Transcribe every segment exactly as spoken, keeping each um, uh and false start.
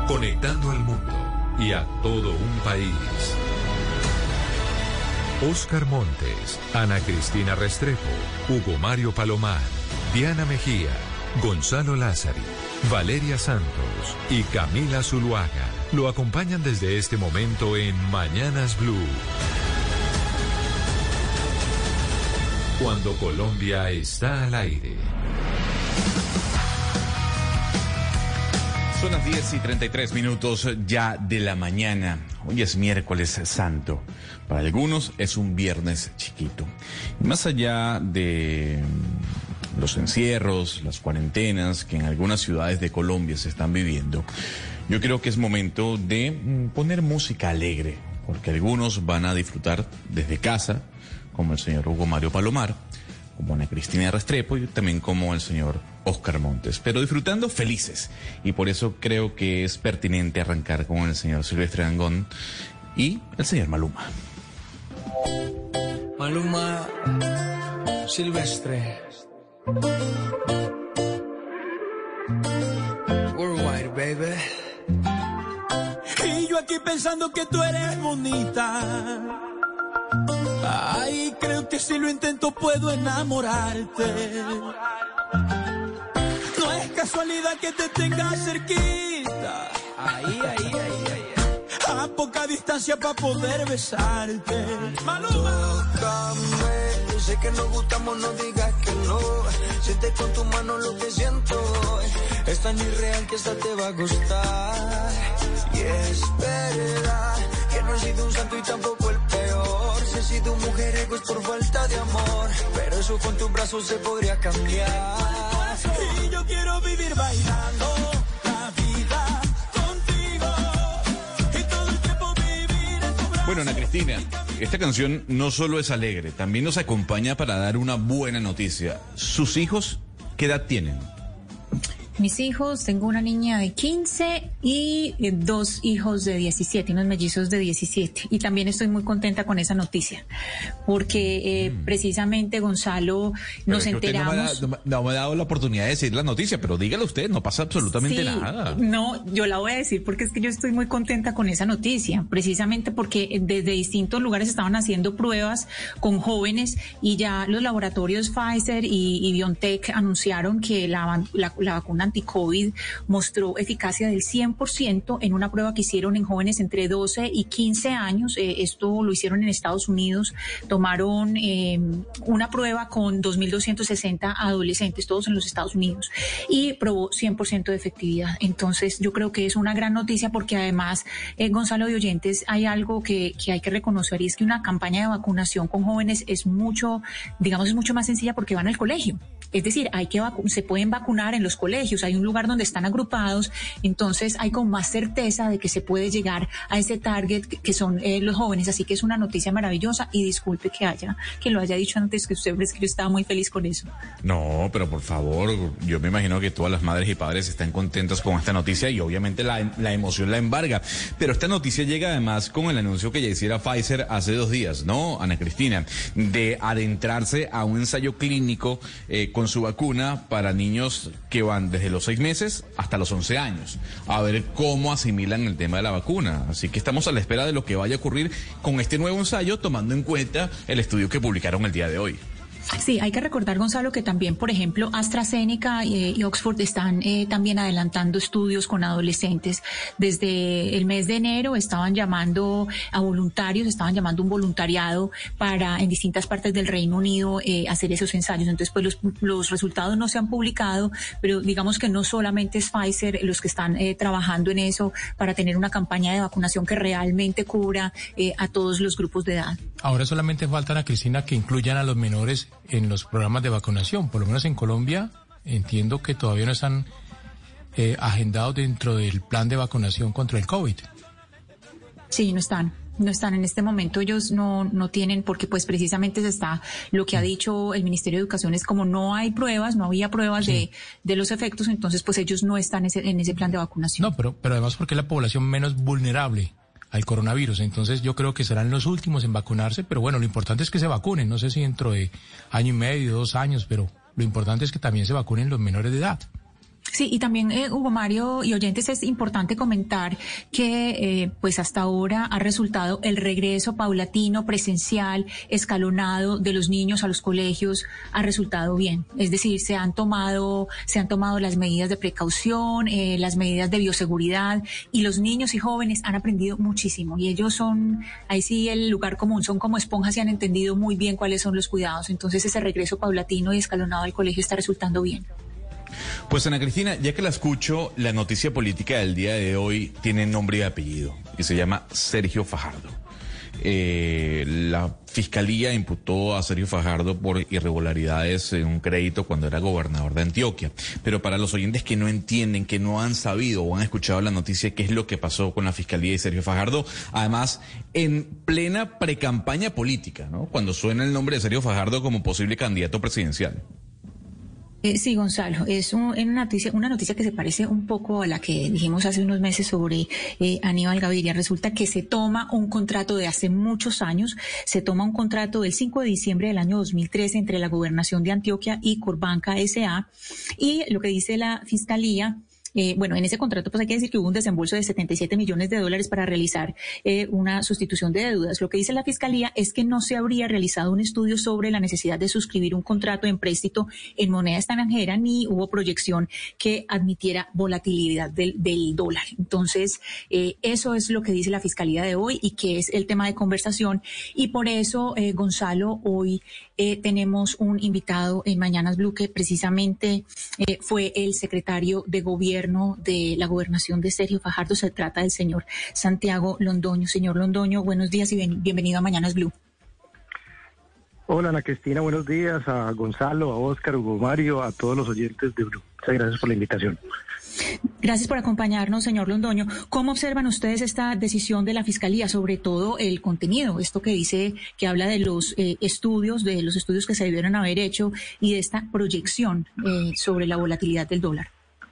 conectando al mundo y a todo un país. Óscar Montes, Ana Cristina Restrepo, Hugo Mario Palomar, Diana Mejía, Gonzalo Lázari, Valeria Santos y Camila Zuluaga lo acompañan desde este momento en Mañanas Blue. Cuando Colombia está al aire. Son las diez y treinta y tres minutos ya de la mañana. Hoy es miércoles santo. Para algunos es un viernes chiquito. Y más allá de los encierros, las cuarentenas que en algunas ciudades de Colombia se están viviendo, yo creo que es momento de poner música alegre, porque algunos van a disfrutar desde casa, como el señor Hugo Mario Palomar, como Ana Cristina Restrepo y también como el señor Óscar Montes, pero disfrutando felices. Y por eso creo que es pertinente arrancar con el señor Silvestre Dangond y el señor Maluma. Maluma, Silvestre. Worldwide, baby. Y yo aquí pensando que tú eres bonita. Ay, creo que si lo intento puedo enamorarte. No es casualidad que te tenga cerquita. Ahí, ahí, ahí, ahí. A poca distancia para poder besarte. Maluma. Tócame, sé que nos gustamos, no digas que no. Siente con tu mano lo que siento. Es tan irreal que hasta te va a gustar. Y es verdad que no he sido un santo y tampoco el peor. Si he sido un mujeriego es por falta de amor, pero eso con tus brazos se podría cambiar. Y yo quiero vivir bailando la vida contigo y todo el tiempo vivir en tu brazo. Bueno, Ana Cristina, esta canción no solo es alegre, también nos acompaña para dar una buena noticia. ¿Sus hijos qué edad tienen? Mis hijos, tengo una niña de quince y dos hijos de diecisiete, unos mellizos de diecisiete. Y también estoy muy contenta con esa noticia, porque eh, mm. precisamente, Gonzalo, pero nos es que enteramos... Usted no me, ha, no me ha dado la oportunidad de decir la noticia, pero dígalo usted, no pasa absolutamente sí, nada. No, yo la voy a decir porque es que yo estoy muy contenta con esa noticia, precisamente porque desde distintos lugares estaban haciendo pruebas con jóvenes y ya los laboratorios Pfizer y, y BioNTech anunciaron que la, la, la vacuna anti-COVID mostró eficacia del cien por ciento en una prueba que hicieron en jóvenes entre doce y quince años. Eh, esto lo hicieron en Estados Unidos. Tomaron eh, una prueba con dos mil doscientos sesenta adolescentes, todos en los Estados Unidos, y probó cien por ciento de efectividad. Entonces, yo creo que es una gran noticia porque además, eh, Gonzalo de oyentes, hay algo que, que hay que reconocer y es que una campaña de vacunación con jóvenes es mucho, digamos, es mucho más sencilla porque van al colegio. Es decir, hay que vacu- se pueden vacunar en los colegios, hay un lugar donde están agrupados, entonces hay con más certeza de que se puede llegar a ese target que, que son eh, los jóvenes, así que es una noticia maravillosa y disculpe que haya, que lo haya dicho antes que usted, pero es que yo estaba muy feliz con eso. No, pero por favor, yo me imagino que todas las madres y padres están contentas con esta noticia y obviamente la, la emoción la embarga, pero esta noticia llega además con el anuncio que ya hiciera Pfizer hace dos días, ¿no, Ana Cristina? De adentrarse a un ensayo clínico eh, con su vacuna para niños que van desde los seis meses hasta los once años, a ver cómo asimilan el tema de la vacuna. Así que estamos a la espera de lo que vaya a ocurrir con este nuevo ensayo, tomando en cuenta el estudio que publicaron el día de hoy. Sí, hay que recordar, Gonzalo, que también, por ejemplo, AstraZeneca y, y Oxford están eh, también adelantando estudios con adolescentes. Desde el mes de enero estaban llamando a voluntarios, estaban llamando un voluntariado para en distintas partes del Reino Unido eh, hacer esos ensayos. Entonces, pues los, los resultados no se han publicado, pero digamos que no solamente es Pfizer los que están eh, trabajando en eso para tener una campaña de vacunación que realmente cubra eh, a todos los grupos de edad. Ahora solamente falta, Ana Cristina, que incluyan a los menores en los programas de vacunación. Por lo menos en Colombia entiendo que todavía no están eh, agendados dentro del plan de vacunación contra el COVID. Sí, no están. No están en este momento, ellos no no tienen, porque pues precisamente se está, lo que ha dicho el Ministerio de Educación es como no hay pruebas, no había pruebas sí. de, de los efectos, entonces pues ellos no están en ese, en ese plan de vacunación. No, pero, pero además porque es la población menos vulnerable al coronavirus, entonces yo creo que serán los últimos en vacunarse, pero bueno, lo importante es que se vacunen, no sé si dentro de año y medio, dos años, pero lo importante es que también se vacunen los menores de edad. Sí, y también, eh, Hugo Mario y oyentes, es importante comentar que eh, pues hasta ahora ha resultado el regreso paulatino, presencial, escalonado de los niños a los colegios, ha resultado bien. Es decir, se han tomado, se han tomado las medidas de precaución, eh, las medidas de bioseguridad, y los niños y jóvenes han aprendido muchísimo. Y ellos son, ahí sí el lugar común, son como esponjas y han entendido muy bien cuáles son los cuidados. Entonces ese regreso paulatino y escalonado al colegio está resultando bien. Pues Ana Cristina, ya que la escucho, la noticia política del día de hoy tiene nombre y apellido y se llama Sergio Fajardo. Eh, la Fiscalía imputó a Sergio Fajardo por irregularidades en un crédito cuando era gobernador de Antioquia. Pero para los oyentes que no entienden, que no han sabido o han escuchado la noticia, ¿qué es lo que pasó con la Fiscalía y Sergio Fajardo? Además, en plena precampaña política, ¿no? Cuando suena el nombre de Sergio Fajardo como posible candidato presidencial. Eh, sí, Gonzalo, es un, una, noticia, una noticia que se parece un poco a la que dijimos hace unos meses sobre eh, Aníbal Gaviria. Resulta que se toma un contrato de hace muchos años, se toma un contrato del cinco de diciembre del año dos mil trece entre la Gobernación de Antioquia y Corbanca S A, y lo que dice la Fiscalía. Eh, bueno, en ese contrato pues hay que decir que hubo un desembolso de setenta y siete millones de dólares para realizar eh, una sustitución de deudas. Lo que dice la Fiscalía es que no se habría realizado un estudio sobre la necesidad de suscribir un contrato de empréstito en moneda extranjera, ni hubo proyección que admitiera volatilidad del, del dólar. Entonces, eh, eso es lo que dice la Fiscalía de hoy y que es el tema de conversación. Y por eso, eh, Gonzalo, hoy eh, tenemos un invitado en Mañanas Blue que precisamente eh, fue el secretario de Gobierno de la gobernación de Sergio Fajardo. Se trata del señor Santiago Londoño. Señor Londoño, buenos días y bien, bienvenido a Mañanas Blue. Hola Ana Cristina, buenos días a Gonzalo, a Óscar, Hugo Mario, a todos los oyentes de Blue. Muchas gracias por la invitación. Gracias por acompañarnos, señor Londoño. ¿Cómo observan ustedes esta decisión de la Fiscalía, sobre todo el contenido, esto que dice, que habla de los eh, estudios, de los estudios que se debieron haber hecho y de esta proyección eh, sobre la volatilidad del dólar?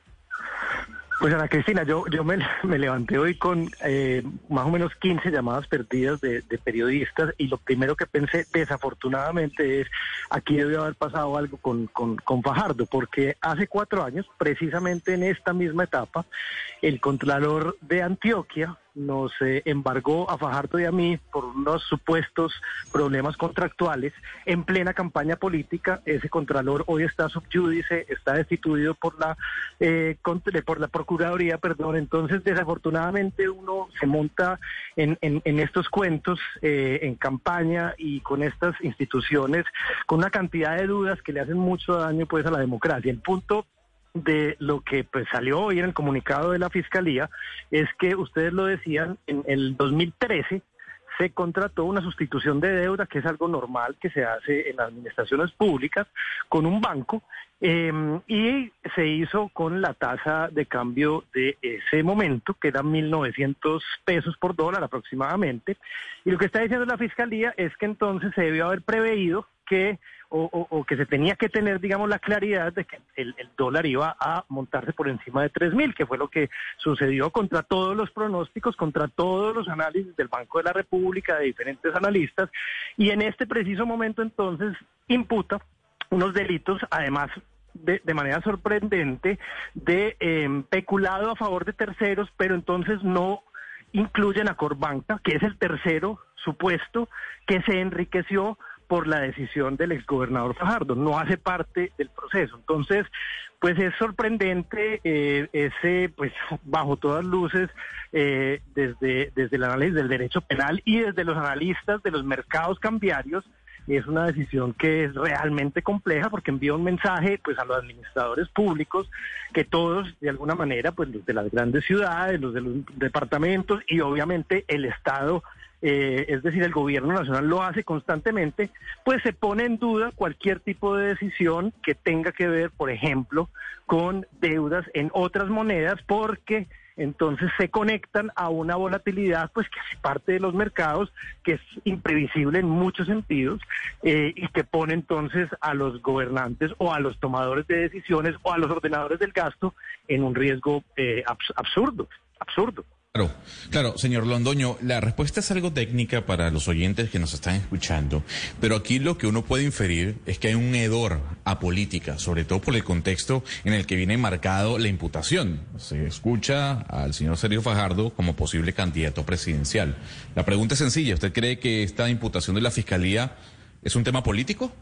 Pues Ana Cristina, yo yo me, me levanté hoy con eh, más o menos quince llamadas perdidas de, de periodistas, y lo primero que pensé desafortunadamente es, aquí debe haber pasado algo con, con, con Fajardo, porque hace cuatro años, precisamente en esta misma etapa, el Contralor de Antioquia nos eh, embargó a Fajardo y a mí por unos supuestos problemas contractuales en plena campaña política. Ese Contralor hoy está sub judice, está destituido por la eh, por la Procuraduría, perdón. Entonces, desafortunadamente, uno se monta en, en, en estos cuentos eh, en campaña y con estas instituciones con una cantidad de dudas que le hacen mucho daño pues a la democracia. El punto de lo que pues salió hoy en el comunicado de la Fiscalía es que, ustedes lo decían, en el dos mil trece se contrató una sustitución de deuda, que es algo normal que se hace en las administraciones públicas, con un banco, eh, y se hizo con la tasa de cambio de ese momento, que eran mil novecientos pesos por dólar aproximadamente, y lo que está diciendo la Fiscalía es que entonces se debió haber preveído que O, o, o que se tenía que tener, digamos, la claridad de que el, el dólar iba a montarse por encima de tres mil, que fue lo que sucedió contra todos los pronósticos, contra todos los análisis del Banco de la República, de diferentes analistas, y en este preciso momento entonces imputa unos delitos, además de, de manera sorprendente, de eh, peculado a favor de terceros, pero entonces no incluyen a Corbanca, que es el tercero supuesto que se enriqueció por la decisión del exgobernador Fajardo, no hace parte del proceso. Entonces, pues es sorprendente eh, ese, pues bajo todas luces, eh, desde, desde el análisis del derecho penal y desde los analistas de los mercados cambiarios, es una decisión que es realmente compleja, porque envía un mensaje pues a los administradores públicos, que todos de alguna manera, pues los de las grandes ciudades, los de los departamentos y obviamente el Estado, Eh, es decir, el gobierno nacional lo hace constantemente, pues se pone en duda cualquier tipo de decisión que tenga que ver, por ejemplo, con deudas en otras monedas, porque entonces se conectan a una volatilidad pues que es parte de los mercados, que es imprevisible en muchos sentidos, eh, y que pone entonces a los gobernantes o a los tomadores de decisiones o a los ordenadores del gasto en un riesgo eh, abs- absurdo, absurdo. Claro, claro, señor Londoño, la respuesta es algo técnica para los oyentes que nos están escuchando, pero aquí lo que uno puede inferir es que hay un hedor a política, sobre todo por el contexto en el que viene marcado la imputación. Se escucha al señor Sergio Fajardo como posible candidato presidencial. La pregunta es sencilla, ¿usted cree que esta imputación de la Fiscalía es un tema político?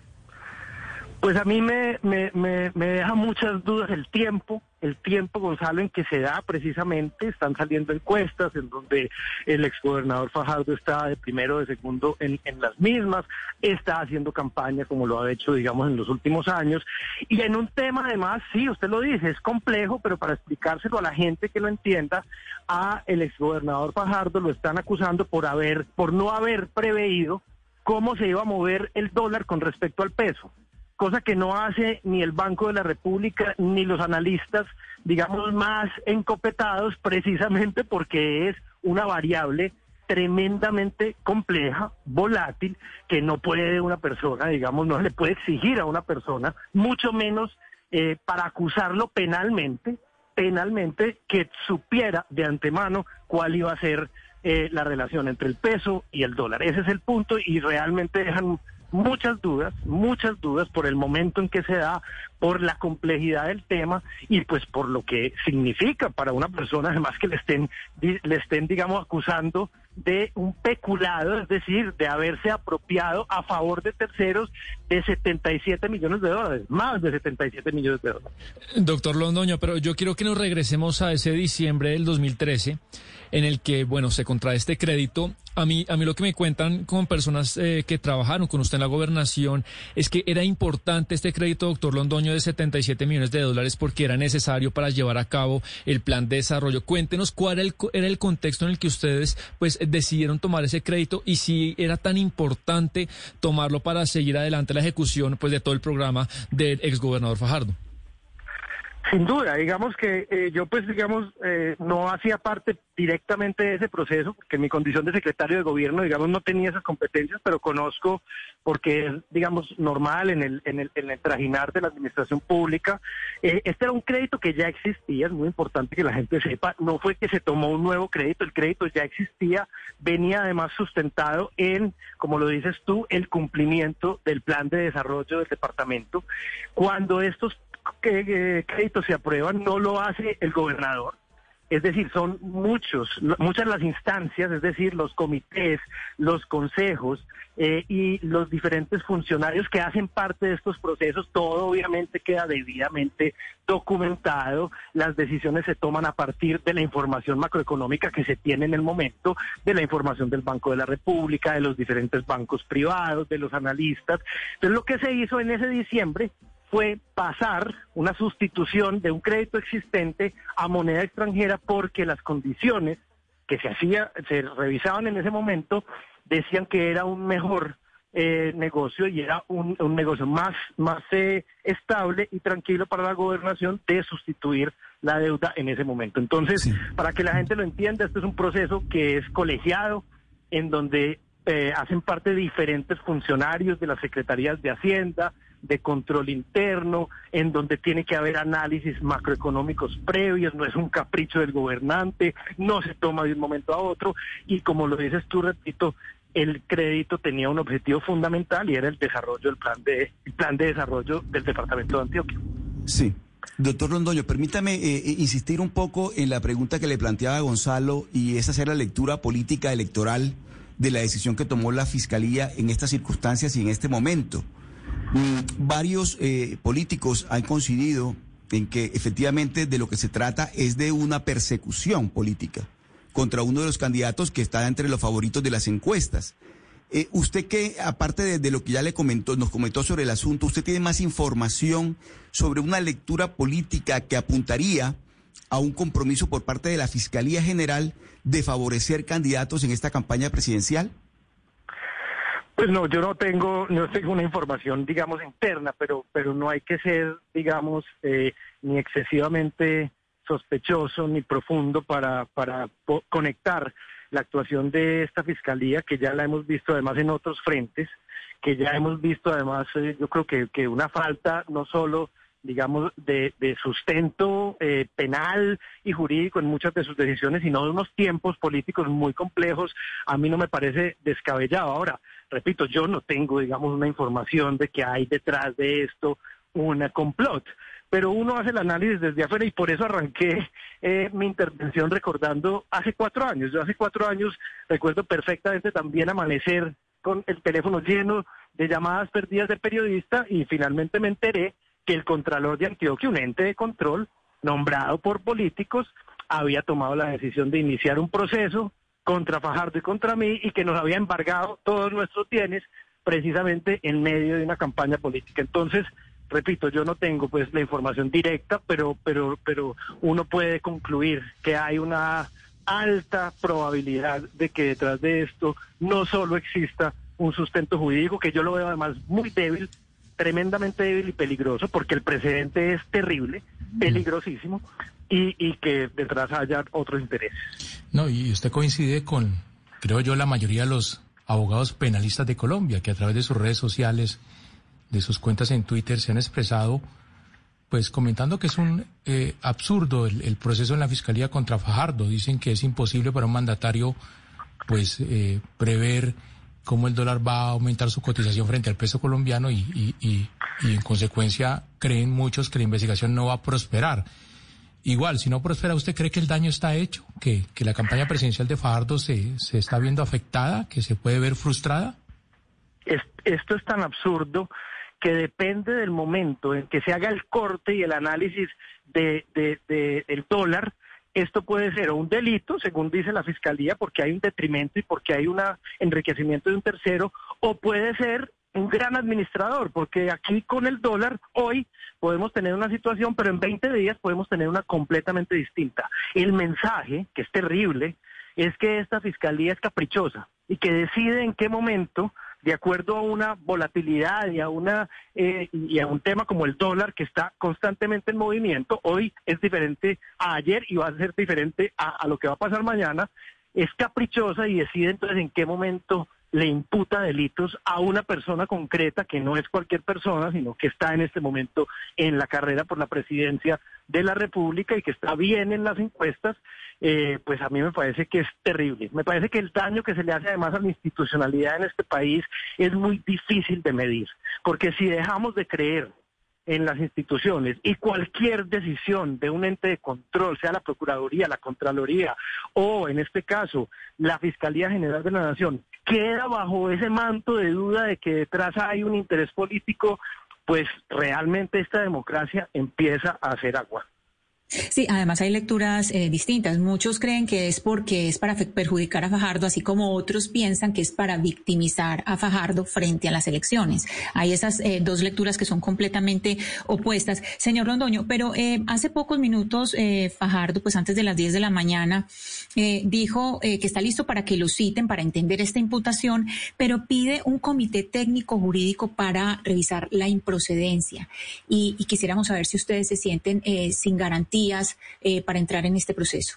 Pues a mí me, me, me, me deja muchas dudas el tiempo, el tiempo, Gonzalo, en que se da precisamente. Están saliendo encuestas en donde el exgobernador Fajardo está de primero, de segundo en, en las mismas, está haciendo campaña como lo ha hecho, digamos, en los últimos años. Y en un tema, además, sí, usted lo dice, es complejo, pero para explicárselo a la gente que lo entienda, a el exgobernador Fajardo lo están acusando por haber, por no haber preveído cómo se iba a mover el dólar con respecto al peso, cosa que no hace ni el Banco de la República ni los analistas, digamos, más encopetados, precisamente porque es una variable tremendamente compleja, volátil, que no puede una persona, digamos, no le puede exigir a una persona, mucho menos eh, para acusarlo penalmente, penalmente, que supiera de antemano cuál iba a ser eh, la relación entre el peso y el dólar. Ese es el punto, y realmente dejan muchas dudas, muchas dudas por el momento en que se da, por la complejidad del tema y pues por lo que significa para una persona, además, que le estén, le estén, digamos, acusando de un peculado, es decir, de haberse apropiado a favor de terceros de setenta y siete millones de dólares, más de setenta y siete millones de dólares. Doctor Londoño, pero yo quiero que nos regresemos a ese diciembre del dos mil trece, en el que, bueno, se contrae este crédito. A mí, a mí lo que me cuentan con personas eh, que trabajaron con usted en la gobernación es que era importante este crédito, doctor Londoño, de setenta y siete millones de dólares porque era necesario para llevar a cabo el plan de desarrollo. Cuéntenos cuál era el, era el contexto en el que ustedes pues decidieron tomar ese crédito y si era tan importante tomarlo para seguir adelante la ejecución pues de todo el programa del exgobernador Fajardo. Sin duda, digamos que eh, yo pues digamos eh, no hacía parte directamente de ese proceso, porque en mi condición de secretario de gobierno, digamos, no tenía esas competencias, pero conozco, porque es, digamos, normal en el, en el, en el trajinar de la administración pública. Eh, este era un crédito que ya existía, es muy importante que la gente sepa, no fue que se tomó un nuevo crédito, el crédito ya existía, venía además sustentado en, como lo dices tú, el cumplimiento del plan de desarrollo del departamento. Cuando estos que eh, créditos se aprueban, no lo hace el gobernador, es decir, son muchos, muchas las instancias, es decir, los comités, los consejos eh, y los diferentes funcionarios que hacen parte de estos procesos. Todo obviamente queda debidamente documentado, las decisiones se toman a partir de la información macroeconómica que se tiene en el momento, de la información del Banco de la República, de los diferentes bancos privados, de los analistas. Entonces, lo que se hizo en ese diciembre fue pasar una sustitución de un crédito existente a moneda extranjera, porque las condiciones que se hacía, se revisaban en ese momento, decían que era un mejor eh, negocio y era un, un negocio más, más eh, estable y tranquilo para la gobernación de sustituir la deuda en ese momento. Entonces, sí, para que la gente lo entienda, este es un proceso que es colegiado, en donde eh, hacen parte diferentes funcionarios de las secretarías de Hacienda, de control interno, en donde tiene que haber análisis macroeconómicos previos, no es un capricho del gobernante, no se toma de un momento a otro, y como lo dices tú, repito, el crédito tenía un objetivo fundamental y era el desarrollo del plan de, el plan de desarrollo del departamento de Antioquia. Sí. Doctor Londoño, permítame eh, insistir un poco en la pregunta que le planteaba Gonzalo, y es hacer la lectura política electoral de la decisión que tomó la Fiscalía en estas circunstancias y en este momento. Mm, varios eh, políticos han coincidido en que efectivamente de lo que se trata es de una persecución política contra uno de los candidatos que está entre los favoritos de las encuestas. Eh, usted que, aparte de, de lo que ya le comentó, nos comentó sobre el asunto, ¿usted tiene más información sobre una lectura política que apuntaría a un compromiso por parte de la Fiscalía General de favorecer candidatos en esta campaña presidencial? Pues no, yo no tengo, no tengo una información, digamos, interna, pero, pero no hay que ser, digamos, eh, ni excesivamente sospechoso ni profundo para, para po- conectar la actuación de esta fiscalía, que ya la hemos visto además en otros frentes, que ya hemos visto además, eh, yo creo que, que una falta no solo digamos, de, de sustento eh, penal y jurídico en muchas de sus decisiones, sino de unos tiempos políticos muy complejos, a mí no me parece descabellado. Ahora, repito, yo no tengo, digamos, una información de que hay detrás de esto una complot, pero uno hace el análisis desde afuera y por eso arranqué eh, mi intervención recordando hace cuatro años. Yo hace cuatro años recuerdo perfectamente también amanecer con el teléfono lleno de llamadas perdidas de periodista y finalmente me enteré que el Contralor de Antioquia, un ente de control nombrado por políticos, había tomado la decisión de iniciar un proceso contra Fajardo y contra mí y que nos había embargado todos nuestros bienes precisamente en medio de una campaña política. Entonces, repito, yo no tengo pues la información directa, pero pero pero uno puede concluir que hay una alta probabilidad de que detrás de esto no solo exista un sustento jurídico, que yo lo veo además muy débil, tremendamente débil y peligroso, porque el precedente es terrible, peligrosísimo, y, y que detrás haya otros intereses. No, y usted coincide con, creo yo, la mayoría de los abogados penalistas de Colombia, que a través de sus redes sociales, de sus cuentas en Twitter, se han expresado, pues comentando que es un eh, absurdo el, el proceso en la Fiscalía contra Fajardo. Dicen que es imposible para un mandatario, pues, eh, prever cómo el dólar va a aumentar su cotización frente al peso colombiano y, y, y, y en consecuencia creen muchos que la investigación no va a prosperar. Igual, si no prospera, ¿usted cree que el daño está hecho? ¿Que, que la campaña presidencial de Fajardo se, se está viendo afectada? ¿Que se puede ver frustrada? Es, esto es tan absurdo que depende del momento en que se haga el corte y el análisis de, de, de el dólar. Esto puede ser un delito, según dice la Fiscalía, porque hay un detrimento y porque hay un enriquecimiento de un tercero, o puede ser un gran administrador, porque aquí con el dólar hoy podemos tener una situación, pero en veinte días podemos tener una completamente distinta. El mensaje, que es terrible, es que esta Fiscalía es caprichosa y que decide en qué momento, de acuerdo a una volatilidad y a una eh, y a un tema como el dólar que está constantemente en movimiento, hoy es diferente a ayer y va a ser diferente a, a lo que va a pasar mañana, es caprichosa y decide entonces en qué momento le imputa delitos a una persona concreta que no es cualquier persona, sino que está en este momento en la carrera por la presidencia de la República y que está bien en las encuestas. Eh, pues a mí me parece que es terrible. Me parece que el daño que se le hace además a la institucionalidad en este país es muy difícil de medir, porque si dejamos de creer en las instituciones y cualquier decisión de un ente de control, sea la Procuraduría, la Contraloría o en este caso la Fiscalía General de la Nación, queda bajo ese manto de duda de que detrás hay un interés político, pues realmente esta democracia empieza a hacer agua. Sí, además hay lecturas eh, distintas. Muchos creen que es porque es para perjudicar a Fajardo, así como otros piensan que es para victimizar a Fajardo frente a las elecciones. Hay esas eh, dos lecturas que son completamente opuestas. Señor Londoño, pero eh, hace pocos minutos eh, Fajardo, pues antes de las diez de la mañana, eh, dijo eh, que está listo para que lo citen para entender esta imputación, pero pide un comité técnico jurídico para revisar la improcedencia. Y, y quisiéramos saber si ustedes se sienten eh, sin garantía Eh, para entrar en este proceso.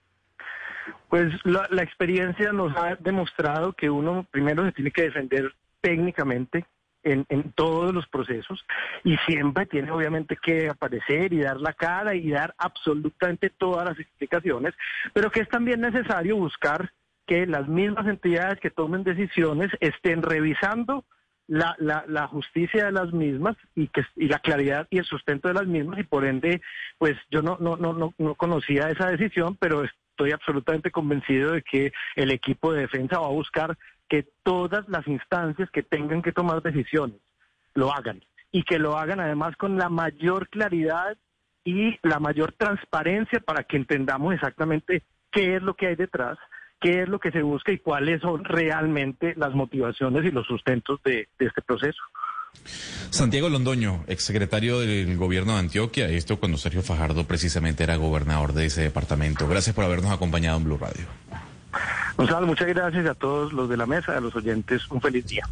Pues la, la experiencia nos ha demostrado que uno primero se tiene que defender técnicamente en, en todos los procesos y siempre tiene obviamente que aparecer y dar la cara y dar absolutamente todas las explicaciones, pero que es también necesario buscar que las mismas entidades que tomen decisiones estén revisando La, la, la justicia de las mismas y que y la claridad y el sustento de las mismas, y por ende, pues yo no no no no, no conocía esa decisión, pero estoy absolutamente convencido de que el equipo de defensa va a buscar que todas las instancias que tengan que tomar decisiones lo hagan y que lo hagan además con la mayor claridad y la mayor transparencia para que entendamos exactamente qué es lo que hay detrás, qué es lo que se busca y cuáles son realmente las motivaciones y los sustentos de, de este proceso. Santiago Londoño, exsecretario del gobierno de Antioquia, esto cuando Sergio Fajardo precisamente era gobernador de ese departamento. Gracias por habernos acompañado en Blue Radio. Gonzalo, muchas gracias a todos los de la mesa, a los oyentes, un feliz día.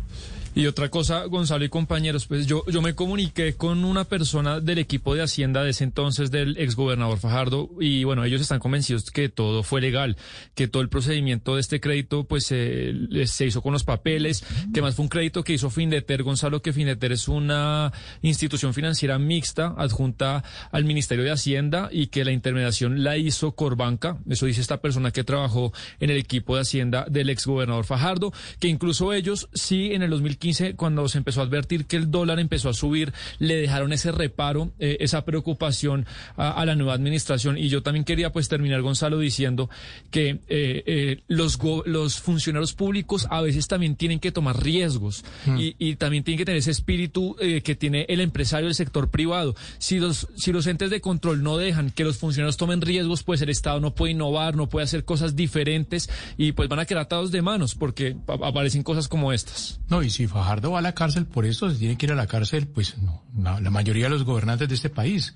Y otra cosa, Gonzalo y compañeros, pues yo, yo me comuniqué con una persona del equipo de Hacienda de ese entonces, del exgobernador Fajardo, y bueno, ellos están convencidos que todo fue legal, que todo el procedimiento de este crédito pues eh, se hizo con los papeles, que más fue un crédito que hizo Findeter, Gonzalo, que Findeter es una institución financiera mixta adjunta al Ministerio de Hacienda y que la intermediación la hizo Corbanca, eso dice esta persona que trabajó en el equipo de Hacienda del exgobernador Fajardo, que incluso ellos sí en el dos mil quince, cuando se empezó a advertir que el dólar empezó a subir, le dejaron ese reparo, eh, esa preocupación a, a la nueva administración. Y yo también quería pues terminar, Gonzalo, diciendo que eh, eh, los, go los funcionarios públicos a veces también tienen que tomar riesgos mm. y, y también tienen que tener ese espíritu eh, que tiene el empresario del sector privado. Si los, si los entes de control no dejan que los funcionarios tomen riesgos, pues el Estado no puede innovar, no puede hacer cosas diferentes y pues van a quedar atados de manos porque aparecen cosas como estas. No, y si Fajardo va a la cárcel por eso, se tiene que ir a la cárcel, pues no, la, la mayoría de los gobernantes de este país,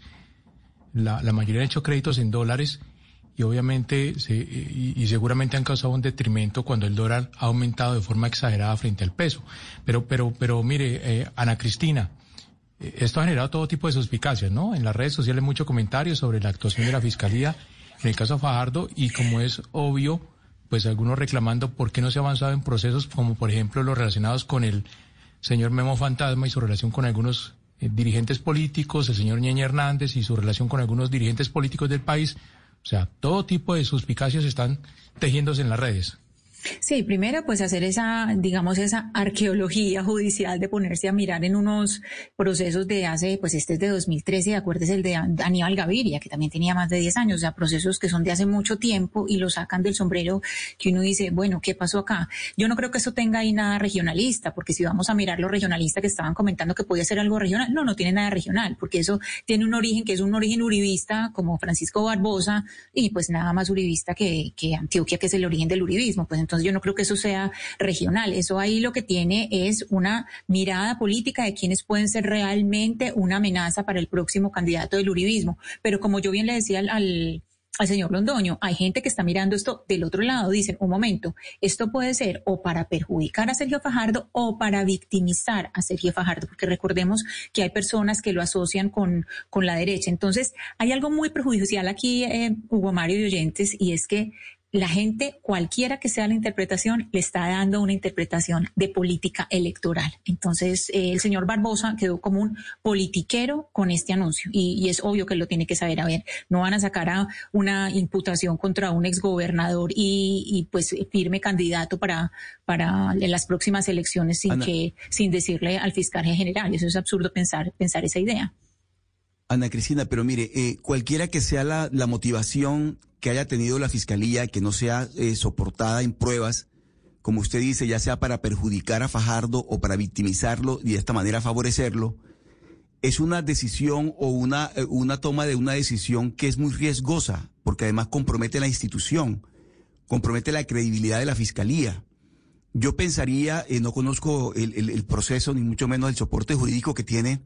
la, la mayoría han hecho créditos en dólares y obviamente se, y, y seguramente han causado un detrimento cuando el dólar ha aumentado de forma exagerada frente al peso. Pero, pero, pero mire, eh, Ana Cristina, eh, esto ha generado todo tipo de suspicacias, ¿no? En las redes sociales mucho comentario sobre la actuación de la Fiscalía en el caso Fajardo y como es obvio, pues algunos reclamando por qué no se ha avanzado en procesos como por ejemplo los relacionados con el señor Memo Fantasma y su relación con algunos eh, dirigentes políticos, el señor Ñeñe Hernández y su relación con algunos dirigentes políticos del país. O sea, todo tipo de suspicacias están tejiéndose en las redes. Sí, primero pues hacer esa, digamos, esa arqueología judicial de ponerse a mirar en unos procesos de hace, pues este es de dos mil trece, acuérdese el de Aníbal Gaviria, que también tenía más de diez años, o sea, procesos que son de hace mucho tiempo y lo sacan del sombrero que uno dice, bueno, ¿qué pasó acá? Yo no creo que eso tenga ahí nada regionalista, porque si vamos a mirar lo regionalista que estaban comentando que podía ser algo regional, no, no tiene nada regional, porque eso tiene un origen que es un origen uribista, como Francisco Barbosa, y pues nada más uribista que, que Antioquia, que es el origen del uribismo, pues entonces Entonces yo no creo que eso sea regional. Eso ahí lo que tiene es una mirada política de quienes pueden ser realmente una amenaza para el próximo candidato del uribismo. Pero como yo bien le decía al, al, al señor Londoño, hay gente que está mirando esto del otro lado. Dicen, un momento, esto puede ser o para perjudicar a Sergio Fajardo o para victimizar a Sergio Fajardo, porque recordemos que hay personas que lo asocian con, con la derecha. Entonces hay algo muy perjudicial aquí, eh, Hugo Mario y oyentes, y es que la gente, cualquiera que sea la interpretación, le está dando una interpretación de política electoral. Entonces, eh, el señor Barbosa quedó como un politiquero con este anuncio y, y es obvio que lo tiene que saber. A ver, no van a sacar a una imputación contra un exgobernador y, y pues firme candidato para, para las próximas elecciones sin Ana, que sin decirle al fiscal general. Eso es absurdo pensar, pensar esa idea. Ana Cristina, pero mire, eh, cualquiera que sea la, la motivación que haya tenido la Fiscalía, que no sea eh, soportada en pruebas, como usted dice, ya sea para perjudicar a Fajardo o para victimizarlo y de esta manera favorecerlo, es una decisión o una, eh, una toma de una decisión que es muy riesgosa, porque además compromete la institución, compromete la credibilidad de la Fiscalía. Yo pensaría, eh, no conozco el, el, el proceso, ni mucho menos el soporte jurídico que tiene,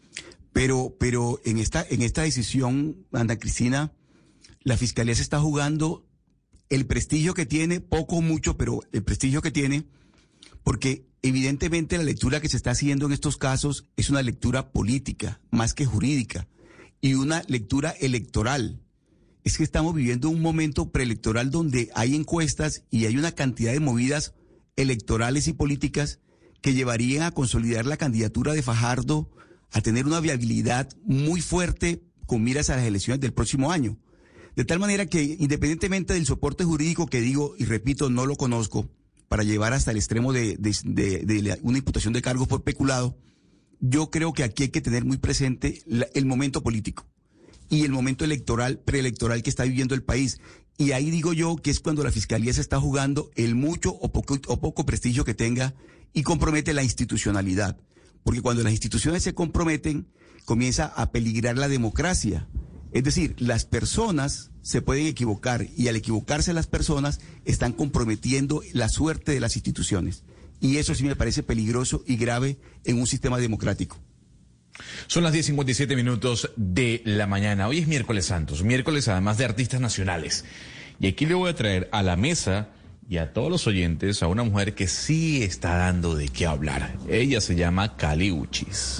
pero, pero en esta, en esta decisión, Ana Cristina, la Fiscalía se está jugando el prestigio que tiene, poco o mucho, pero el prestigio que tiene, porque evidentemente la lectura que se está haciendo en estos casos es una lectura política, más que jurídica, y una lectura electoral. Es que estamos viviendo un momento preelectoral donde hay encuestas y hay una cantidad de movidas electorales y políticas que llevarían a consolidar la candidatura de Fajardo, a tener una viabilidad muy fuerte con miras a las elecciones del próximo año. De tal manera que, independientemente del soporte jurídico que digo, y repito, no lo conozco, para llevar hasta el extremo de, de, de, de una imputación de cargos por peculado, yo creo que aquí hay que tener muy presente la, el momento político y el momento electoral, preelectoral que está viviendo el país. Y ahí digo yo que es cuando la Fiscalía se está jugando el mucho o poco, o poco prestigio que tenga y compromete la institucionalidad. Porque cuando las instituciones se comprometen, comienza a peligrar la democracia. Es decir, las personas se pueden equivocar y al equivocarse las personas están comprometiendo la suerte de las instituciones. Y eso sí me parece peligroso y grave en un sistema democrático. Son las diez cincuenta y siete minutos de la mañana. Hoy es miércoles santos, miércoles además de artistas nacionales. Y aquí le voy a traer a la mesa y a todos los oyentes a una mujer que sí está dando de qué hablar. Ella se llama Kali Uchis.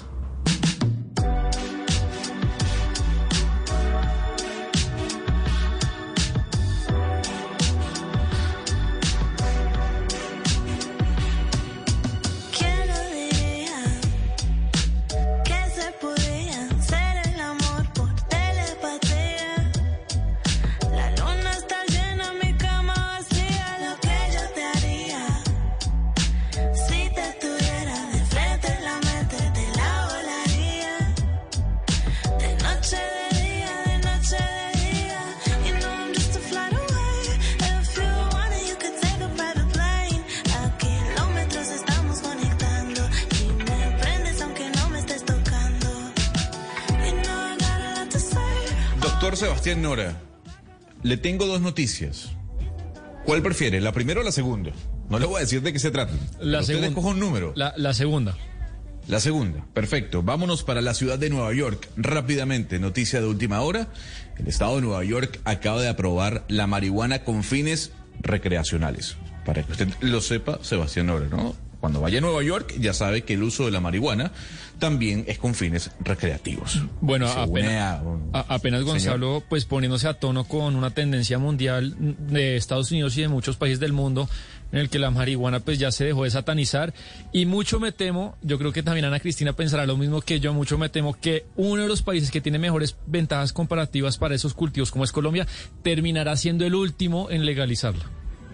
Doctor Sebastián Nora, le tengo dos noticias. ¿Cuál prefiere, la primera o la segunda? No le voy a decir de qué se trata. La segunda. Usted escoja un número. La, la segunda. La segunda, perfecto. Vámonos para la ciudad de Nueva York. Rápidamente, noticia de última hora. El estado de Nueva York acaba de aprobar la marihuana con fines recreacionales. Para que usted lo sepa, Sebastián Nora, ¿no? Cuando vaya a Nueva York ya sabe que el uso de la marihuana también es con fines recreativos. Bueno, apenas, a, apenas Gonzalo, señor, pues poniéndose a tono con una tendencia mundial de Estados Unidos y de muchos países del mundo en el que la marihuana pues ya se dejó de satanizar, y mucho me temo, yo creo que también Ana Cristina pensará lo mismo que yo, mucho me temo que uno de los países que tiene mejores ventajas comparativas para esos cultivos como es Colombia terminará siendo el último en legalizarla.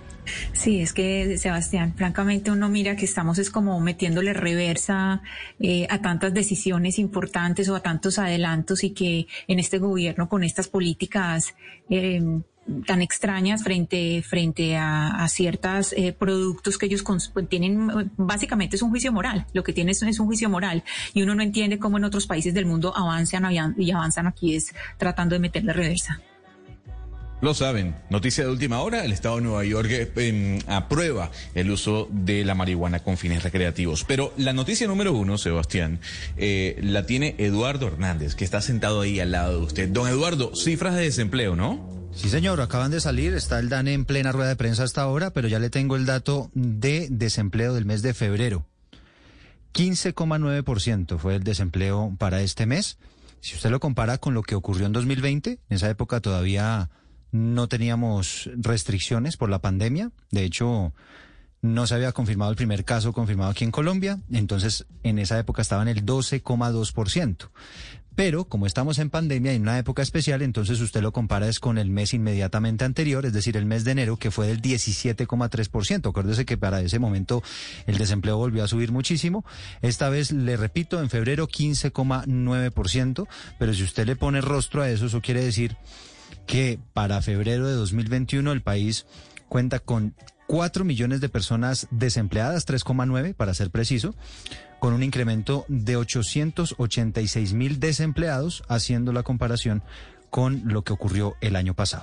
Sí, es que, Sebastián, francamente uno mira que estamos es como metiéndole reversa eh, a tantas decisiones importantes o a tantos adelantos, y que en este gobierno con estas políticas eh, tan extrañas frente frente a, a ciertos eh, productos que ellos tienen, básicamente es un juicio moral, lo que tienen es, es un juicio moral, y uno no entiende cómo en otros países del mundo avanzan y avanzan aquí es tratando de meterle reversa. Lo saben, noticia de última hora, el estado de Nueva York eh, aprueba el uso de la marihuana con fines recreativos. Pero la noticia número uno, Sebastián, eh, la tiene Eduardo Hernández, que está sentado ahí al lado de usted. Don Eduardo, cifras de desempleo, ¿no? Sí, señor, acaban de salir, está el DANE en plena rueda de prensa hasta ahora, pero ya le tengo el dato de desempleo del mes de febrero. quince coma nueve por ciento fue el desempleo para este mes. Si usted lo compara con lo que ocurrió en dos mil veinte, en esa época todavía no teníamos restricciones por la pandemia. De hecho, no se había confirmado el primer caso confirmado aquí en Colombia. Entonces, en esa época estaba en el doce coma dos por ciento. Pero, como estamos en pandemia y en una época especial, entonces usted lo compara es con el mes inmediatamente anterior, es decir, el mes de enero, que fue del diecisiete coma tres por ciento. Acuérdese que para ese momento el desempleo volvió a subir muchísimo. Esta vez, le repito, en febrero quince coma nueve por ciento. Pero si usted le pone rostro a eso, eso quiere decir que para febrero de dos mil veintiuno el país cuenta con cuatro millones de personas desempleadas, tres coma nueve para ser preciso, con un incremento de ochocientos ochenta y seis mil desempleados, haciendo la comparación con lo que ocurrió el año pasado.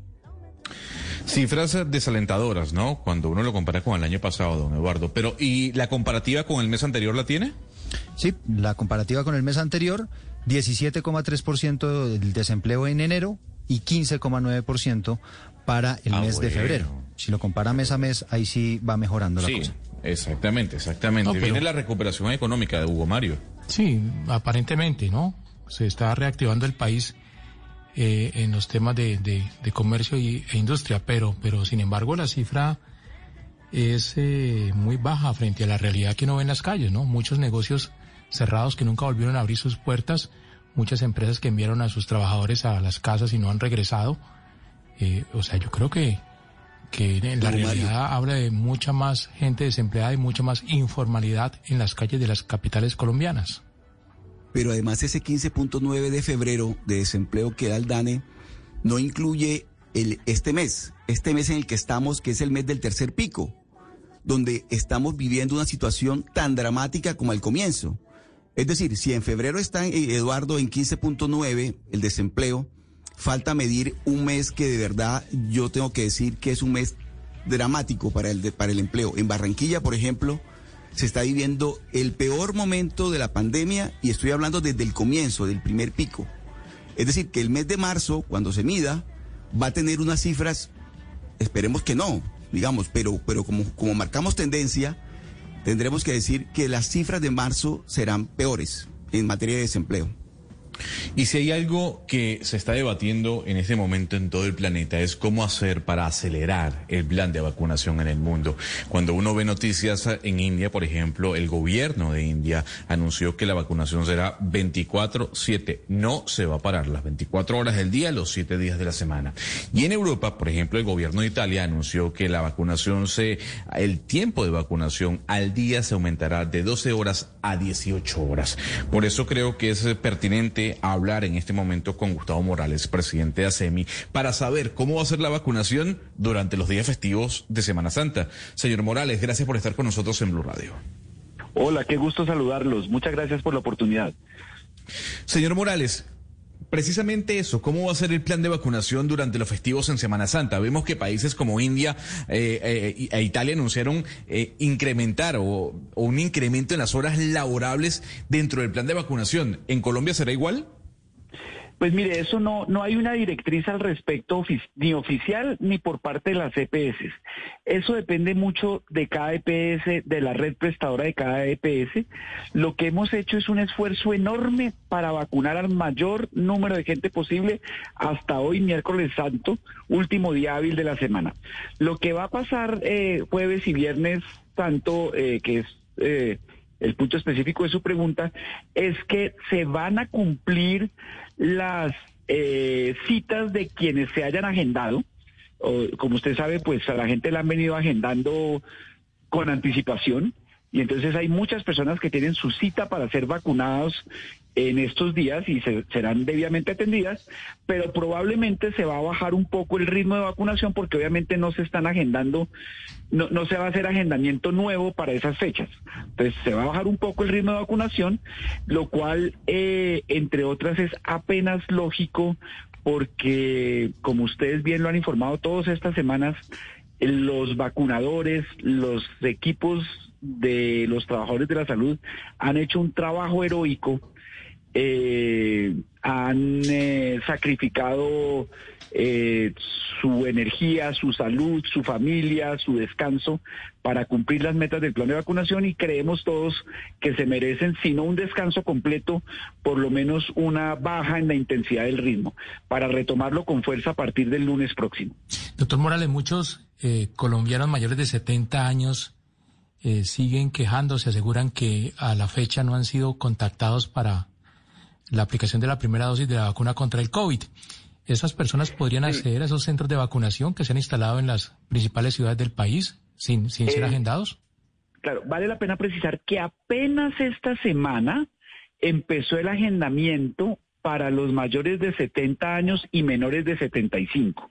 Cifras desalentadoras, ¿no? Cuando uno lo compara con el año pasado, don Eduardo. Pero, ¿y la comparativa con el mes anterior la tiene? Sí, la comparativa con el mes anterior, diecisiete coma tres por ciento del desempleo en enero y quince coma nueve por ciento para el ah, mes bueno. de febrero. Si lo compara mes a mes, ahí sí va mejorando la sí, cosa. Exactamente, exactamente. No, pero viene la recuperación económica de Hugo Mario. Sí, aparentemente, ¿no? Se está reactivando el país eh, en los temas de, de, de comercio y, e industria, pero, pero sin embargo la cifra es eh, muy baja frente a la realidad que uno ve en las calles, ¿no? Muchos negocios cerrados que nunca volvieron a abrir sus puertas, muchas empresas que enviaron a sus trabajadores a las casas y no han regresado. Eh, o sea, yo creo que, que en la realidad habla de mucha más gente desempleada y mucha más informalidad en las calles de las capitales colombianas. Pero además ese quince punto nueve de febrero de desempleo que da el DANE no incluye el, este mes, este mes en el que estamos, que es el mes del tercer pico, donde estamos viviendo una situación tan dramática como al comienzo. Es decir, si en febrero está, Eduardo, en quince punto nueve el desempleo, falta medir un mes que de verdad yo tengo que decir que es un mes dramático para el, para el empleo. En Barranquilla, por ejemplo, se está viviendo el peor momento de la pandemia, y estoy hablando desde el comienzo, del primer pico. Es decir, que el mes de marzo, cuando se mida, va a tener unas cifras, esperemos que no, digamos, pero, pero como, como marcamos tendencia, tendremos que decir que las cifras de marzo serán peores en materia de desempleo. Y si hay algo que se está debatiendo en este momento en todo el planeta es cómo hacer para acelerar el plan de vacunación en el mundo. Cuando uno ve noticias en India, por ejemplo, el gobierno de India anunció que la vacunación será veinticuatro siete. No se va a parar las veinticuatro horas del día, los siete días de la semana. Y en Europa, por ejemplo, el gobierno de Italia anunció que la vacunación se, el tiempo de vacunación al día se aumentará de doce horas a dieciocho horas. Por eso creo que es pertinente a hablar en este momento con Gustavo Morales, presidente de ASEMI, para saber cómo va a ser la vacunación durante los días festivos de Semana Santa. Señor Morales, gracias por estar con nosotros en Blue Radio. Hola, qué gusto saludarlos. Muchas gracias por la oportunidad. Señor Morales, precisamente eso, ¿cómo va a ser el plan de vacunación durante los festivos en Semana Santa? Vemos que países como India eh, eh, e Italia anunciaron eh, incrementar o, o un incremento en las horas laborables dentro del plan de vacunación. ¿En Colombia será igual? Pues mire, eso no no hay una directriz al respecto ofici- ni oficial ni por parte de las E P S. Eso depende mucho de cada E P S, de la red prestadora de cada E P S. Lo que hemos hecho es un esfuerzo enorme para vacunar al mayor número de gente posible hasta hoy, miércoles santo, último día hábil de la semana. Lo que va a pasar eh, jueves y viernes santo, eh, que es eh, el punto específico de su pregunta, es que se van a cumplir las eh, citas de quienes se hayan agendado. O, como usted sabe, pues a la gente la han venido agendando con anticipación y entonces hay muchas personas que tienen su cita para ser vacunados en estos días y se, serán debidamente atendidas, pero probablemente se va a bajar un poco el ritmo de vacunación porque obviamente no se están agendando, no, no se va a hacer agendamiento nuevo para esas fechas. Entonces se va a bajar un poco el ritmo de vacunación, lo cual, eh, entre otras, es apenas lógico porque, como ustedes bien lo han informado todas estas semanas, los vacunadores, los equipos de los trabajadores de la salud han hecho un trabajo heroico. Eh, han eh, sacrificado eh, su energía, su salud, su familia, su descanso para cumplir las metas del plan de vacunación y creemos todos que se merecen, si no un descanso completo, por lo menos una baja en la intensidad del ritmo, para retomarlo con fuerza a partir del lunes próximo. Doctor Morales, muchos eh, colombianos mayores de setenta años eh, siguen quejándose, aseguran que a la fecha no han sido contactados para la aplicación de la primera dosis de la vacuna contra el COVID. ¿Esas personas podrían acceder a esos centros de vacunación que se han instalado en las principales ciudades del país sin, sin ser eh, agendados? Claro, vale la pena precisar que apenas esta semana empezó el agendamiento para los mayores de setenta años y menores de setenta y cinco.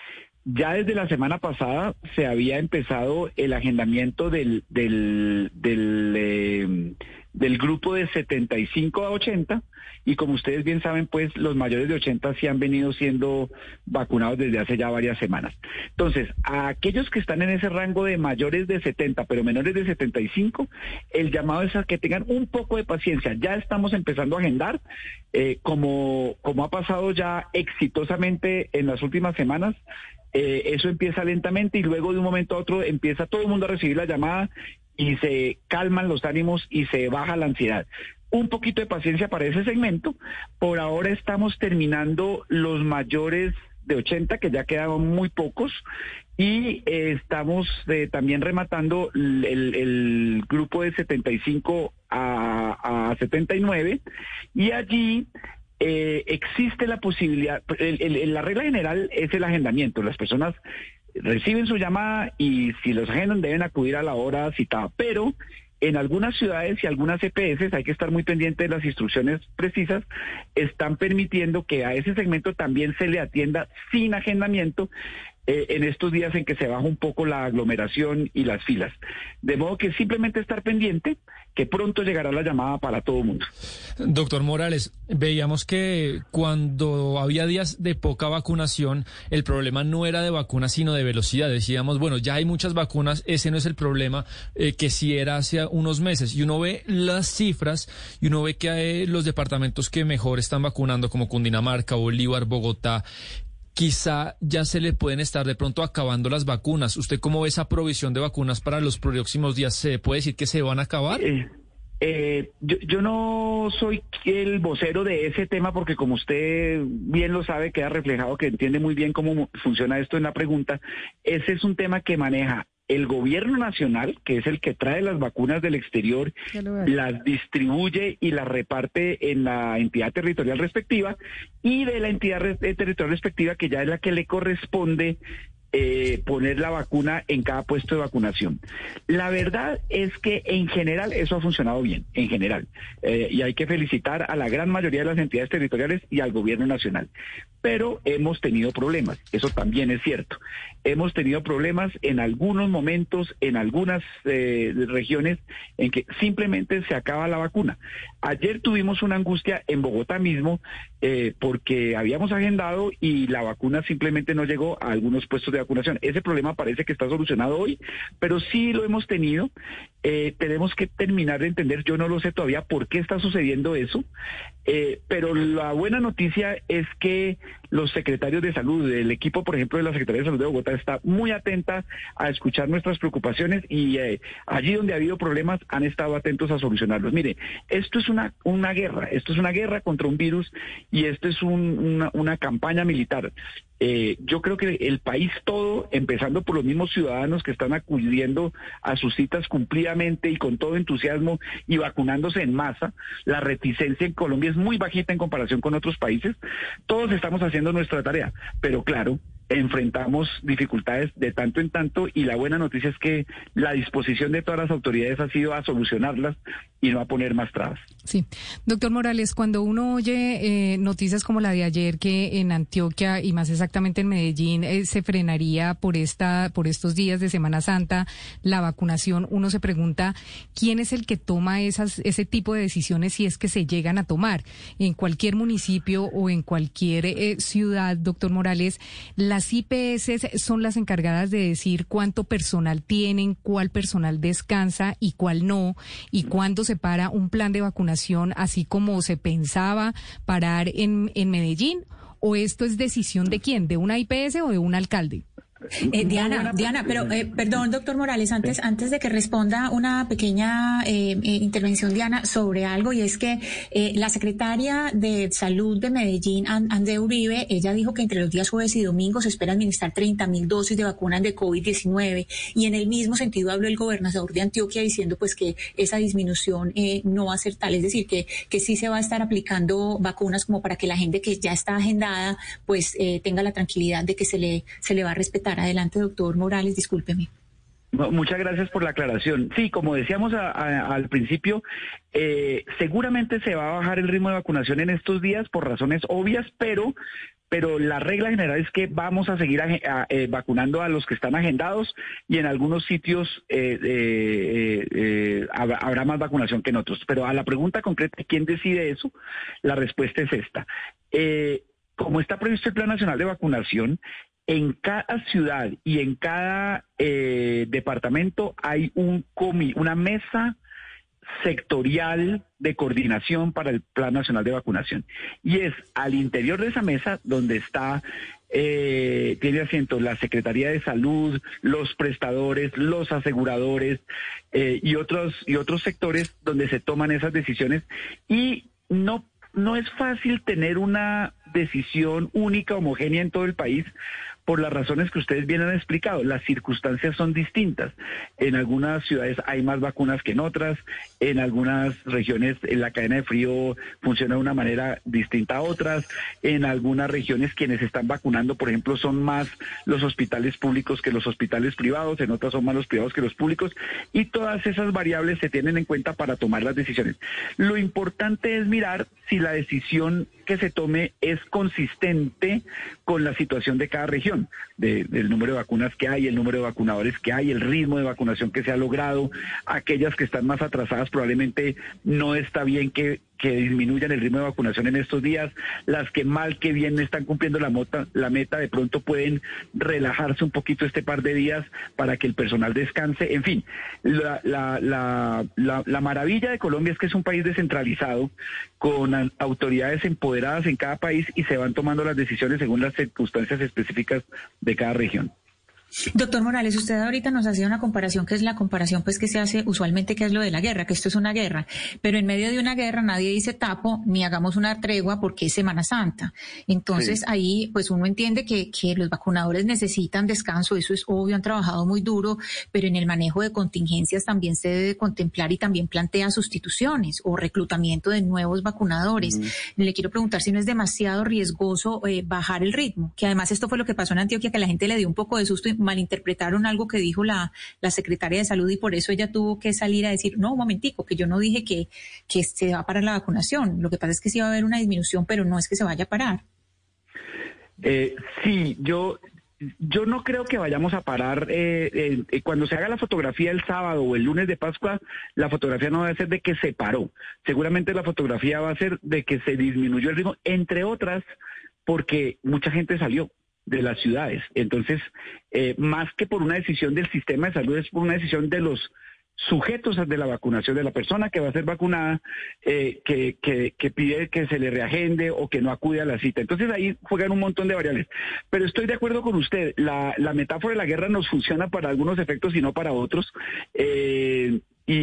Ya desde la semana pasada se había empezado el agendamiento del del del, eh, del grupo de setenta y cinco a ochenta y como ustedes bien saben, pues los mayores de ochenta sí han venido siendo vacunados desde hace ya varias semanas. Entonces, a aquellos que están en ese rango de mayores de setenta, pero menores de setenta y cinco, el llamado es a que tengan un poco de paciencia. Ya estamos empezando a agendar, eh, como, como ha pasado ya exitosamente en las últimas semanas. Eh, eso empieza lentamente y luego de un momento a otro empieza todo el mundo a recibir la llamada y se calman los ánimos y se baja la ansiedad. Un poquito de paciencia para ese segmento. Por ahora estamos terminando los mayores de ochenta, que ya quedaban muy pocos, y eh, estamos eh, también rematando el, el grupo de setenta y cinco a, a setenta y nueve, y allí Eh, existe la posibilidad, el, el, la regla general es el agendamiento. Las personas reciben su llamada y si los agendan deben acudir a la hora citada, pero en algunas ciudades y algunas E P S, hay que estar muy pendiente de las instrucciones precisas, están permitiendo que a ese segmento también se le atienda sin agendamiento eh, en estos días en que se baja un poco la aglomeración y las filas. De modo que simplemente estar pendiente, que pronto llegará la llamada para todo el mundo. Doctor Morales, veíamos que cuando había días de poca vacunación, el problema no era de vacunas, sino de velocidad. Decíamos, bueno, ya hay muchas vacunas, ese no es el problema, eh, que sí era hace unos meses. Y uno ve las cifras y uno ve que hay los departamentos que mejor están vacunando, como Cundinamarca, Bolívar, Bogotá, quizá ya se le pueden estar de pronto acabando las vacunas. ¿Usted cómo ve esa provisión de vacunas para los próximos días? ¿Se puede decir que se van a acabar? Eh. Eh, yo, yo no soy el vocero de ese tema porque, como usted bien lo sabe, queda reflejado que entiende muy bien cómo funciona esto en la pregunta. Ese es un tema que maneja el gobierno nacional, que es el que trae las vacunas del exterior, las distribuye y las reparte en la entidad territorial respectiva, y de la entidad re- territorial respectiva, que ya es la que le corresponde Eh, poner la vacuna en cada puesto de vacunación. La verdad es que en general eso ha funcionado bien, en general. Eh, y hay que felicitar a la gran mayoría de las entidades territoriales y al gobierno nacional. Pero hemos tenido problemas, eso también es cierto. Hemos tenido problemas en algunos momentos, en algunas eh, regiones en que simplemente se acaba la vacuna. Ayer tuvimos una angustia en Bogotá mismo eh, porque habíamos agendado y la vacuna simplemente no llegó a algunos puestos de vacunación. Ese problema parece que está solucionado hoy, pero sí lo hemos tenido. Eh, tenemos que terminar de entender, yo no lo sé todavía por qué está sucediendo eso, eh, pero la buena noticia es que los secretarios de salud, el equipo, por ejemplo, de la Secretaría de Salud de Bogotá está muy atenta a escuchar nuestras preocupaciones y eh, allí donde ha habido problemas han estado atentos a solucionarlos. Mire, esto es una, una guerra, esto es una guerra contra un virus y esto es un, una, una campaña militar. Eh, yo creo que el país todo, empezando por los mismos ciudadanos que están acudiendo a sus citas cumplidamente y con todo entusiasmo y vacunándose en masa, la reticencia en Colombia es muy bajita en comparación con otros países. Todos estamos haciendo nuestra tarea, pero claro, enfrentamos dificultades de tanto en tanto y la buena noticia es que la disposición de todas las autoridades ha sido a solucionarlas y no a poner más trabas. Sí. Doctor Morales, cuando uno oye eh, noticias como la de ayer que en Antioquia y más exactamente en Medellín eh, se frenaría por esta por estos días de Semana Santa la vacunación, uno se pregunta quién es el que toma esas ese tipo de decisiones si es que se llegan a tomar. En cualquier municipio o en cualquier eh, ciudad, doctor Morales, las I P S son las encargadas de decir cuánto personal tienen, cuál personal descansa y cuál no, y cuándo se para un plan de vacunación así como se pensaba parar en, en Medellín, o esto es decisión de quién, de una I P S o de un alcalde. Eh, Diana, Diana, pero eh, perdón, doctor Morales, antes, antes de que responda una pequeña eh, eh, intervención, Diana, sobre algo, y es que eh, la secretaria de Salud de Medellín, André Uribe, ella dijo que entre los días jueves y domingos se espera administrar treinta mil dosis de vacunas de COVID diecinueve, y en el mismo sentido habló el gobernador de Antioquia diciendo pues que esa disminución eh, no va a ser tal, es decir, que, que sí se va a estar aplicando vacunas como para que la gente que ya está agendada pues eh, tenga la tranquilidad de que se le, se le va a respetar. Adelante, doctor Morales, discúlpeme. Muchas gracias por la aclaración. Sí, como decíamos a, a, al principio, eh, seguramente se va a bajar el ritmo de vacunación en estos días por razones obvias, pero pero la regla general es que vamos a seguir a, a, eh, vacunando a los que están agendados y en algunos sitios eh, eh, eh, habrá, habrá más vacunación que en otros. Pero a la pregunta concreta, ¿quién decide eso? La respuesta es esta. Eh, como está previsto el Plan Nacional de Vacunación, en cada ciudad y en cada eh, departamento hay un comi, una mesa sectorial de coordinación para el Plan Nacional de Vacunación. Y es al interior de esa mesa donde está, eh, tiene asiento la Secretaría de Salud, los prestadores, los aseguradores eh, y otros y otros sectores donde se toman esas decisiones. Y no no es fácil tener una decisión única, homogénea en todo el país, por las razones que ustedes bien han explicado. Las circunstancias son distintas. En algunas ciudades hay más vacunas que en otras, en algunas regiones la cadena de frío funciona de una manera distinta a otras, en algunas regiones quienes están vacunando, por ejemplo, son más los hospitales públicos que los hospitales privados, en otras son más los privados que los públicos, y todas esas variables se tienen en cuenta para tomar las decisiones. Lo importante es mirar si la decisión que se tome es consistente con la situación de cada región, de, del número de vacunas que hay, el número de vacunadores que hay, el ritmo de vacunación que se ha logrado. Aquellas que están más atrasadas probablemente no está bien que que disminuyan el ritmo de vacunación en estos días, las que mal que bien están cumpliendo la meta, la meta de pronto pueden relajarse un poquito este par de días para que el personal descanse. En fin, la, la, la, la, la maravilla de Colombia es que es un país descentralizado, con autoridades empoderadas en cada país y se van tomando las decisiones según las circunstancias específicas de cada región. Doctor Morales, usted ahorita nos hacía una comparación que es la comparación pues que se hace usualmente, que es lo de la guerra, que esto es una guerra, pero en medio de una guerra nadie dice tapo ni hagamos una tregua porque es Semana Santa. Entonces sí. Ahí pues uno entiende que, que los vacunadores necesitan descanso, eso es obvio, han trabajado muy duro, pero en el manejo de contingencias también se debe contemplar y también plantea sustituciones o reclutamiento de nuevos vacunadores. Mm. Le quiero preguntar si no es demasiado riesgoso eh, bajar el ritmo, que además esto fue lo que pasó en Antioquia, que la gente le dio un poco de susto y malinterpretaron algo que dijo la, la secretaria de Salud y por eso ella tuvo que salir a decir, no, un momentico, que yo no dije que, que se va a parar la vacunación. Lo que pasa es que sí va a haber una disminución, pero no es que se vaya a parar. Eh, sí, yo... Yo no creo que vayamos a parar. Eh, eh, cuando se haga la fotografía el sábado o el lunes de Pascua, la fotografía no va a ser de que se paró. Seguramente la fotografía va a ser de que se disminuyó el ritmo, entre otras, porque mucha gente salió de las ciudades. Entonces, eh, más que por una decisión del sistema de salud, es por una decisión de los sujetos de la vacunación, de la persona que va a ser vacunada, eh, que, que, que pide que se le reagende o que no acude a la cita. Entonces ahí juegan un montón de variables. Pero estoy de acuerdo con usted, la, la metáfora de la guerra nos funciona para algunos efectos y no para otros. Eh,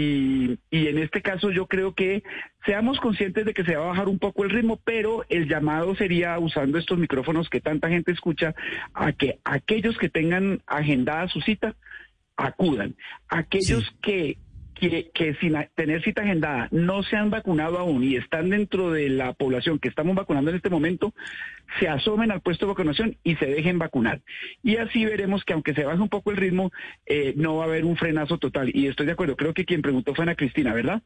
y, y en este caso yo creo que seamos conscientes de que se va a bajar un poco el ritmo, pero el llamado sería, usando estos micrófonos que tanta gente escucha, a que aquellos que tengan agendada su cita, acudan. Aquellos sí. que, que, que sin tener cita agendada no se han vacunado aún y están dentro de la población que estamos vacunando en este momento, se asomen al puesto de vacunación y se dejen vacunar. Y así veremos que aunque se baje un poco el ritmo, eh, no va a haber un frenazo total. Y estoy de acuerdo, creo que quien preguntó fue Ana Cristina, ¿verdad?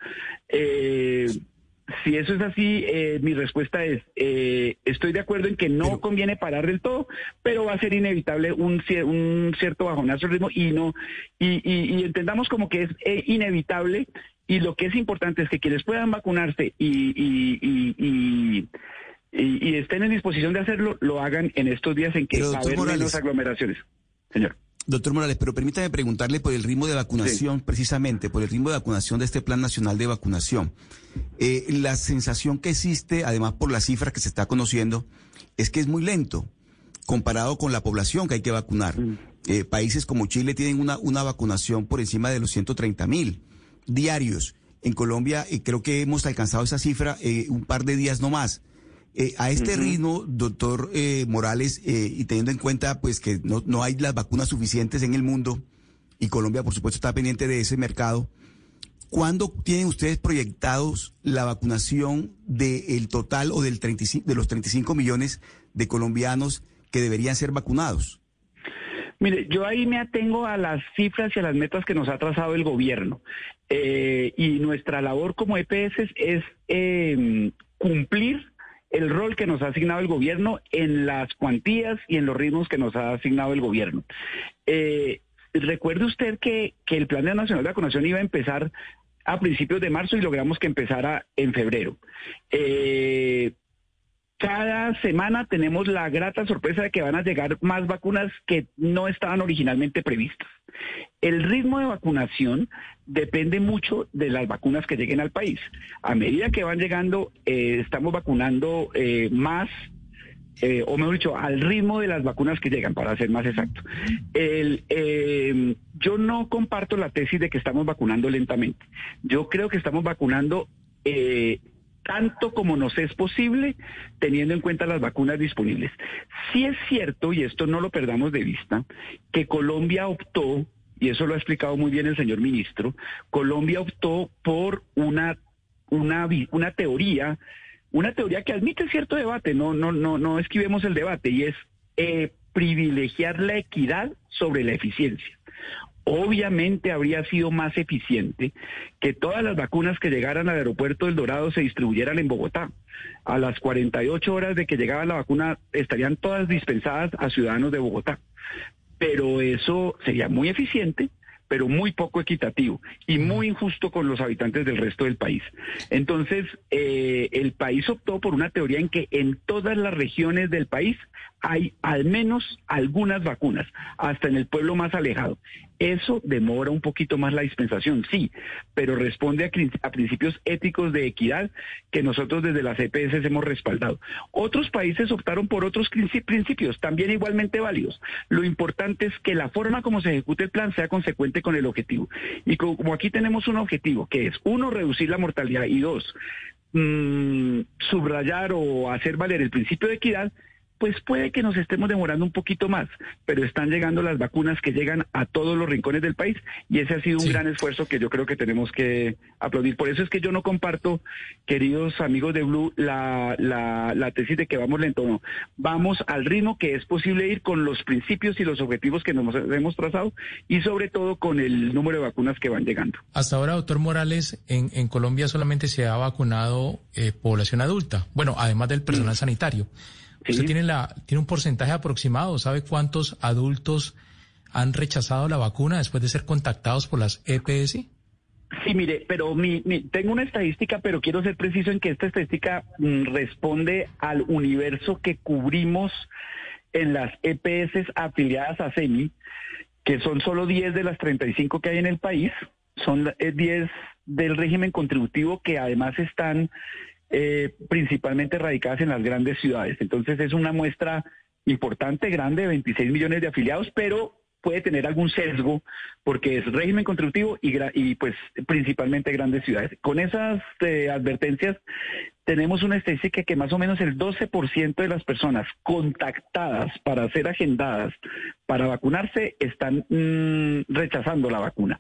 Eh... Si eso es así, eh, mi respuesta es, eh, estoy de acuerdo en que no pero, conviene parar del todo, pero va a ser inevitable un, un cierto bajonazo de ritmo y no y, y, y entendamos como que es eh, inevitable, y lo que es importante es que quienes puedan vacunarse y, y, y, y, y, y estén en disposición de hacerlo, lo hagan en estos días en que va a haber Morales, menos aglomeraciones. Señor. Doctor Morales, pero permítame preguntarle por el ritmo de vacunación, sí. precisamente, por el ritmo de vacunación de este Plan Nacional de Vacunación. Eh, la sensación que existe, además por las cifras que se está conociendo, es que es muy lento comparado con la población que hay que vacunar. Mm. Eh, países como Chile tienen una, una vacunación por encima de los ciento treinta mil diarios. En Colombia eh, creo que hemos alcanzado esa cifra eh, un par de días no más. Eh, a este uh-huh. ritmo, doctor eh, Morales, eh, y teniendo en cuenta pues que no, no hay las vacunas suficientes en el mundo, y Colombia por supuesto está pendiente de ese mercado, ¿cuándo tienen ustedes proyectados la vacunación del total o del treinta y cinco, de los treinta y cinco millones de colombianos que deberían ser vacunados? Mire, yo ahí me atengo a las cifras y a las metas que nos ha trazado el gobierno. Eh, y nuestra labor como E P S es eh, cumplir el rol que nos ha asignado el gobierno en las cuantías y en los ritmos que nos ha asignado el gobierno. Eh, recuerde usted que, que el Plan Nacional de Vacunación iba a empezar a principios de marzo y logramos que empezara en febrero. Eh, cada semana tenemos la grata sorpresa de que van a llegar más vacunas que no estaban originalmente previstas. El ritmo de vacunación depende mucho de las vacunas que lleguen al país. A medida que van llegando, eh, estamos vacunando eh, más, eh, o mejor dicho, al ritmo de las vacunas que llegan, para ser más exacto. El, eh, yo no comparto la tesis de que estamos vacunando lentamente. Yo creo que estamos vacunando eh, tanto como nos es posible, teniendo en cuenta las vacunas disponibles. Sí es cierto, y esto no lo perdamos de vista, que Colombia optó, y eso lo ha explicado muy bien el señor ministro, Colombia optó por una, una, una teoría, una teoría que admite cierto debate, no, no, no, no esquivemos el debate, y es eh, privilegiar la equidad sobre la eficiencia. Obviamente habría sido más eficiente que todas las vacunas que llegaran al aeropuerto del Dorado se distribuyeran en Bogotá. A las cuarenta y ocho horas de que llegaba la vacuna estarían todas dispensadas a ciudadanos de Bogotá. Pero eso sería muy eficiente, pero muy poco equitativo y muy injusto con los habitantes del resto del país. Entonces, eh, el país optó por una teoría en que en todas las regiones del país hay al menos algunas vacunas, hasta en el pueblo más alejado. Eso demora un poquito más la dispensación, sí, pero responde a, a principios éticos de equidad que nosotros desde las E P S hemos respaldado. Otros países optaron por otros principios, también igualmente válidos. Lo importante es que la forma como se ejecute el plan sea consecuente con el objetivo. Y como aquí tenemos un objetivo, que es, uno, reducir la mortalidad, y dos, mmm, subrayar o hacer valer el principio de equidad, pues puede que nos estemos demorando un poquito más, pero están llegando las vacunas que llegan a todos los rincones del país y ese ha sido un sí. gran esfuerzo que yo creo que tenemos que aplaudir. Por eso es que yo no comparto, queridos amigos de Blue, la, la, la tesis de que vamos lento. No, vamos al ritmo que es posible ir con los principios y los objetivos que nos hemos trazado y sobre todo con el número de vacunas que van llegando. Hasta ahora, doctor Morales, en, en Colombia solamente se ha vacunado eh, población adulta, bueno, además del personal mm. sanitario. ¿Usted sí. tiene, la, tiene un porcentaje aproximado? ¿Sabe cuántos adultos han rechazado la vacuna después de ser contactados por las E P S? Sí, mire, pero mi, mi, tengo una estadística, pero quiero ser preciso en que esta estadística mm, responde al universo que cubrimos en las E P S afiliadas a SEMI, que son solo diez de las treinta y cinco que hay en el país, son diez del régimen contributivo que además están Eh, principalmente radicadas en las grandes ciudades. Entonces es una muestra importante, grande, de veintiséis millones de afiliados, pero puede tener algún sesgo porque es régimen contributivo y, y pues principalmente grandes ciudades. Con esas eh, advertencias tenemos una estadística que más o menos el doce por ciento de las personas contactadas para ser agendadas para vacunarse están mmm, rechazando la vacuna.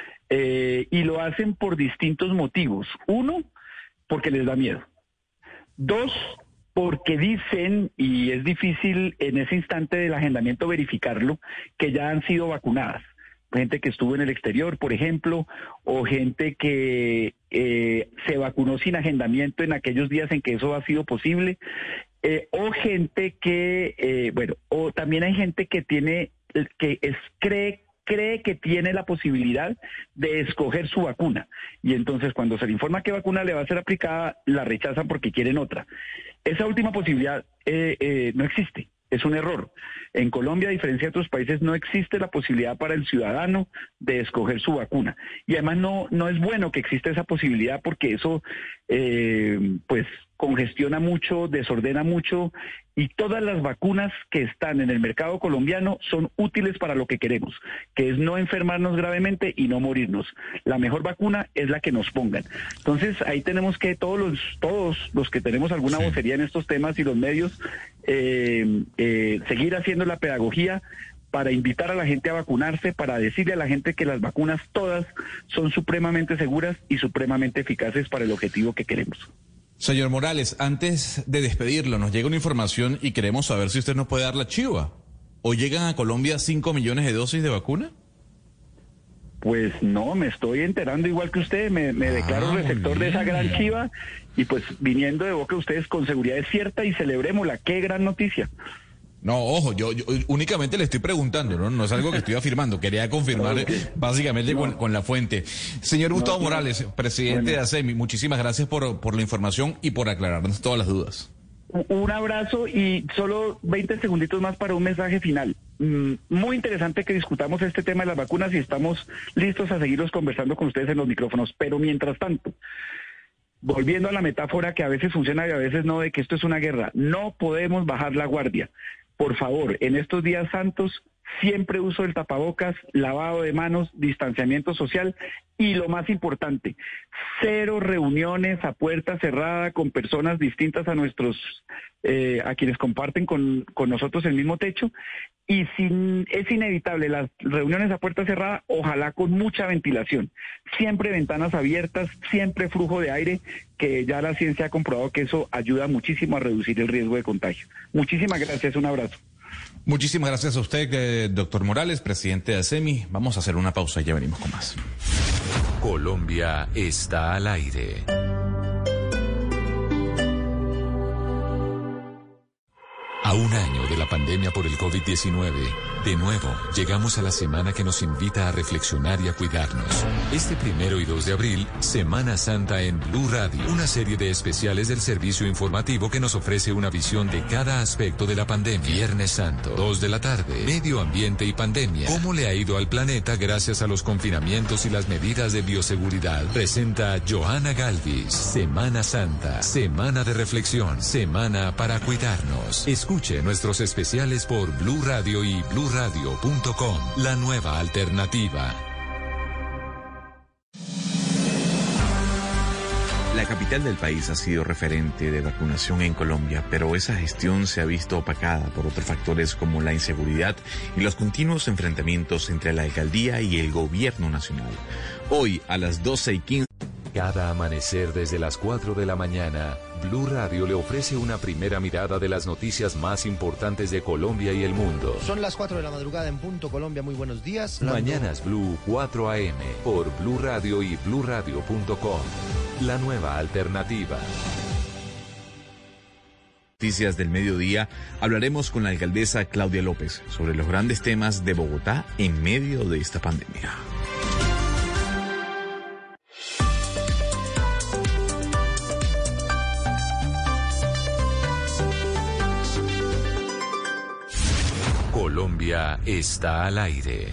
Eh, y lo hacen por distintos motivos. Uno, porque les da miedo. Dos, porque dicen, y es difícil en ese instante del agendamiento verificarlo, que ya han sido vacunadas. Gente que estuvo en el exterior, por ejemplo, o gente que eh, se vacunó sin agendamiento en aquellos días en que eso ha sido posible, eh, o gente que, eh, bueno, o también hay gente que tiene, que es, cree cree que tiene la posibilidad de escoger su vacuna. Y entonces cuando se le informa qué vacuna le va a ser aplicada, la rechazan porque quieren otra. Esa última posibilidad eh, eh, no existe. Es un error. En Colombia, a diferencia de otros países, no existe la posibilidad para el ciudadano de escoger su vacuna. Y además no, no es bueno que exista esa posibilidad porque eso eh, pues congestiona mucho, desordena mucho y todas las vacunas que están en el mercado colombiano son útiles para lo que queremos, que es no enfermarnos gravemente y no morirnos. La mejor vacuna es la que nos pongan. Entonces ahí tenemos que todos los, todos los que tenemos alguna sí. vocería en estos temas y los medios, eh, eh, seguir haciendo la pedagogía para invitar a la gente a vacunarse, para decirle a la gente que las vacunas todas son supremamente seguras y supremamente eficaces para el objetivo que queremos. Señor Morales, antes de despedirlo, nos llega una información y queremos saber si usted nos puede dar la chiva. ¿O llegan a Colombia cinco millones de dosis de vacuna? Pues no, me estoy enterando igual que usted, me, me ah, declaro receptor de esa gran chiva y pues viniendo de boca de ustedes con seguridad es cierta y celebrémosla. ¡Qué gran noticia! No, ojo, yo, yo únicamente le estoy preguntando, ¿no? No es algo que estoy afirmando, quería confirmar no, okay. básicamente no. con, con la fuente. Señor Gustavo no, no. Morales, presidente bueno. de ASEMI, muchísimas gracias por, por la información y por aclararnos todas las dudas. Un abrazo y solo veinte segunditos más para un mensaje final. Muy interesante que discutamos este tema de las vacunas y estamos listos a seguirlos conversando con ustedes en los micrófonos, pero mientras tanto, volviendo a la metáfora que a veces funciona y a veces no, de que esto es una guerra, no podemos bajar la guardia. Por favor, en estos días santos, siempre uso el tapabocas, lavado de manos, distanciamiento social y lo más importante, cero reuniones a puerta cerrada con personas distintas a nuestros, eh, a quienes comparten con, con nosotros el mismo techo. Y si es inevitable las reuniones a puerta cerrada, ojalá con mucha ventilación. Siempre ventanas abiertas, siempre flujo de aire, que ya la ciencia ha comprobado que eso ayuda muchísimo a reducir el riesgo de contagio. Muchísimas gracias, un abrazo. Muchísimas gracias a usted, eh, doctor Morales, presidente de ASEMI. Vamos a hacer una pausa y ya venimos con más. Colombia está al aire. A un año de la pandemia por el COVID diecinueve, De nuevo, llegamos a la semana que nos invita a reflexionar y a cuidarnos. Este primero y dos de abril, Semana Santa en Blue Radio, una serie de especiales del servicio informativo que nos ofrece una visión de cada aspecto de la pandemia. Viernes Santo, dos de la tarde, medio ambiente y pandemia. ¿Cómo le ha ido al planeta gracias a los confinamientos y las medidas de bioseguridad? Presenta Johanna Galvis. Semana Santa, semana de reflexión, semana para cuidarnos. Escuche nuestros especiales por Blue Radio y blue radio punto com, la nueva alternativa. La capital del país ha sido referente de vacunación en Colombia, pero esa gestión se ha visto opacada por otros factores como la inseguridad y los continuos enfrentamientos entre la alcaldía y el gobierno nacional. Hoy, a las doce y quince... Cada amanecer desde las cuatro de la mañana, Blue Radio le ofrece una primera mirada de las noticias más importantes de Colombia y el mundo. Son las cuatro de la madrugada en punto Colombia, muy buenos días. Mañanas Blue cuatro a eme por Blue Radio y blue radio punto com, la nueva alternativa. Noticias del mediodía, hablaremos con la alcaldesa Claudia López sobre los grandes temas de Bogotá en medio de esta pandemia. Colombia está al aire.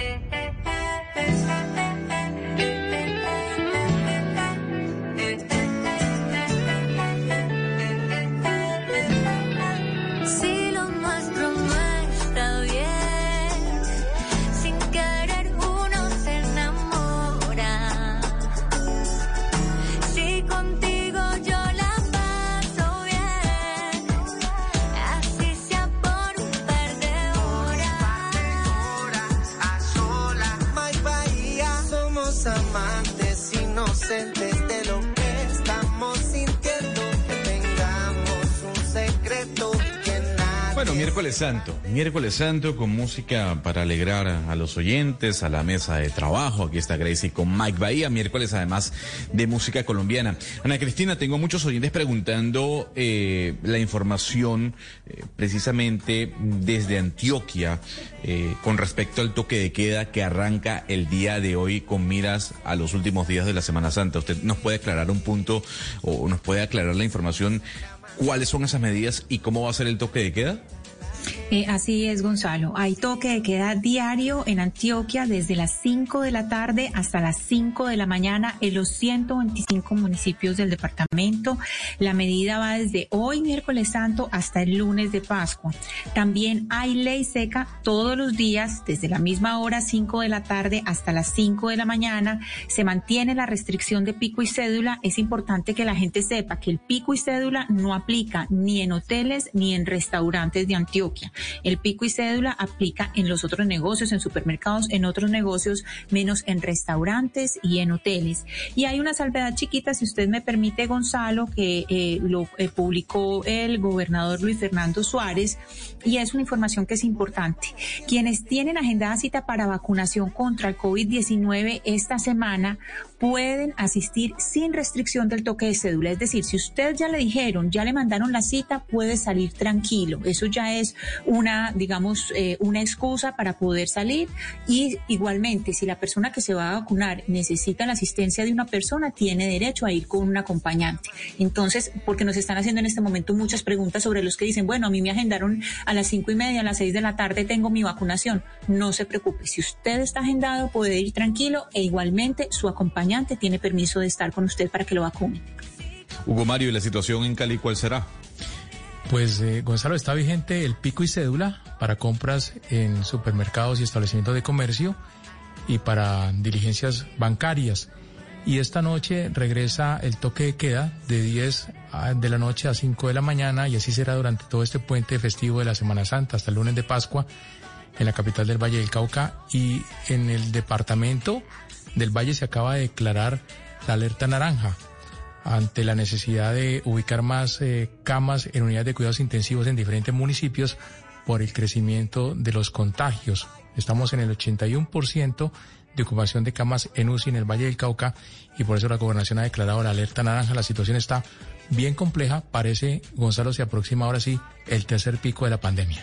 Si lo nuestro no está bien, sin querer uno se enamora. Si contigo yo la paso bien, así sea por un par de amantes inocentes de lo que estamos sintiendo, que tengamos un secreto que nadie... Bueno, miércoles santo, miércoles santo con música para alegrar a los oyentes, a la mesa de trabajo. Aquí está Gracie con Mike Bahía, miércoles además de música colombiana. Ana Cristina, tengo muchos oyentes preguntando eh, la información eh, precisamente desde Antioquia eh, con respecto al toque de queda que arranca el día de hoy con miras a los últimos días de la Semana Santa. ¿Usted nos puede aclarar un punto o nos puede aclarar la información? ¿Cuáles son esas medidas y cómo va a ser el toque de queda? Eh, así es, Gonzalo. Hay toque de queda diario en Antioquia desde las cinco de la tarde hasta las cinco de la mañana en los ciento veinticinco municipios del departamento. La medida va desde hoy, miércoles santo, hasta el lunes de Pascua. También hay ley seca todos los días, desde la misma hora, cinco de la tarde hasta las cinco de la mañana. Se mantiene la restricción de pico y cédula. Es importante que la gente sepa que el pico y cédula no aplica ni en hoteles ni en restaurantes de Antioquia. El pico y cédula aplica en los otros negocios, en supermercados, en otros negocios, menos en restaurantes y en hoteles. Y hay una salvedad chiquita, si usted me permite, Gonzalo, que eh, lo eh, publicó el gobernador Luis Fernando Suárez, y es una información que es importante. Quienes tienen agendada cita para vacunación contra el COVID diecinueve esta semana pueden asistir sin restricción del toque de cédula. Es decir, si usted ya le dijeron, ya le mandaron la cita, puede salir tranquilo. Eso ya es una, digamos, eh, una excusa para poder salir. Y igualmente, si la persona que se va a vacunar necesita la asistencia de una persona, tiene derecho a ir con un acompañante. Entonces, porque nos están haciendo en este momento muchas preguntas sobre los que dicen, bueno, a mí me agendaron a las cinco y media, a las seis de la tarde tengo mi vacunación. No se preocupe, si usted está agendado puede ir tranquilo, e igualmente su acompañante tiene permiso de estar con usted para que lo vacunen. Hugo Mario, ¿y la situación en Cali cuál será? Pues eh, Gonzalo, está vigente el pico y cédula para compras en supermercados y establecimientos de comercio y para diligencias bancarias. Y esta noche regresa el toque de queda de diez de la noche a cinco de la mañana, y así será durante todo este puente festivo de la Semana Santa hasta el lunes de Pascua en la capital del Valle del Cauca. Y en el departamento del Valle se acaba de declarar la alerta naranja ante la necesidad de ubicar más eh, camas en unidades de cuidados intensivos en diferentes municipios por el crecimiento de los contagios. Estamos en el ochenta y uno por ciento de ocupación de camas en U C I en el Valle del Cauca, y por eso la gobernación ha declarado la alerta naranja. La situación está bien compleja. Parece, Gonzalo, se aproxima ahora sí el tercer pico de la pandemia.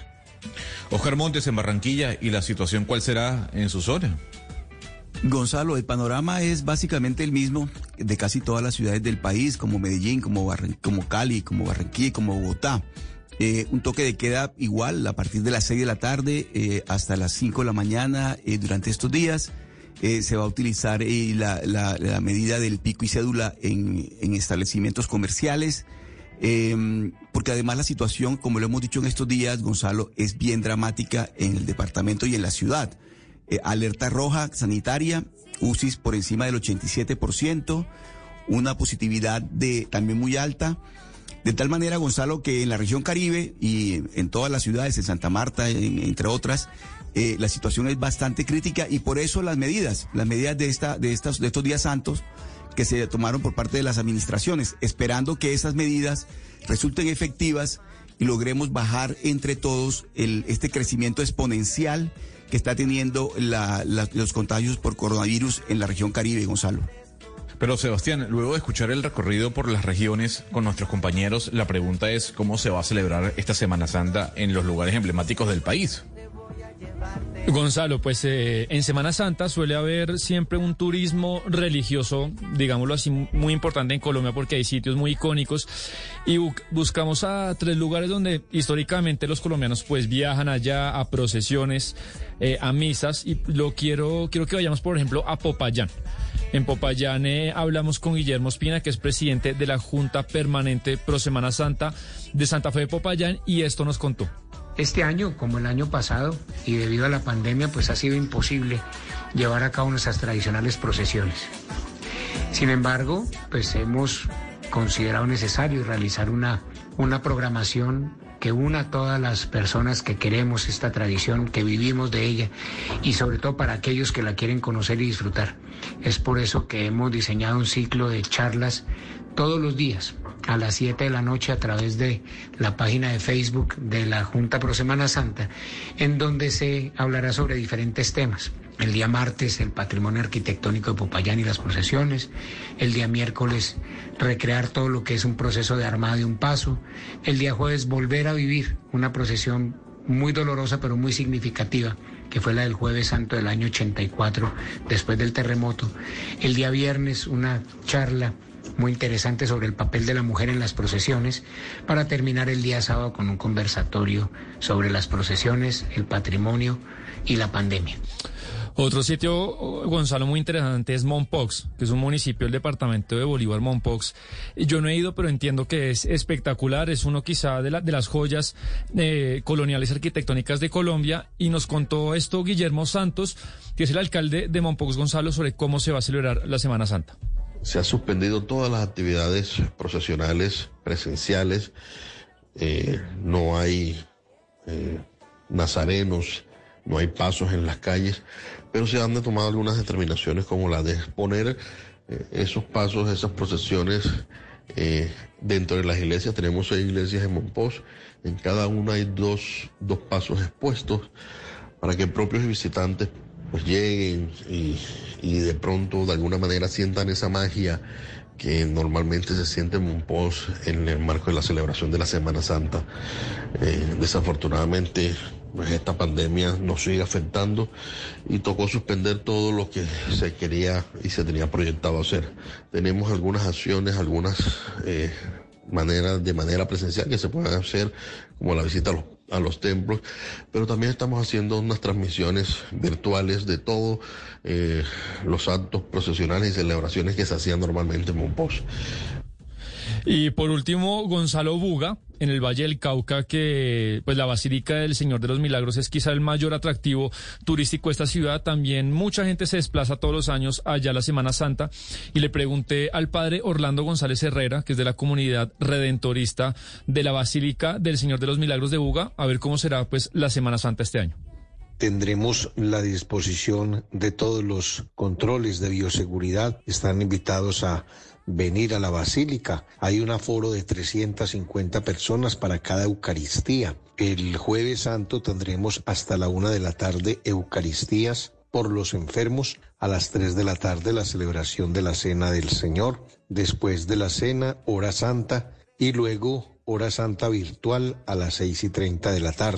Oscar Montes en Barranquilla, ¿y la situación cuál será en su zona? Gonzalo, el panorama es básicamente el mismo de casi todas las ciudades del país, como Medellín, como, Barran- como Cali, como Barranquilla, como Bogotá. Eh, un toque de queda igual a partir de las seis de la tarde eh, hasta las cinco de la mañana eh, durante estos días. Eh, se va a utilizar eh, la, la, la medida del pico y cédula en, en establecimientos comerciales, eh, porque además la situación, como lo hemos dicho en estos días, Gonzalo, es bien dramática en el departamento y en la ciudad. Eh, alerta roja sanitaria, U C I s por encima del ochenta y siete por ciento, una positividad de también muy alta, de tal manera, Gonzalo, que en la región Caribe y en todas las ciudades, en Santa Marta, en, entre otras, eh, la situación es bastante crítica y por eso las medidas, las medidas de esta, de estas, de estos días santos que se tomaron por parte de las administraciones, esperando que esas medidas resulten efectivas y logremos bajar entre todos el, este crecimiento exponencial que está teniendo la, la, los contagios por coronavirus en la región Caribe, Gonzalo. Pero Sebastián, luego de escuchar el recorrido por las regiones con nuestros compañeros, la pregunta es cómo se va a celebrar esta Semana Santa en los lugares emblemáticos del país. Gonzalo, pues eh, en Semana Santa suele haber siempre un turismo religioso, digámoslo así, muy importante en Colombia porque hay sitios muy icónicos y bu- buscamos a tres lugares donde históricamente los colombianos pues viajan allá a procesiones, eh, a misas y lo quiero, quiero que vayamos por ejemplo a Popayán. En Popayán eh, hablamos con Guillermo Espina, que es presidente de la Junta Permanente Pro Semana Santa de Santa Fe de Popayán y esto nos contó. Este año, como el año pasado, y debido a la pandemia, pues ha sido imposible llevar a cabo nuestras tradicionales procesiones. Sin embargo, pues hemos considerado necesario realizar una, una programación que una a todas las personas que queremos esta tradición, que vivimos de ella, y sobre todo para aquellos que la quieren conocer y disfrutar. Es por eso que hemos diseñado un ciclo de charlas todos los días, a las siete de la noche a través de la página de Facebook de la Junta Pro Semana Santa, en donde se hablará sobre diferentes temas. El día martes, el patrimonio arquitectónico de Popayán y las procesiones. El día miércoles, recrear todo lo que es un proceso de armada de un paso. El día jueves, volver a vivir una procesión muy dolorosa pero muy significativa, que fue la del Jueves Santo del año ochenta y cuatro, después del terremoto. El día viernes, una charla muy interesante sobre el papel de la mujer en las procesiones, para terminar el día sábado con un conversatorio sobre las procesiones, el patrimonio y la pandemia. Otro sitio, Gonzalo, muy interesante es Mompox, que es un municipio del departamento de Bolívar, Mompox. Yo no he ido, pero entiendo que es espectacular, es uno quizá de, la, de las joyas eh, coloniales arquitectónicas de Colombia, y nos contó esto Guillermo Santos, que es el alcalde de Mompox, Gonzalo, sobre cómo se va a celebrar la Semana Santa. Se han suspendido todas las actividades procesionales presenciales, eh, no hay eh, nazarenos, no hay pasos en las calles, pero se han tomado algunas determinaciones como la de poner eh, esos pasos, esas procesiones eh, dentro de las iglesias. Tenemos seis iglesias en Mompox, en cada una hay dos, dos pasos expuestos para que propios y visitantes pues lleguen y, y de pronto de alguna manera sientan esa magia que normalmente se siente en Mompox en el marco de la celebración de la Semana Santa. Eh, desafortunadamente, pues esta pandemia nos sigue afectando y tocó suspender todo lo que se quería y se tenía proyectado hacer. Tenemos algunas acciones, algunas eh, maneras de manera presencial que se pueden hacer, como la visita a los a los templos, pero también estamos haciendo unas transmisiones virtuales de todos eh, los actos procesionales y celebraciones que se hacían normalmente en Mompox. Y por último, Gonzalo Buga, en el Valle del Cauca, que pues la Basílica del Señor de los Milagros es quizá el mayor atractivo turístico de esta ciudad. También mucha gente se desplaza todos los años allá a la Semana Santa, y le pregunté al padre Orlando González Herrera, que es de la comunidad redentorista de la Basílica del Señor de los Milagros de Buga, a ver cómo será pues la Semana Santa este año. Tendremos la disposición de todos los controles de bioseguridad. Están invitados a venir a la Basílica. Hay un aforo de trescientas cincuenta personas para cada Eucaristía. El Jueves Santo tendremos hasta la una de la tarde Eucaristías por los enfermos. A las tres de la tarde la celebración de la Cena del Señor. Después de la cena, hora santa, y luego hora santa virtual a las seis y treinta de la tarde.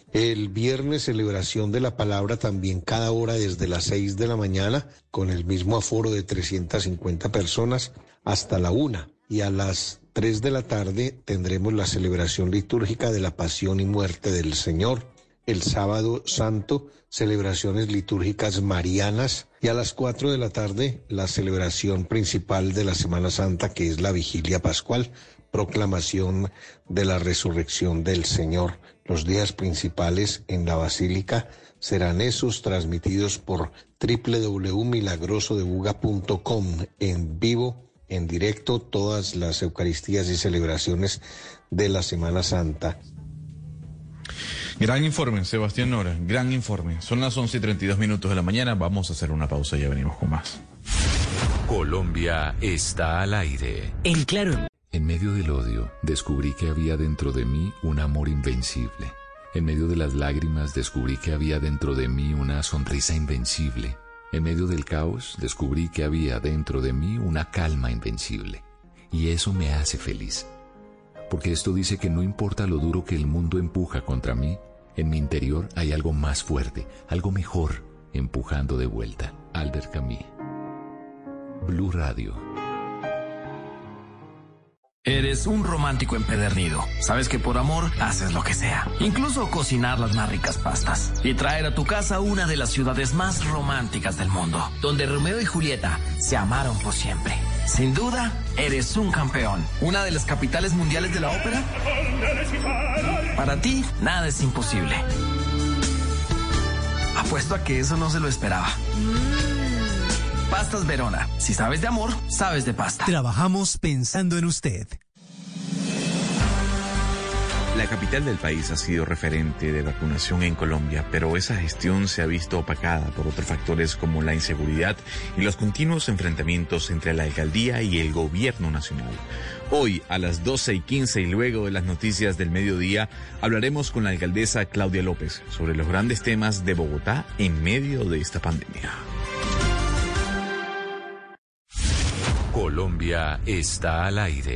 El viernes, celebración de la palabra también cada hora desde las seis de la mañana, con el mismo aforo de trescientas cincuenta personas hasta la una. Y a las tres de la tarde tendremos la celebración litúrgica de la pasión y muerte del Señor. El sábado santo, celebraciones litúrgicas marianas. Y a las cuatro de la tarde, la celebración principal de la Semana Santa, que es la Vigilia Pascual, proclamación de la resurrección del Señor. Los días principales en la Basílica serán esos, transmitidos por doble u doble u doble u punto milagroso de buga punto com, en vivo, en directo, todas las Eucaristías y celebraciones de la Semana Santa. Gran informe, Sebastián Nora, gran informe. Son las once y treinta y dos minutos de la mañana, vamos a hacer una pausa y ya venimos con más. Colombia está al aire. En Claro. En medio del odio, descubrí que había dentro de mí un amor invencible. En medio de las lágrimas, descubrí que había dentro de mí una sonrisa invencible. En medio del caos, descubrí que había dentro de mí una calma invencible. Y eso me hace feliz. Porque esto dice que no importa lo duro que el mundo empuja contra mí, en mi interior hay algo más fuerte, algo mejor, empujando de vuelta. Albert Camus. Blue Radio. Eres un romántico empedernido. Sabes que por amor haces lo que sea. Incluso cocinar las más ricas pastas. Y traer a tu casa una de las ciudades más románticas del mundo. Donde Romeo y Julieta se amaron por siempre. Sin duda, eres un campeón. Una de las capitales mundiales de la ópera. Para ti, nada es imposible. Apuesto a que eso no se lo esperaba. Pastas Verona. Si sabes de amor, sabes de pasta. Trabajamos pensando en usted. La capital del país ha sido referente de vacunación en Colombia, pero esa gestión se ha visto opacada por otros factores como la inseguridad y los continuos enfrentamientos entre la alcaldía y el gobierno nacional. Hoy, a las doce y quince y luego de las noticias del mediodía, hablaremos con la alcaldesa Claudia López sobre los grandes temas de Bogotá en medio de esta pandemia. Colombia está al aire.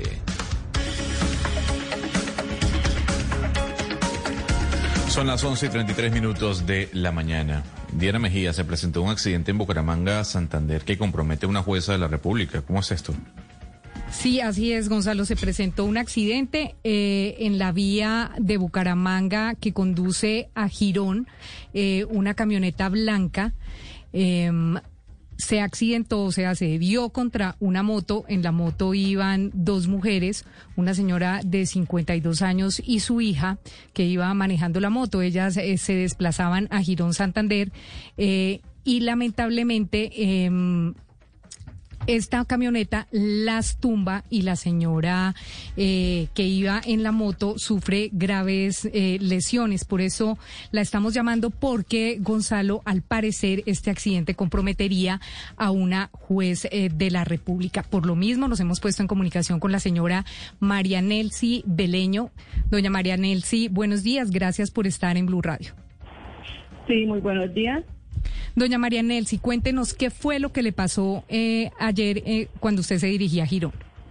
Son las once y treinta y tres minutos de la mañana. Diana Mejía, se presentó un accidente en Bucaramanga, Santander, que compromete a una jueza de la República. ¿Cómo es esto? Sí, así es, Gonzalo. Se presentó un accidente eh, en la vía de Bucaramanga que conduce a Girón, eh, una camioneta blanca. Eh, Se accidentó, o sea, se dio contra una moto. En la moto iban dos mujeres, una señora de cincuenta y dos años y su hija, que iba manejando la moto. Ellas eh, se desplazaban a Girón, Santander, eh, y lamentablemente eh, esta camioneta las tumba y la señora eh, que iba en la moto sufre graves eh, lesiones. Por eso la estamos llamando, porque, Gonzalo, al parecer este accidente comprometería a una juez eh, de la República. Por lo mismo nos hemos puesto en comunicación con la señora María Nelcy Beleño. Doña María Nelcy, buenos días, gracias por estar en Blue Radio. Sí, muy buenos días. Doña María Nelcy, cuéntenos qué fue lo que le pasó eh, ayer eh, cuando usted se dirigía a Girón.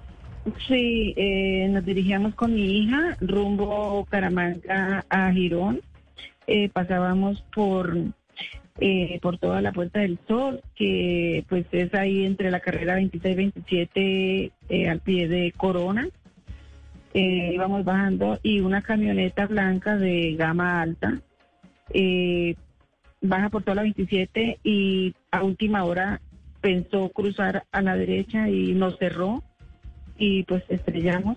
Sí, eh, nos dirigíamos con mi hija rumbo Bucaramanga a Girón. Eh, pasábamos por eh, por toda la Puerta del Sol, que pues es ahí entre la carrera veintiséis veintisiete eh, al pie de Corona. Eh, íbamos bajando y una camioneta blanca de gama alta eh, baja por toda la veintisiete y a última hora pensó cruzar a la derecha y nos cerró y pues estrellamos.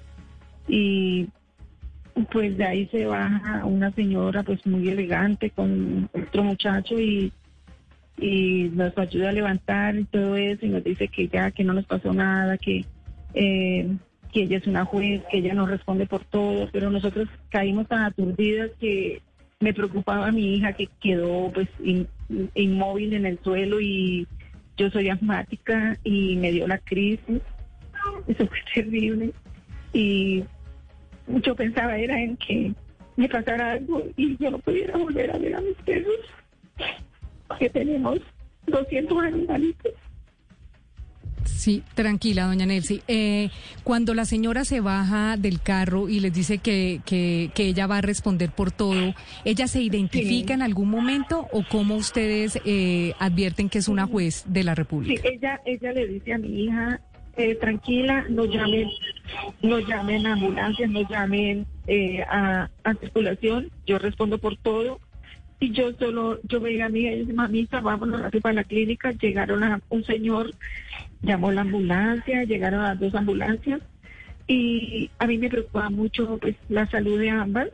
Y pues de ahí se baja una señora pues muy elegante con otro muchacho y, y nos ayuda a levantar y todo eso, y nos dice que ya que no nos pasó nada, que, eh, que ella es una juez, que ella nos responde por todo, pero nosotros caímos tan aturdidas que me preocupaba a mi hija, que quedó pues in, inmóvil en el suelo, y yo soy asmática y me dio la crisis. Eso fue terrible y yo pensaba era en que me pasara algo y yo no pudiera volver a ver a mis perros, porque tenemos doscientos animalitos. Sí, tranquila, doña Nelcy. Eh, cuando la señora se baja del carro y les dice que, que, que ella va a responder por todo, ¿ella se identifica sí. en algún momento o cómo ustedes eh, advierten que es una juez de la República? Sí, ella, ella le dice a mi hija, eh, tranquila, no llamen, no llamen a ambulancias, no llamen eh, a, a circulación, yo respondo por todo. Y yo solo, yo veía a mi hija y dije, mamita, vámonos rápido para la clínica. Llegaron a un señor, llamó la ambulancia, llegaron a las dos ambulancias. Y a mí me preocupaba mucho pues la salud de ambas.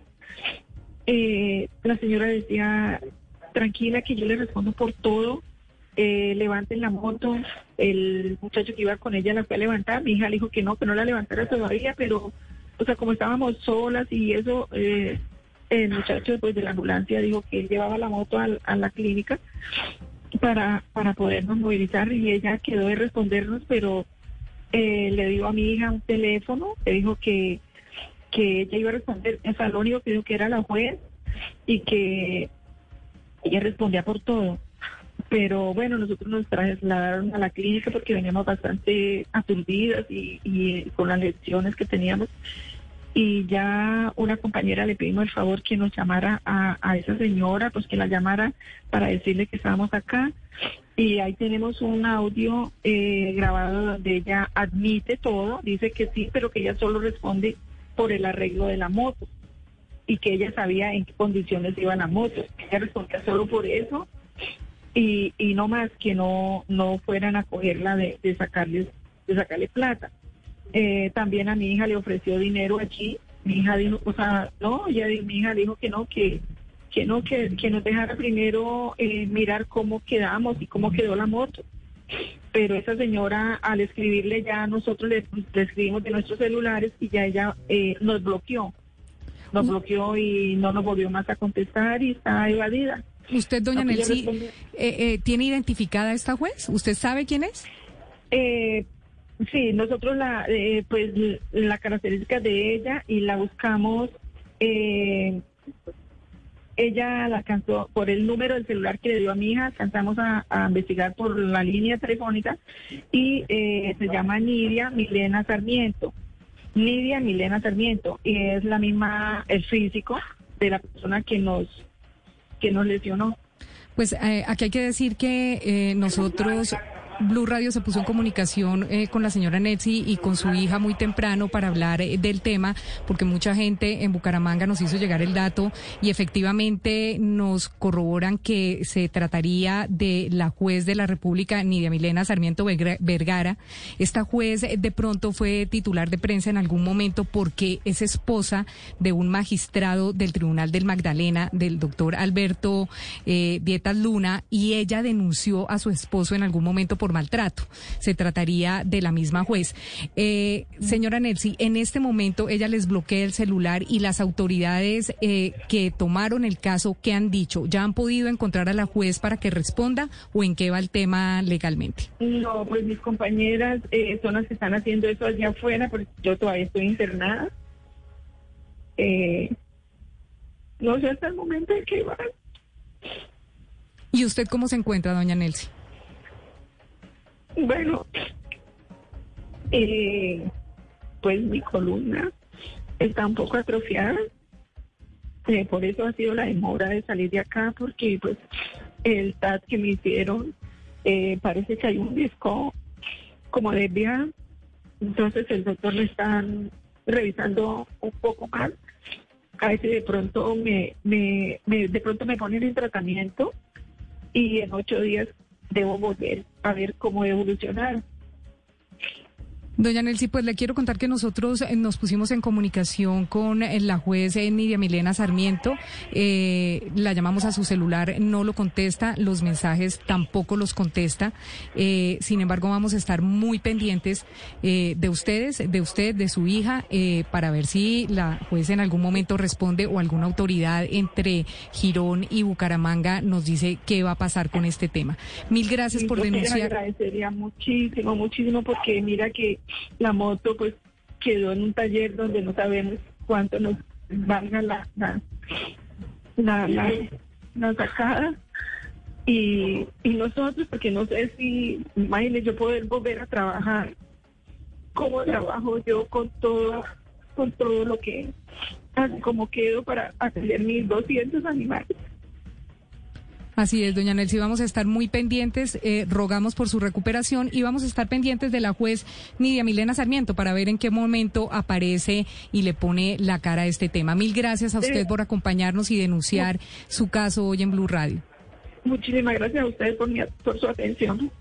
Eh, la señora decía, tranquila, que yo le respondo por todo. Eh, levanten la moto. El muchacho que iba con ella la fue a levantar. Mi hija le dijo que no, que no la levantara todavía, pero, o sea, como estábamos solas y eso... Eh, el muchacho después de la ambulancia dijo que él llevaba la moto a, a la clínica para, para podernos movilizar y ella quedó de respondernos, pero eh, le dio a mi hija un teléfono, le dijo que, que ella iba a responder, o sea, lo único que dijo que era la juez y que ella respondía por todo. Pero bueno, nosotros nos trasladaron a la clínica porque veníamos bastante aturdidas y, y con las lecciones que teníamos. Y ya una compañera le pedimos el favor que nos llamara a, a esa señora, pues que la llamara para decirle que estábamos acá. Y ahí tenemos un audio eh, grabado donde ella admite todo, dice que sí, pero que ella solo responde por el arreglo de la moto y que ella sabía en qué condiciones iba la moto. Ella respondía solo por eso y, y no más, que no no fueran a cogerla de, de sacarles de sacarle plata. Eh, también a mi hija le ofreció dinero allí. Mi hija dijo, o sea, no, ella, mi hija dijo que no, que que no, que, que nos dejara primero eh, mirar cómo quedamos y cómo quedó la moto. Pero esa señora, al escribirle ya, nosotros le, le escribimos de nuestros celulares y ya ella eh, nos bloqueó. Nos bloqueó y no nos volvió más a contestar y está evadida. ¿Usted, doña Nelcy, eh, eh, tiene identificada a esta juez? ¿Usted sabe quién es? Eh... Sí, nosotros la eh, pues la característica de ella y la buscamos, eh, ella la alcanzó por el número del celular que le dio a mi hija, alcanzamos a, a investigar por la línea telefónica y eh, se llama Nidia Milena Sarmiento, Nidia Milena Sarmiento, y es la misma, el físico de la persona que nos, que nos lesionó. Pues eh, aquí hay que decir que eh, nosotros... Blue Radio se puso en comunicación eh, con la señora Nelcy y con su hija muy temprano para hablar eh, del tema, porque mucha gente en Bucaramanga nos hizo llegar el dato y efectivamente nos corroboran que se trataría de la juez de la República, Nidia Milena Sarmiento Vergara. Esta juez eh, de pronto fue titular de prensa en algún momento porque es esposa de un magistrado del Tribunal del Magdalena, del doctor Alberto eh, Dietas Luna, y ella denunció a su esposo en algún momento por maltrato. Se trataría de la misma juez. Eh, señora Nelcy, en este momento ella les bloquea el celular y las autoridades eh, que tomaron el caso, ¿qué han dicho? ¿Ya han podido encontrar a la juez para que responda o en qué va el tema legalmente? No, pues mis compañeras eh, son las que están haciendo eso allá afuera, porque yo todavía estoy internada. Eh, no sé hasta el momento en que van. ¿Y usted cómo se encuentra, doña Nelcy? Bueno, eh, pues mi columna está un poco atrofiada, eh, por eso ha sido la demora de salir de acá, porque pues el T A C que me hicieron, eh, parece que hay un disco como desviado, entonces el doctor lo está revisando un poco más, a veces de pronto me, me, me de pronto me ponen en tratamiento y en ocho días debo volver a ver cómo evolucionar. Doña Nelcy, pues le quiero contar que nosotros eh, nos pusimos en comunicación con eh, la juez eh, Nidia Milena Sarmiento, eh, la llamamos a su celular, no lo contesta, los mensajes tampoco los contesta, eh, sin embargo vamos a estar muy pendientes eh, de ustedes, de usted, de su hija, eh, para ver si la juez en algún momento responde o alguna autoridad entre Girón y Bucaramanga nos dice qué va a pasar con este tema. Mil gracias sí, por yo denunciar. Te agradecería muchísimo, muchísimo, porque mira que la moto pues quedó en un taller donde no sabemos cuánto nos valga la la, la, la, la sacada Y, y nosotros, porque no sé si, imagínense, yo poder volver a trabajar, cómo trabajo yo con todo, con todo lo que, como quedo para atender mis doscientos animales. Así es, doña Nelcy, vamos a estar muy pendientes, eh, rogamos por su recuperación y vamos a estar pendientes de la juez Nidia Milena Sarmiento para ver en qué momento aparece y le pone la cara a este tema. Mil gracias a usted por acompañarnos y denunciar su caso hoy en Blue Radio. Muchísimas gracias a ustedes por, mi, por su atención.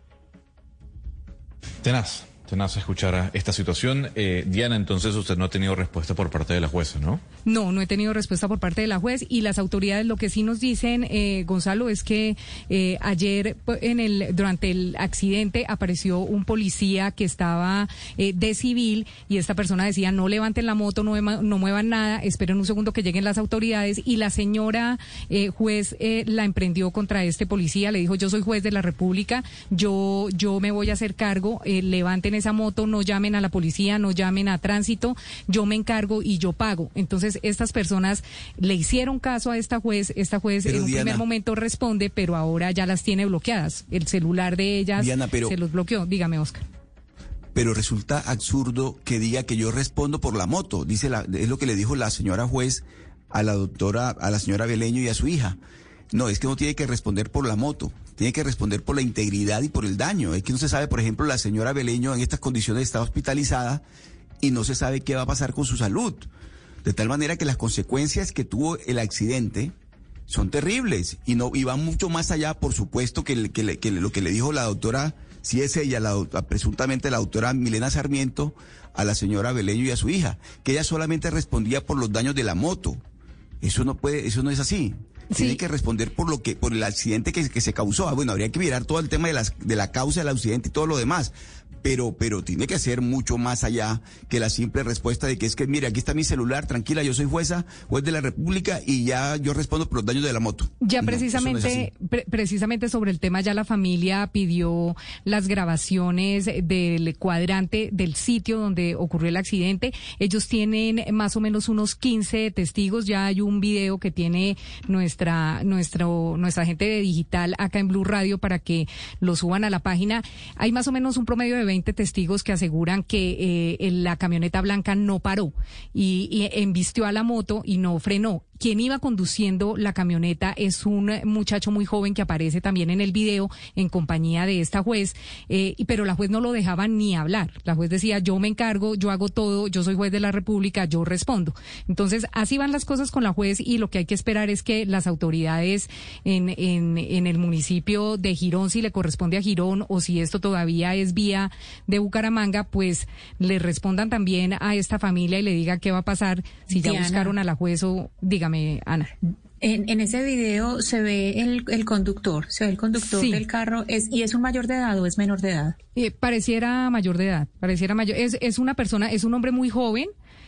Tenaz, tenaz escuchar esta situación. Eh, Diana, entonces usted no ha tenido respuesta por parte de la jueza, ¿no? No, no he tenido respuesta por parte de la juez y las autoridades lo que sí nos dicen, eh, Gonzalo, es que eh, ayer en el durante el accidente apareció un policía que estaba eh, de civil y esta persona decía no levanten la moto, no, no muevan nada, esperen un segundo que lleguen las autoridades y la señora eh, juez eh, la emprendió contra este policía, le dijo yo soy juez de la República, yo, yo me voy a hacer cargo, eh, levanten esa moto, no llamen a la policía, no llamen a tránsito, yo me encargo y yo pago. Entonces estas personas le hicieron caso a esta juez, esta juez pero en un Diana, primer momento responde, pero ahora ya las tiene bloqueadas. El celular de ellas Diana, pero, se los bloqueó. Dígame, Oscar. Pero resulta absurdo que diga que yo respondo por la moto. Dice la, es lo que le dijo la señora juez a la doctora, a la señora Beleño y a su hija. No, es que no tiene que responder por la moto, tiene que responder por la integridad y por el daño. Es que no se sabe, por ejemplo, la señora Beleño en estas condiciones está hospitalizada y no se sabe qué va a pasar con su salud. De tal manera que las consecuencias que tuvo el accidente son terribles y no y van mucho más allá, por supuesto, que, que, que lo que le dijo la doctora, si es ella, la, presuntamente la doctora Milena Sarmiento, a la señora Beleño y a su hija, que ella solamente respondía por los daños de la moto. Eso no puede, eso no es así. Sí. Tiene que responder por lo que, por el accidente que, que se causó. Ah, bueno, habría que mirar todo el tema de las, de la causa del accidente y todo lo demás. Pero, pero tiene que ser mucho más allá que la simple respuesta de que es que, mire, aquí está mi celular, tranquila, yo soy jueza, juez de la República y ya yo respondo por los daños de la moto. Ya no, precisamente, no pre precisamente sobre el tema ya la familia pidió las grabaciones del cuadrante del sitio donde ocurrió el accidente. Ellos tienen más o menos unos quince testigos, ya hay un video que tiene nuestra, nuestro, nuestra gente de digital acá en Blue Radio para que lo suban a la página. Hay más o menos un promedio de veinte testigos que aseguran que eh, la camioneta blanca no paró y, y embistió a la moto y no frenó. Quien iba conduciendo la camioneta es un muchacho muy joven que aparece también en el video en compañía de esta juez, eh, pero la juez no lo dejaba ni hablar. La juez decía, yo me encargo, yo hago todo, yo soy juez de la República, yo respondo. Entonces, así van las cosas con la juez y lo que hay que esperar es que las autoridades en, en, en el municipio de Girón, si le corresponde a Girón o si esto todavía es vía de Bucaramanga, pues le respondan también a esta familia y le diga qué va a pasar si ya Diana. buscaron a la juez o dígame. Ana. En, en ese video se ve el, el conductor, se ve el conductor sí. del carro, es, ¿y es un mayor de edad o es menor de edad? Eh, pareciera mayor de edad, pareciera mayor, es, es una persona, es un hombre muy joven,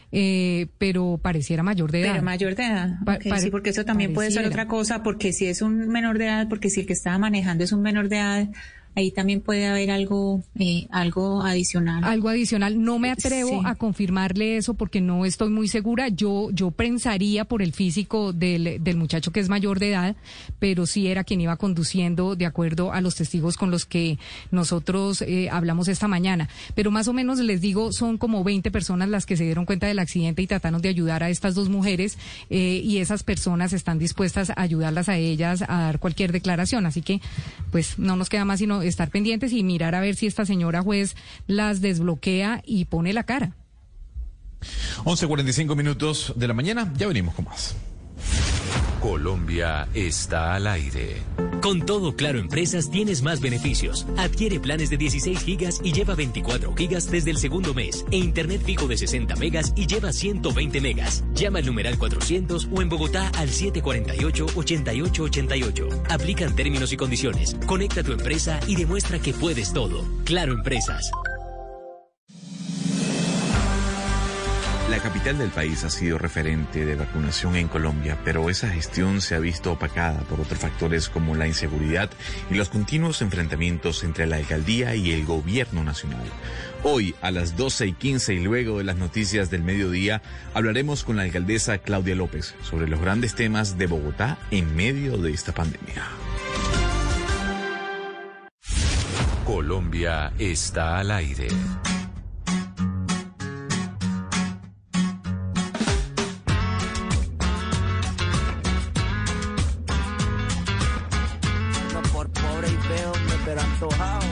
eh, pero pareciera mayor de edad. Pero mayor de edad, pa okay, sí, porque eso también pareciera. puede ser otra cosa, porque si es un menor de edad, porque si el que estaba manejando es un menor de edad, ahí también puede haber algo eh, algo adicional. Algo adicional. No me atrevo sí. a confirmarle eso porque no estoy muy segura. Yo yo pensaría por el físico del, del muchacho que es mayor de edad, pero sí era quien iba conduciendo de acuerdo a los testigos con los que nosotros eh, hablamos esta mañana. Pero más o menos les digo, son como veinte personas las que se dieron cuenta del accidente y trataron de ayudar a estas dos mujeres eh, y esas personas están dispuestas a ayudarlas a ellas a dar cualquier declaración. Así que pues no nos queda más sino estar pendientes y mirar a ver si esta señora juez las desbloquea y pone la cara. once cuarenta y cinco minutos de la mañana, ya venimos con más. Colombia está al aire. Con todo Claro Empresas tienes más beneficios. Adquiere planes de dieciséis gigas y lleva veinticuatro gigas desde el segundo mes. E internet fijo de sesenta megas y lleva ciento veinte megas. Llama al numeral cuatrocientos o en Bogotá al siete cuatro ocho, ocho ocho ocho ocho. Aplican términos y condiciones. Conecta tu empresa y demuestra que puedes todo. Claro Empresas. La capital del país ha sido referente de vacunación en Colombia, pero esa gestión se ha visto opacada por otros factores como la inseguridad y los continuos enfrentamientos entre la alcaldía y el gobierno nacional. Hoy, a las doce y quince y luego de las noticias del mediodía, hablaremos con la alcaldesa Claudia López sobre los grandes temas de Bogotá en medio de esta pandemia. Colombia está al aire. No por pobre y feo, pero antojado.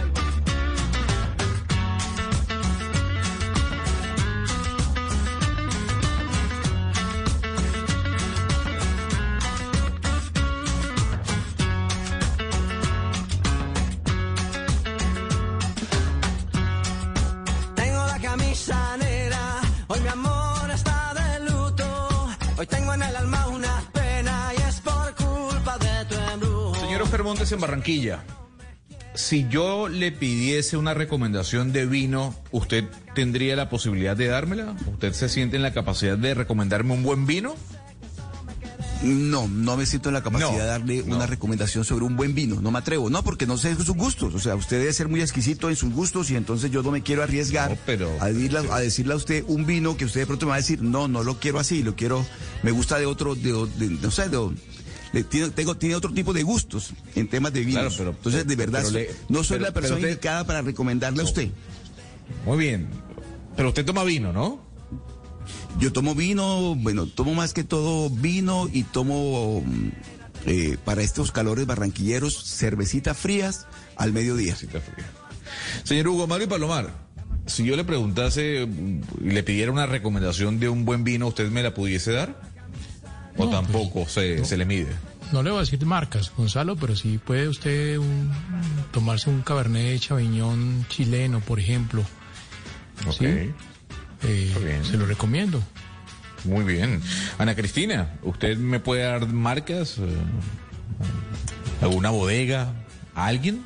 Tengo la camisa negra, hoy mi amor está de luto. Hoy tengo en el alma una pena y es por culpa de tu embrujo. Señor Oscar Montes en Barranquilla, si yo le pidiese una recomendación de vino, ¿usted tendría la posibilidad de dármela? ¿Usted se siente en la capacidad de recomendarme un buen vino? No, no me siento en la capacidad No, de darle no. una recomendación sobre un buen vino. No me atrevo. No, porque no sé sus gustos. O sea, usted debe ser muy exquisito en sus gustos y entonces yo no me quiero arriesgar No, pero- a, decirle, a decirle a usted un vino que usted de pronto me va a decir, no, no lo quiero así, lo quiero, me gusta de otro, de, de- no sé, de, de- tiene, tengo, tiene otro tipo de gustos en temas de vinos. Claro, pero- entonces, de verdad, pero le- no soy pero- la persona pero usted- indicada para recomendarle a usted. Muy bien. Pero usted toma vino, ¿no? Yo tomo vino, bueno, tomo más que todo vino y tomo mm, eh, para estos calores barranquilleros cervecita frías al mediodía. Señor Hugo Mario Palomar, si yo le preguntase mm, y le pidiera una recomendación de un buen vino, ¿usted me la pudiese dar? ¿O No, tampoco pues, se, no. se le mide? No le voy a decir marcas, Gonzalo, pero sí puede usted un- tomarse un Cabernet Sauvignon chileno, por ejemplo. Ok. ¿Sí? Eh, se lo recomiendo. Muy bien. Ana Cristina, ¿usted me puede dar marcas? Eh, ¿Alguna bodega? ¿A alguien?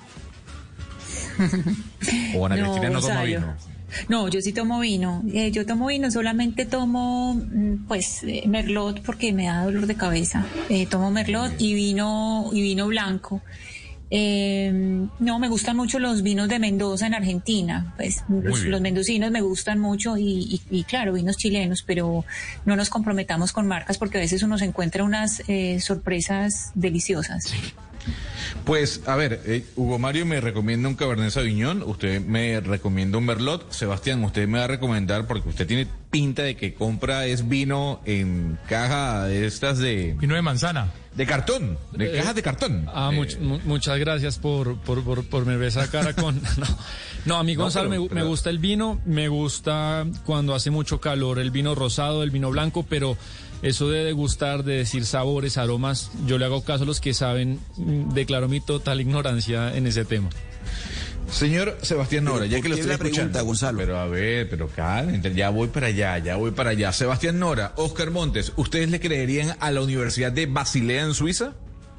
¿O Ana No, Cristina no toma Gonzalo. vino? No, yo sí tomo vino. Eh, yo tomo vino, solamente tomo, mm, pues, eh, merlot porque me da dolor de cabeza. Eh, tomo merlot y vino y vino blanco. Eh, no, me gustan mucho los vinos de Mendoza en Argentina. Pues los, bien. los mendocinos me gustan mucho y, y, y claro, vinos chilenos, pero no nos comprometamos con marcas porque a veces uno se encuentra unas eh, sorpresas deliciosas. Pues, a ver, eh, Hugo Mario me recomienda un Cabernet Sauvignon, usted me recomienda un Merlot. Sebastián, usted me va a recomendar, porque usted tiene pinta de que compra es vino en caja de estas de... Vino de manzana. De cartón, de Eh, cajas de cartón. Ah, Eh, much- mu- muchas gracias por, por, por, por me ver esa cara con... No, no a mí, No, Gonzalo, pero- me, pero- me gusta el vino, me gusta cuando hace mucho calor el vino rosado, el vino blanco, pero eso de degustar, de decir sabores, aromas, yo le hago caso a los que saben, mm, declaro mi total ignorancia en ese tema. Señor Sebastián Nora, Pero, ya ¿por que lo qué estoy la pregunta, escuchando. Gonzalo? Pero a ver, pero calma, ya voy para allá, ya voy para allá. Sebastián Nora, Oscar Montes, ¿ustedes le creerían a la Universidad de Basilea en Suiza?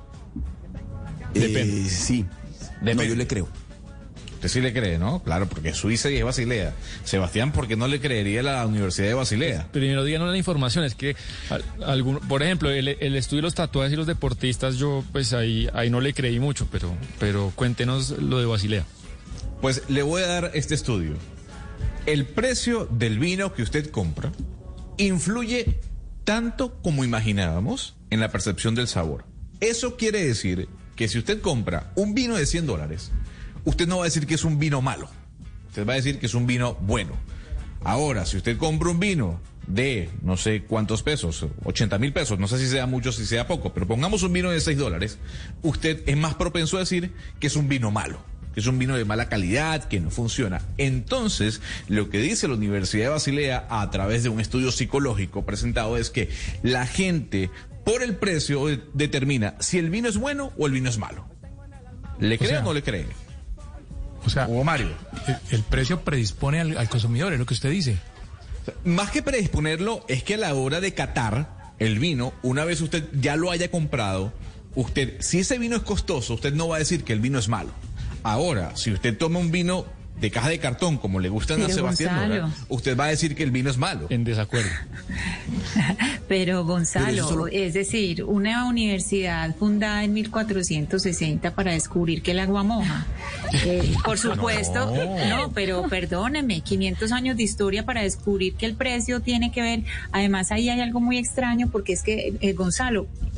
Eh, sí. Depende. No, yo le creo. Usted sí le cree, ¿no? Claro, porque es Suiza y es Basilea. Sebastián, ¿por qué no le creería a la Universidad de Basilea? Primero díganos la información, es que al- algún, por ejemplo, el, el estudio de los tatuajes y los deportistas, yo pues ahí, ahí no le creí mucho, pero, pero cuéntenos lo de Basilea. Pues le voy a dar este estudio. El precio del vino que usted compra influye tanto como imaginábamos en la percepción del sabor. Eso quiere decir que si usted compra un vino de cien dólares, usted no va a decir que es un vino malo. Usted va a decir que es un vino bueno. Ahora, si usted compra un vino de no sé cuántos pesos, ochenta mil pesos, no sé si sea mucho, si sea poco, pero pongamos un vino de seis dólares, usted es más propenso a decir que es un vino malo, que es un vino de mala calidad, que no funciona. Entonces, lo que dice la Universidad de Basilea a través de un estudio psicológico presentado es que la gente, por el precio, de- determina si el vino es bueno o el vino es malo. ¿Le cree sea, o no le cree? O sea, Hugo Mario. el, el precio predispone al, al consumidor, es lo que usted dice. Más que predisponerlo, es que a la hora de catar el vino, una vez usted ya lo haya comprado, usted, si ese vino es costoso, usted no va a decir que el vino es malo. Ahora, si usted toma un vino de caja de cartón, como le gustan a Pero, Sebastián Nora, Gonzalo. usted va a decir que el vino es malo. En desacuerdo. Pero Gonzalo, Pero eso solo- es decir, una universidad fundada en mil cuatrocientos sesenta para descubrir que el agua moja. Eh, por supuesto, No. no, pero perdóneme, quinientos años de historia para descubrir que el precio tiene que ver. Además, ahí hay algo muy extraño porque es que, eh, Gonzalo,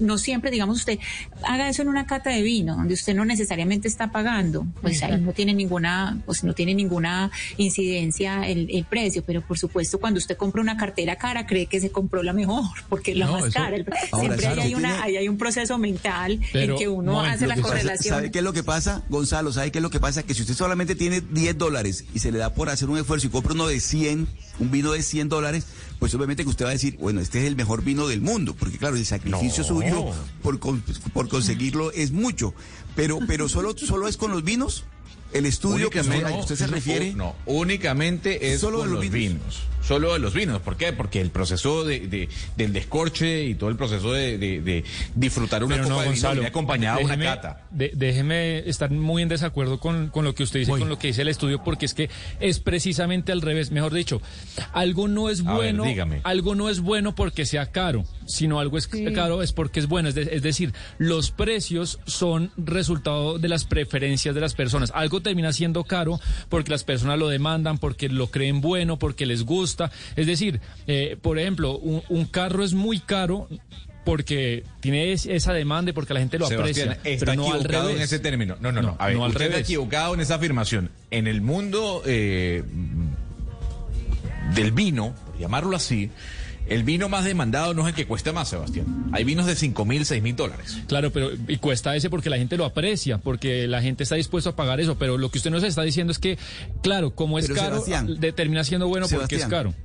no siempre, digamos, usted haga eso en una cata de vino, donde usted no necesariamente está pagando, pues ahí no tiene ninguna, pues no tiene ninguna incidencia el, el precio, pero por supuesto cuando usted compra una cartera cara cree que se compró la mejor, porque es la no, más eso, cara. Siempre claro, hay, una, tiene... hay, hay un proceso mental pero, en que uno moment, hace la correlación. ¿Sabe qué es lo que pasa, Gonzalo? ¿Sabe qué es lo que pasa? Que si usted solamente tiene diez dólares y se le da por hacer un esfuerzo y compra uno de cien, un vino de cien dólares, pues obviamente que usted va a decir, bueno, este es el mejor vino del mundo, porque claro, el sacrificio no. suyo por, por conseguirlo es mucho, pero pero solo solo es con los vinos. El estudio que no, usted se refiere no, únicamente es solo con de los, los vinos. vinos. Solo de los vinos. ¿Por qué? Porque el proceso de, de del descorche y todo el proceso de, de, de disfrutar una Pero copa no, de vino Gonzalo, viene acompañada de una cata. De, déjeme estar muy en desacuerdo con, con lo que usted dice, Uy. con lo que dice el estudio, porque es que es precisamente al revés. Mejor dicho, algo no es A bueno, ver, algo no es bueno porque sea caro, sino algo es sí. caro es porque es bueno. Es, de, es decir, los precios son resultado de las preferencias de las personas. Algo termina siendo caro porque las personas lo demandan, porque lo creen bueno, porque les gusta. Es decir, eh, por ejemplo, un, un carro es muy caro porque tiene esa demanda y porque la gente lo Sebastián, aprecia. Está pero no equivocado al revés. en ese término. No, no, no. no a ver, no usted está equivocado en esa afirmación. En el mundo eh, del vino, por llamarlo así, el vino más demandado no es el que cuesta más, Sebastián. Hay vinos de cinco mil, seis mil dólares. Claro, pero y cuesta ese porque la gente lo aprecia, porque la gente está dispuesta a pagar eso. Pero lo que usted nos está diciendo es que, claro, como es pero caro, Sebastián, termina siendo bueno Sebastián, porque es caro.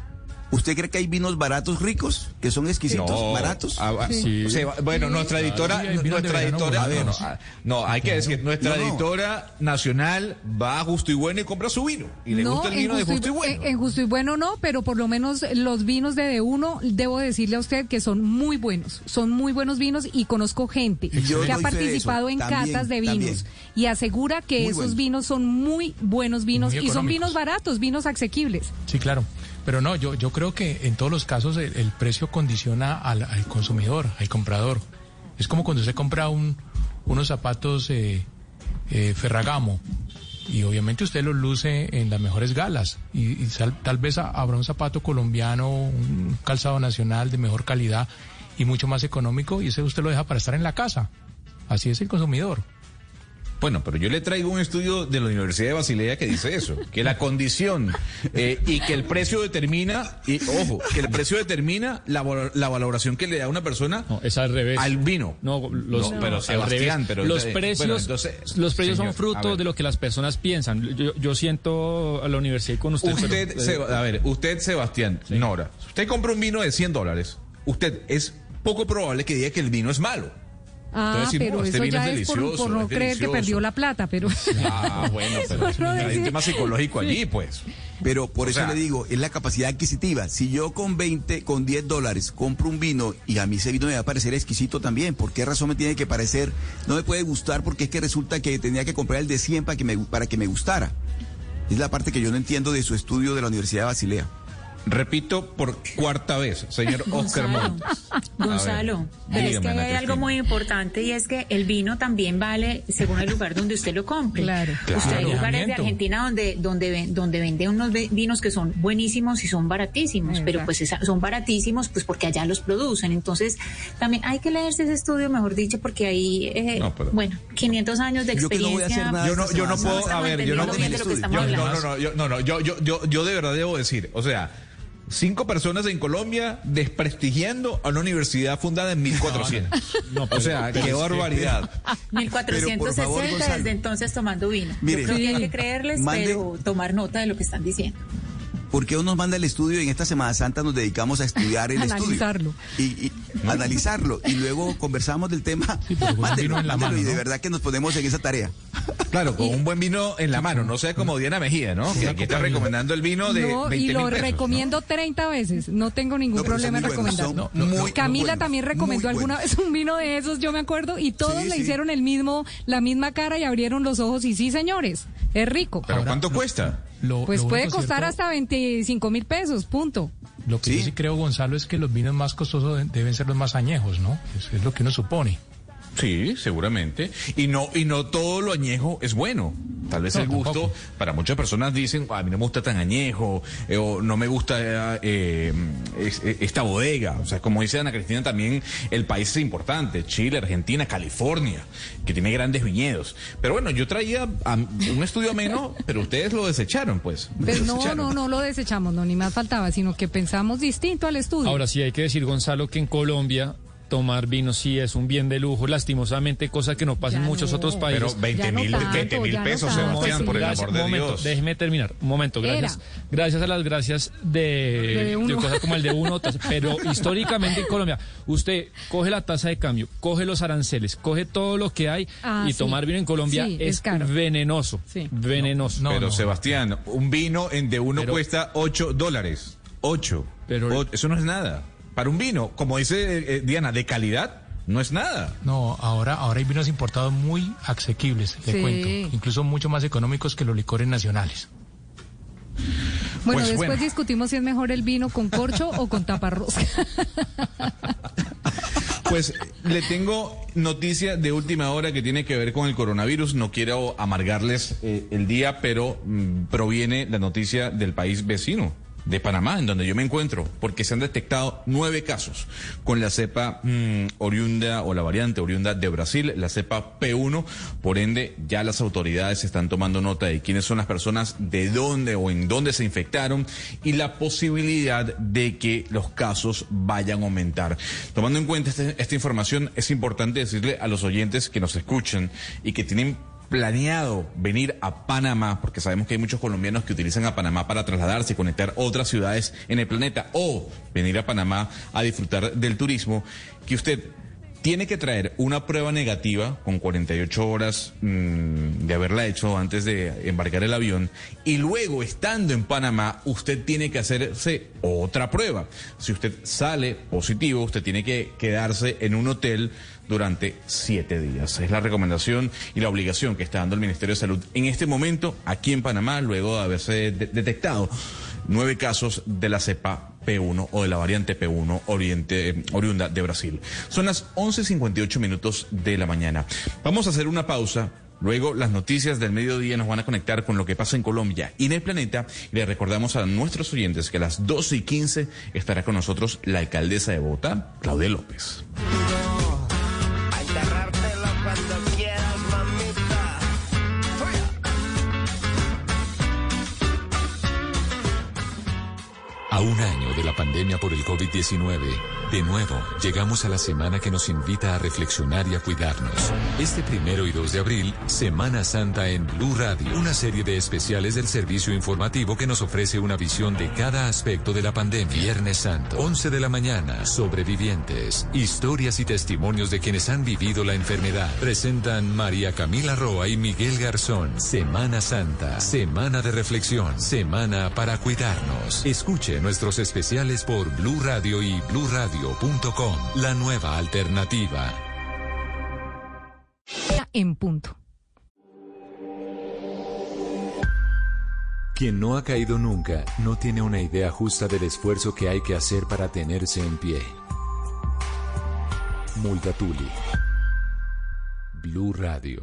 ¿Usted cree que hay vinos baratos ricos, que son exquisitos, no, baratos? Ah, sí. O sea, bueno, nuestra editora, sí, nuestra editora, no, no, no, hay que decir, nuestra no, no. editora nacional va a Justo y Bueno y compra su vino. Y le no, gusta el vino de Justo y Bueno. En, en Justo y Bueno no, pero por lo menos los vinos de D uno, debo decirle a usted que son muy buenos. Son muy buenos vinos y conozco gente Yo que ha participado en también, catas de vinos también. y asegura que muy esos bueno. vinos son muy buenos vinos muy y son vinos baratos, vinos asequibles. Sí, claro. Pero no, yo, yo creo que en todos los casos el, el precio condiciona al, al consumidor, al comprador. Es como cuando usted compra un, unos zapatos eh, eh, Ferragamo y obviamente usted los luce en las mejores galas y, y tal, tal vez habrá un zapato colombiano, un calzado nacional de mejor calidad y mucho más económico y ese usted lo deja para estar en la casa. Así es el consumidor. Bueno, pero yo le traigo un estudio de la Universidad de Basilea que dice eso, que la condición eh, y que el precio determina, y ojo, que el precio determina la, la valoración que le da una persona no, es al revés. al vino. No, los, no, pero Sebastián, pero los precios, bueno, entonces, los precios señor, son fruto de lo que las personas piensan. Yo, yo siento a la universidad con usted. Usted, pero, se, a ver, usted, Sebastián, sí. Nora, si usted compra un vino de cien dólares, usted es poco probable que diga que el vino es malo. Ah, decir, pero no, este eso ya es, es por, por no creer delicioso. que perdió la plata, pero... Ah, bueno, pero es, hay un tema psicológico sí. allí, pues. Pero por o eso sea, le digo, es la capacidad adquisitiva. Si yo con veinte, con diez dólares compro un vino y a mí ese vino me va a parecer exquisito también, ¿por qué razón me tiene que parecer? No me puede gustar porque es que resulta que tenía que comprar el de cien para que me, para que me gustara. Es la parte que yo no entiendo de su estudio de la Universidad de Basilea. Repito por cuarta vez, señor Oscar Montes. Gonzalo, ver, pero es que hay Cristina. algo muy importante y es que el vino también vale según el lugar donde usted lo compre. Claro. claro. Usted hay lugares de Argentina donde donde donde vende unos vinos que son buenísimos y son baratísimos, Exacto. pero pues esa, son baratísimos pues porque allá los producen. Entonces, también hay que leerse ese estudio, mejor dicho, porque hay eh, no, pero... bueno, quinientos años de experiencia. Yo, yo no yo no puedo, a ver, yo no no no, yo no no, yo yo yo yo de verdad debo decir, o sea, cinco personas en Colombia desprestigiando a una universidad fundada en mil cuatrocientos. No, no, pero, o sea, qué barbaridad. mil cuatrocientos sesenta, desde entonces tomando vino. Mire, yo creo que hay que creerles, mande, pero tomar nota de lo que están diciendo. ¿Por qué nos manda el estudio y en esta Semana Santa nos dedicamos a estudiar el analizarlo. estudio? Y, y analizarlo. Y luego conversamos del tema. Sí, mándelo, mándelo, mano, y de ¿no? verdad que nos ponemos en esa tarea. Claro, con un buen vino en la mano, no sea como Diana Mejía, ¿no? Que aquí está recomendando el vino de no, veinte y lo pesos, recomiendo ¿no? treinta veces, no tengo ningún no, problema en recomendarlo. No, no, Camila muy también recomendó alguna vez un vino de esos, yo me acuerdo, y todos sí, le sí. hicieron el mismo, la misma cara y abrieron los ojos y sí, señores, es rico. ¿Pero Ahora, cuánto cuesta? Lo, pues lo puede costar cierto, hasta veinticinco mil pesos, punto. Lo que ¿Sí? yo sí creo, Gonzalo, es que los vinos más costosos deben ser los más añejos, ¿no? Es, es lo que uno supone. Sí, seguramente. Y no y no todo lo añejo es bueno. Tal vez No, el gusto, tampoco. para muchas personas dicen, a mí no me gusta tan añejo, eh, o no me gusta eh, es- es- esta bodega. O sea, como dice Ana Cristina, también el país es importante, Chile, Argentina, California, que tiene grandes viñedos. Pero bueno, yo traía a- un estudio ameno, pero ustedes lo desecharon, pues. Lo Pero no, desecharon. no, no lo desechamos, no, ni más faltaba, sino que pensamos distinto al estudio. Ahora sí hay que decir, Gonzalo, que en Colombia tomar vino sí es un bien de lujo, lastimosamente, cosa que no pasa Ya en muchos no. otros países. Pero veinte Ya no mil tanto, veinte mil ya no pesos, tanto, Sebastián, sí. por el Gracias, amor un de momento, Dios. déjeme terminar. Un momento, gracias. Era. Gracias a las gracias de, De de, uno. cosas como el de uno, otras. Pero históricamente en Colombia, usted coge la tasa de cambio, coge los aranceles, coge todo lo que hay Ah, y sí. tomar vino en Colombia Sí, es, es caro. venenoso. Sí. Venenoso. No, Pero no. Sebastián, un vino en de uno Pero- cuesta ocho dólares. Ocho. Pero- O- eso no es nada. Para un vino, como dice eh, Diana, de calidad, no es nada. No, ahora, ahora hay vinos importados muy asequibles, le Sí. cuento, incluso mucho más económicos que los licores nacionales. Bueno, Pues, después bueno. discutimos si es mejor el vino con corcho o con taparrosca. Pues le tengo noticia de última hora que tiene que ver con el coronavirus. No quiero amargarles eh, el día, pero mm, proviene la noticia del país vecino, de Panamá, en donde yo me encuentro, porque se han detectado nueve casos con la cepa mm, oriunda o la variante oriunda de Brasil, la cepa P uno. Por ende, ya las autoridades están tomando nota de quiénes son las personas, de dónde o en dónde se infectaron y la posibilidad de que los casos vayan a aumentar. Tomando en cuenta este- esta información, es importante decirle a los oyentes que nos escuchan y que tienen planeado venir a Panamá, porque sabemos que hay muchos colombianos que utilizan a Panamá para trasladarse y conectar otras ciudades en el planeta, o venir a Panamá a disfrutar del turismo, que usted tiene que traer una prueba negativa con cuarenta y ocho horas mmm, de haberla hecho antes de embarcar el avión, y luego, estando en Panamá, usted tiene que hacerse otra prueba. Si usted sale positivo, usted tiene que quedarse en un hotel durante siete días. Es la recomendación y la obligación que está dando el Ministerio de Salud en este momento aquí en Panamá, luego de haberse de- detectado nueve casos de la cepa P uno o de la variante P uno oriente, eh, oriunda de Brasil. Son las once cincuenta y ocho minutos de la mañana. Vamos a hacer una pausa. Luego las noticias del mediodía nos van a conectar con lo que pasa en Colombia y en el planeta. Y le recordamos a nuestros oyentes que a las doce y quince estará con nosotros la alcaldesa de Bogotá, Claudia López. A enterrártelo cuando quieras, mamita. A un año de la pandemia por el COVID diecinueve, de nuevo llegamos a la semana que nos invita a reflexionar y a cuidarnos. Este primero y dos de abril, Semana Santa en Blue Radio, una serie de especiales del servicio informativo que nos ofrece una visión de cada aspecto de la pandemia. Viernes Santo, once de la mañana, sobrevivientes, historias y testimonios de quienes han vivido la enfermedad. Presentan María Camila Roa y Miguel Garzón. Semana Santa, semana de reflexión, semana para cuidarnos. Escuche nuestros especiales por Blue Radio y blue radio punto com, la nueva alternativa. En punto. Quien no ha caído nunca no tiene una idea justa del esfuerzo que hay que hacer para tenerse en pie. Multatuli. Blue Radio.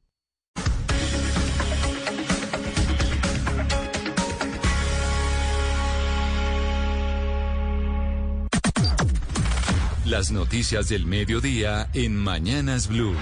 Las noticias del mediodía en Mañanas Blue.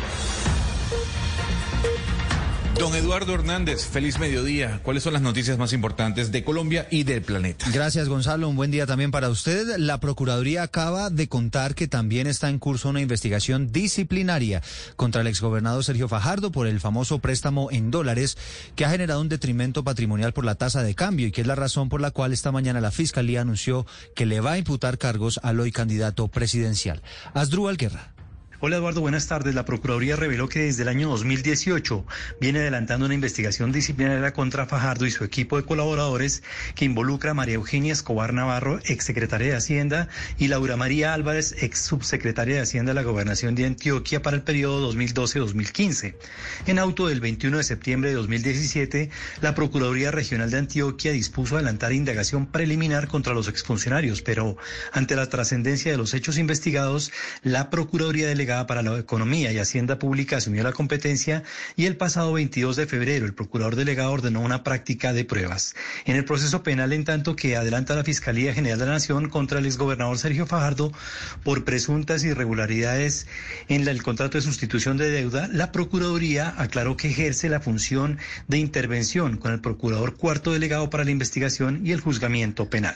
Don Eduardo Hernández, feliz mediodía. ¿Cuáles son las noticias más importantes de Colombia y del planeta? Gracias, Gonzalo. Un buen día también para usted. La Procuraduría acaba de contar que también está en curso una investigación disciplinaria contra el exgobernador Sergio Fajardo por el famoso préstamo en dólares que ha generado un detrimento patrimonial por la tasa de cambio y que es la razón por la cual esta mañana la Fiscalía anunció que le va a imputar cargos al hoy candidato presidencial. Asdrúbal Guerra. Hola Eduardo, buenas tardes. La Procuraduría reveló que desde el año dos mil dieciocho viene adelantando una investigación disciplinaria contra Fajardo y su equipo de colaboradores que involucra a María Eugenia Escobar Navarro, exsecretaria de Hacienda, y Laura María Álvarez, ex subsecretaria de Hacienda de la Gobernación de Antioquia para el periodo dos mil doce a dos mil quince. En auto del veintiuno de septiembre de dos mil diecisiete, la Procuraduría Regional de Antioquia dispuso adelantar indagación preliminar contra los exfuncionarios, pero ante la trascendencia de los hechos investigados, la Procuraduría Delegada delegada para la Economía y Hacienda Pública asumió la competencia y el pasado veintidós de febrero el procurador delegado ordenó una práctica de pruebas. En el proceso penal, en tanto que adelanta la Fiscalía General de la Nación contra el exgobernador Sergio Fajardo por presuntas irregularidades en el contrato de sustitución de deuda, la Procuraduría aclaró que ejerce la función de intervención con el procurador cuarto delegado para la investigación y el juzgamiento penal.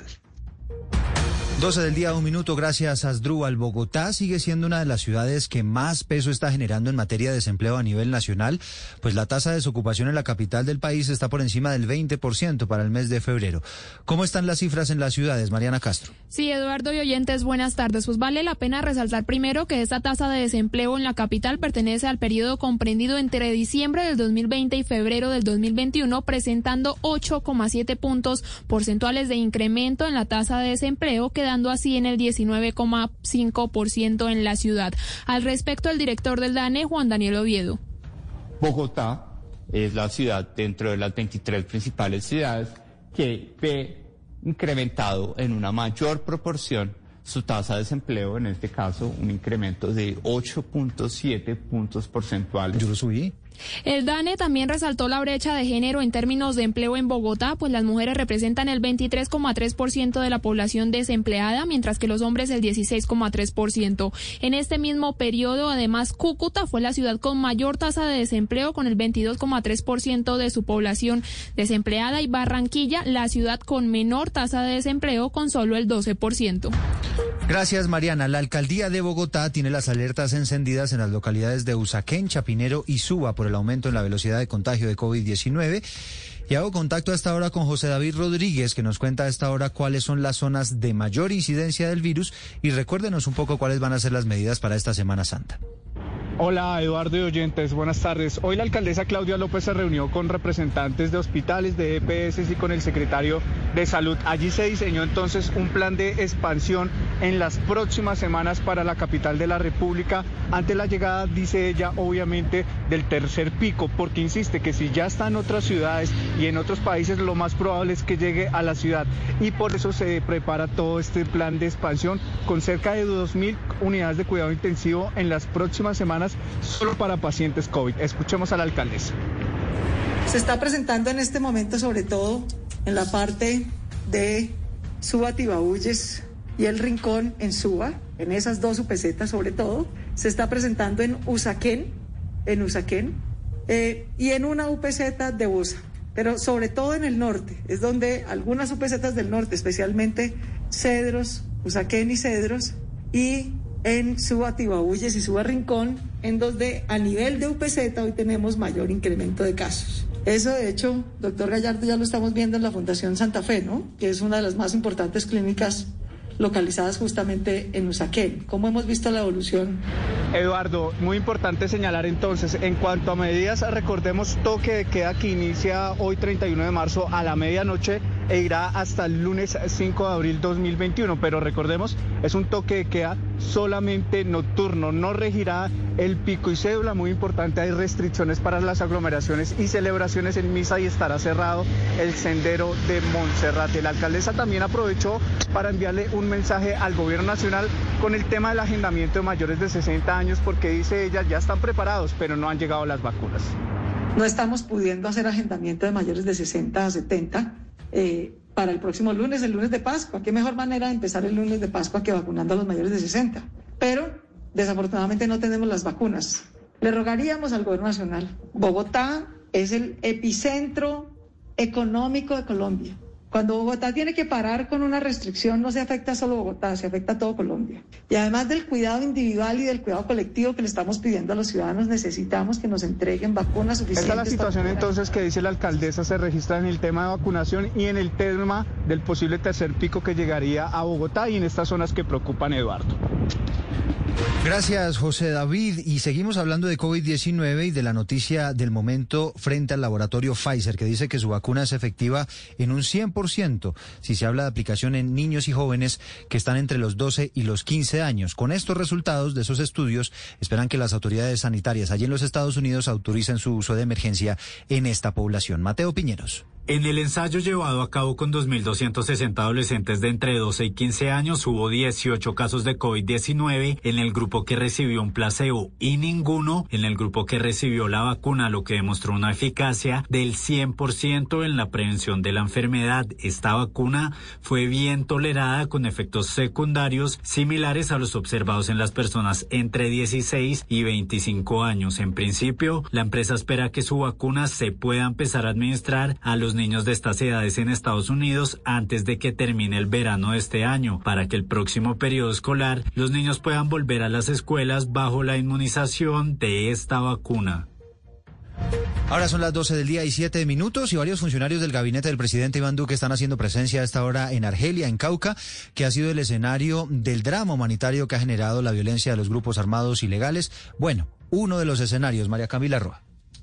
doce del día, un minuto, gracias Asdrúbal. Bogotá sigue siendo una de las ciudades que más peso está generando en materia de desempleo a nivel nacional, pues la tasa de desocupación en la capital del país está por encima del veinte por ciento para el mes de febrero. ¿Cómo están las cifras en las ciudades, Mariana Castro? Sí, Eduardo y oyentes, buenas tardes. Pues vale la pena resaltar primero que esta tasa de desempleo en la capital pertenece al periodo comprendido entre diciembre del dos mil veinte y febrero del dos mil veintiuno, presentando ocho coma siete puntos porcentuales de incremento en la tasa de desempleo, quedando así en el diecinueve coma cinco por ciento en la ciudad. Al respecto, el director del DANE, Juan Daniel Oviedo. Bogotá es la ciudad dentro de las veintitrés principales ciudades que ve incrementado en una mayor proporción su tasa de desempleo, en este caso un incremento de ocho punto siete puntos porcentuales. Yo lo subí. El DANE también resaltó la brecha de género en términos de empleo en Bogotá, pues las mujeres representan el veintitrés coma tres por ciento de la población desempleada, mientras que los hombres el dieciséis coma tres por ciento. En este mismo periodo, además, Cúcuta fue la ciudad con mayor tasa de desempleo, con el veintidós coma tres por ciento de su población desempleada, y Barranquilla, la ciudad con menor tasa de desempleo, con solo el doce por ciento. Gracias, Mariana. La alcaldía de Bogotá tiene las alertas encendidas en las localidades de Usaquén, Chapinero y Suba por el aumento en la velocidad de contagio de COVID diecinueve. Y hago contacto a esta hora con José David Rodríguez, que nos cuenta a esta hora cuáles son las zonas de mayor incidencia del virus, y recuérdenos un poco cuáles van a ser las medidas para esta Semana Santa. Hola Eduardo y oyentes, buenas tardes. Hoy la alcaldesa Claudia López se reunió con representantes de hospitales, de E P S y con el secretario de Salud. Allí se diseñó entonces un plan de expansión en las próximas semanas para la capital de la República, ante la llegada, dice ella, obviamente del tercer pico, porque insiste que si ya está en otras ciudades y en otros países, lo más probable es que llegue a la ciudad, y por eso se prepara todo este plan de expansión con cerca de dos mil unidades de cuidado intensivo en las próximas semanas solo para pacientes COVID. Escuchemos a la alcaldesa. Se está presentando en este momento, sobre todo en la parte de Suba, Tibabuyes y El Rincón en Suba, en esas dos U P Z sobre todo. Se está presentando en Usaquén, en Usaquén eh, y en una U P Z de Bosa, pero sobre todo en el norte, es donde algunas U P Z del norte, especialmente Cedros, Usaquén y Cedros, y en Suba, Tibabuyes y Suba, Rincón, en donde a nivel de U P Z hoy tenemos mayor incremento de casos. Eso, de hecho, doctor Gallardo, ya lo estamos viendo en la Fundación Santa Fe, ¿no? Que es una de las más importantes clínicas localizadas justamente en Usaquén. ¿Cómo hemos visto la evolución? Eduardo, muy importante señalar entonces, en cuanto a medidas, recordemos toque de queda que inicia hoy treinta y uno de marzo a la medianoche e irá hasta el lunes cinco de abril dos mil veintiuno, pero recordemos, es un toque de queda solamente nocturno, no regirá el pico y cédula. Muy importante, hay restricciones para las aglomeraciones y celebraciones en misa y estará cerrado el sendero de Monserrate. La alcaldesa también aprovechó para enviarle un mensaje al gobierno nacional con el tema del agendamiento de mayores de sesenta años, porque dice ella, ya están preparados, pero no han llegado las vacunas. No estamos pudiendo hacer agendamiento de mayores de sesenta a setenta eh, para el próximo lunes, el lunes de Pascua. ¿Qué mejor manera de empezar el lunes de Pascua que vacunando a los mayores de sesenta? Pero desafortunadamente no tenemos las vacunas. Le rogaríamos al gobierno nacional. Bogotá es el epicentro económico de Colombia. Cuando Bogotá tiene que parar con una restricción, no se afecta solo a Bogotá, se afecta a todo Colombia. Y además del cuidado individual y del cuidado colectivo que le estamos pidiendo a los ciudadanos, necesitamos que nos entreguen vacunas suficientes. Esta es la situación entonces que dice la alcaldesa se registra en el tema de vacunación y en el tema del posible tercer pico que llegaría a Bogotá y en estas zonas que preocupan, Eduardo. Gracias, José David. Y seguimos hablando de COVID diecinueve y de la noticia del momento frente al laboratorio Pfizer, que dice que su vacuna es efectiva en un cien por ciento si se habla de aplicación en niños y jóvenes que están entre los doce y los quince años. Con estos resultados de esos estudios, esperan que las autoridades sanitarias allí en los Estados Unidos autoricen su uso de emergencia en esta población. Mateo Piñeros. En el ensayo llevado a cabo con dos mil doscientos sesenta adolescentes de entre doce y quince años, hubo dieciocho casos de COVID diecinueve en el grupo que recibió un placebo y ninguno en el grupo que recibió la vacuna, lo que demostró una eficacia del cien por ciento en la prevención de la enfermedad. Esta vacuna fue bien tolerada con efectos secundarios similares a los observados en las personas entre dieciséis y veinticinco años. En principio, la empresa espera que su vacuna se pueda empezar a administrar a los niños de estas edades en Estados Unidos antes de que termine el verano de este año, para que el próximo periodo escolar los niños puedan volver a las escuelas bajo la inmunización de esta vacuna. Ahora son las doce del día y siete minutos y varios funcionarios del gabinete del presidente Iván Duque están haciendo presencia a esta hora en Argelia, en Cauca, que ha sido el escenario del drama humanitario que ha generado la violencia de los grupos armados ilegales. Bueno, uno de los escenarios, María Camila Roa.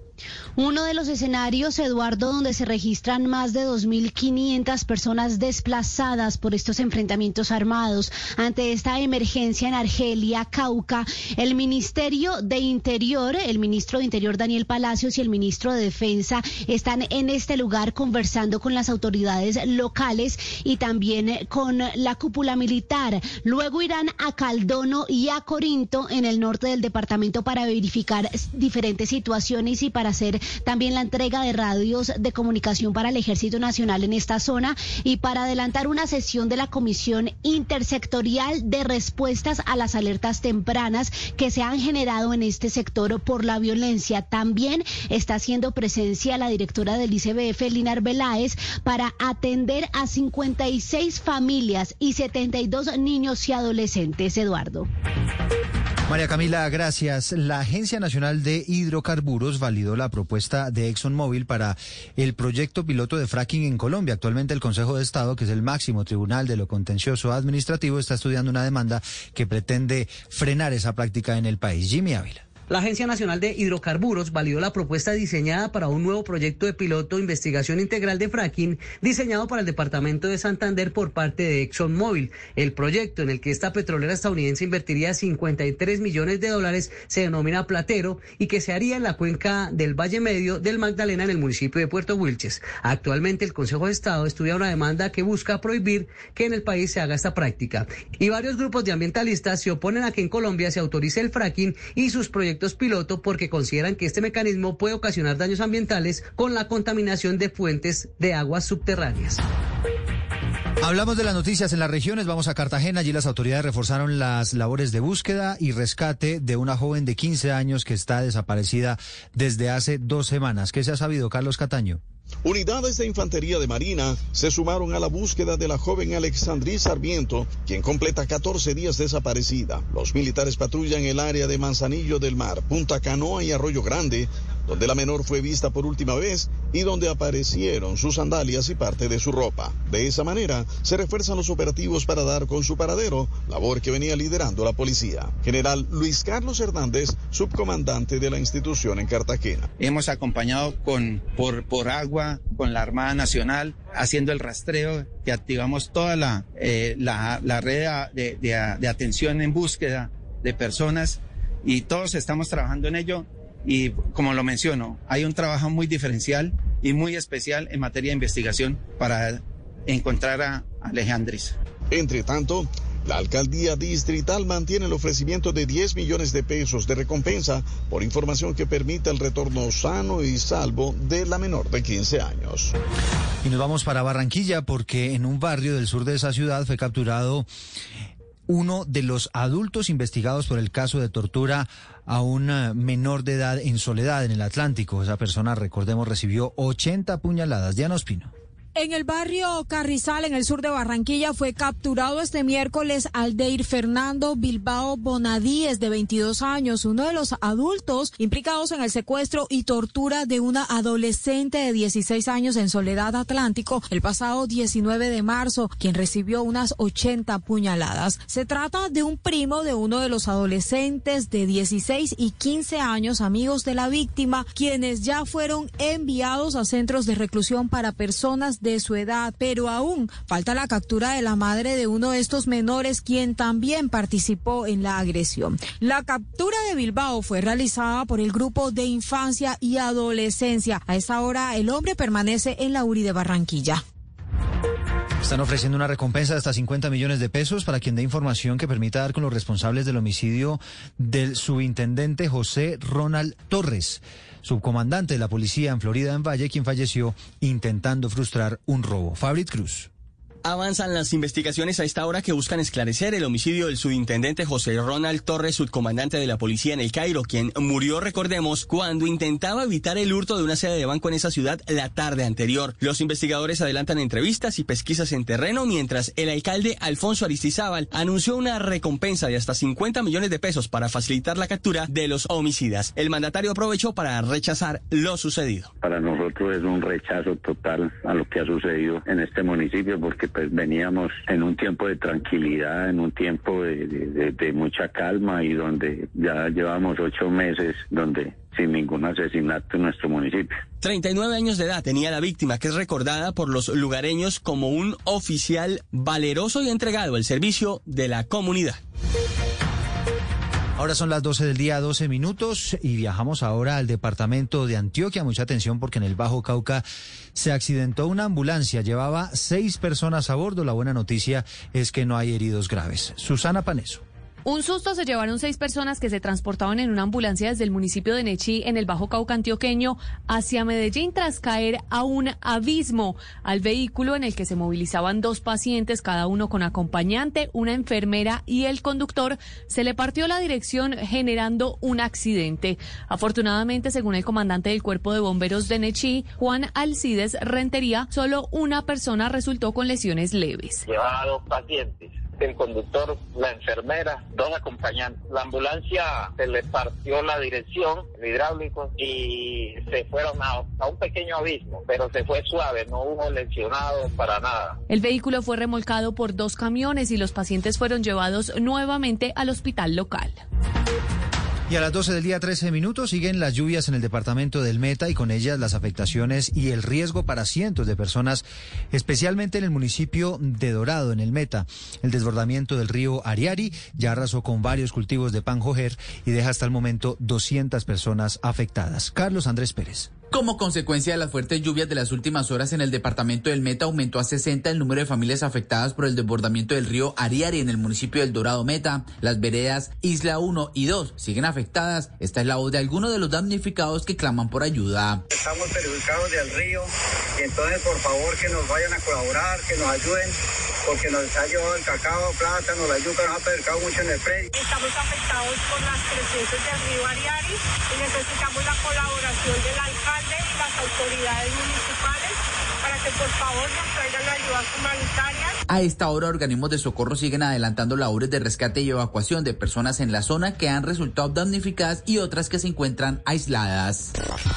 Uno de los escenarios, Eduardo, donde se registran más de dos mil quinientas personas desplazadas por estos enfrentamientos armados. Ante esta emergencia en Argelia, Cauca, el Ministerio de Interior, el ministro de Interior Daniel Palacios y el ministro de Defensa están en este lugar conversando con las autoridades locales y también con la cúpula militar. Luego irán a Caldono y a Corinto, en el norte del departamento, para verificar diferentes situaciones y para hacer también la entrega de radios de comunicación para el Ejército Nacional en esta zona y para adelantar una sesión de la Comisión Intersectorial de Respuestas a las Alertas Tempranas que se han generado en este sector por la violencia. También está haciendo presencia la directora del I C B F, Lina Arbeláez, para atender a cincuenta y seis familias y setenta y dos niños y adolescentes. Eduardo. María Camila, gracias. La Agencia Nacional de Hidrocarburos validó la propuesta de ExxonMobil para el proyecto piloto de fracking en Colombia. Actualmente el Consejo de Estado, que es el máximo tribunal de lo contencioso administrativo, está estudiando una demanda que pretende frenar esa práctica en el país. Jimmy Ávila. La Agencia Nacional de Hidrocarburos validó la propuesta diseñada para un nuevo proyecto de piloto de investigación integral de fracking diseñado para el departamento de Santander por parte de ExxonMobil. El proyecto, en el que esta petrolera estadounidense invertiría cincuenta y tres millones de dólares, se denomina Platero y que se haría en la cuenca del Valle Medio del Magdalena, en el municipio de Puerto Wilches. Actualmente el Consejo de Estado estudia una demanda que busca prohibir que en el país se haga esta práctica. Y varios grupos de ambientalistas se oponen a que en Colombia se autorice el fracking y sus proyectos piloto porque consideran que este mecanismo puede ocasionar daños ambientales con la contaminación de fuentes de aguas subterráneas. Hablamos de las noticias en las regiones, vamos a Cartagena. Allí las autoridades reforzaron las labores de búsqueda y rescate de una joven de quince años que está desaparecida desde hace dos semanas. ¿Qué se ha sabido, Carlos Cataño? Unidades de Infantería de Marina se sumaron a la búsqueda de la joven Alexandrí Sarmiento, quien completa catorce días desaparecida. Los militares patrullan el área de Manzanillo del Mar, Punta Canoa y Arroyo Grande, donde la menor fue vista por última vez y donde aparecieron sus sandalias y parte de su ropa. De esa manera, se refuerzan los operativos para dar con su paradero, labor que venía liderando la policía. General Luis Carlos Hernández, subcomandante de la institución en Cartagena. Hemos acompañado con por, por agua, con la Armada Nacional, haciendo el rastreo, que activamos toda la, eh, la, la red de, de, de atención en búsqueda de personas y todos estamos trabajando en ello. Y como lo menciono, hay un trabajo muy diferencial y muy especial en materia de investigación para encontrar a Alejandris. Entre tanto, la alcaldía distrital mantiene el ofrecimiento de diez millones de pesos de recompensa por información que permita el retorno sano y salvo de la menor de quince años. Y nos vamos para Barranquilla porque en un barrio del sur de esa ciudad fue capturado uno de los adultos investigados por el caso de tortura a un menor de edad en Soledad, en el Atlántico. Esa persona, recordemos, recibió ochenta puñaladas. Diana Ospino. En el barrio Carrizal, en el sur de Barranquilla, fue capturado este miércoles Aldeir Fernando Bilbao Bonadíes, de veintidós años, uno de los adultos implicados en el secuestro y tortura de una adolescente de dieciséis años en Soledad Atlántico el pasado diecinueve de marzo, quien recibió unas ochenta puñaladas. Se trata de un primo de uno de los adolescentes de dieciséis y quince años, amigos de la víctima, quienes ya fueron enviados a centros de reclusión para personas de su edad, pero aún falta la captura de la madre de uno de estos menores, quien también participó en la agresión. La captura de Bilbao fue realizada por el Grupo de Infancia y Adolescencia. A esta hora el hombre permanece en la U R I de Barranquilla. Están ofreciendo una recompensa de hasta cincuenta millones de pesos para quien dé información que permita dar con los responsables del homicidio del subintendente José Ronald Torres, subcomandante de la policía en Florida en Valle, quien falleció intentando frustrar un robo. Fabrit Cruz. Avanzan las investigaciones a esta hora que buscan esclarecer el homicidio del subintendente José Ronald Torres, subcomandante de la policía en El Cairo, quien murió, recordemos, cuando intentaba evitar el hurto de una sede de banco en esa ciudad la tarde anterior. Los investigadores adelantan entrevistas y pesquisas en terreno, mientras el alcalde Alfonso Aristizábal anunció una recompensa de hasta cincuenta millones de pesos para facilitar la captura de los homicidas. El mandatario aprovechó para rechazar lo sucedido. Para nosotros es un rechazo total a lo que ha sucedido en este municipio, porque pues veníamos en un tiempo de tranquilidad, en un tiempo de, de, de mucha calma, y donde ya llevamos ocho meses donde sin ningún asesinato en nuestro municipio. treinta y nueve años de edad tenía la víctima, que es recordada por los lugareños como un oficial valeroso y entregado al servicio de la comunidad. Ahora son las doce del día, doce minutos, y viajamos ahora al departamento de Antioquia. Mucha atención porque en el Bajo Cauca se accidentó una ambulancia. Llevaba seis personas a bordo. La buena noticia es que no hay heridos graves. Susana Paneso. Un susto se llevaron seis personas que se transportaban en una ambulancia desde el municipio de Nechí, en el Bajo Cauca antioqueño, hacia Medellín tras caer a un abismo. Al vehículo en el que se movilizaban dos pacientes, cada uno con acompañante, una enfermera y el conductor, se le partió la dirección generando un accidente. Afortunadamente, según el comandante del Cuerpo de Bomberos de Nechí, Juan Alcides Rentería, solo una persona resultó con lesiones leves. Llevaba dos pacientes. El conductor, la enfermera, dos acompañantes. La ambulancia se le partió la dirección, el hidráulico, y se fueron a, a un pequeño abismo, pero se fue suave, no hubo lesionados para nada. El vehículo fue remolcado por dos camiones y los pacientes fueron llevados nuevamente al hospital local. Y a las doce del día, trece minutos, siguen las lluvias en el departamento del Meta y con ellas las afectaciones y el riesgo para cientos de personas, especialmente en el municipio de Dorado, en el Meta. El desbordamiento del río Ariari ya arrasó con varios cultivos de panjojer y deja hasta el momento doscientas personas afectadas. Carlos Andrés Pérez. Como consecuencia de las fuertes lluvias de las últimas horas en el departamento del Meta, aumentó a sesenta el número de familias afectadas por el desbordamiento del río Ariari en el municipio del Dorado Meta. Las veredas Isla uno y dos siguen afectadas. Esta es la voz de algunos de los damnificados que claman por ayuda. Estamos perjudicados del río y entonces por favor que nos vayan a colaborar, que nos ayuden, porque nos ha llevado el cacao, plátano, la yuca, nos ha perjudicado mucho en el predio. Estamos afectados por las crecientes del río Ariari y necesitamos la colaboración del alcalde y las autoridades municipales para que por favor nos traigan ayudas humanitarias. A esta hora, organismos de socorro siguen adelantando labores de rescate y evacuación de personas en la zona que han resultado damnificadas y otras que se encuentran aisladas.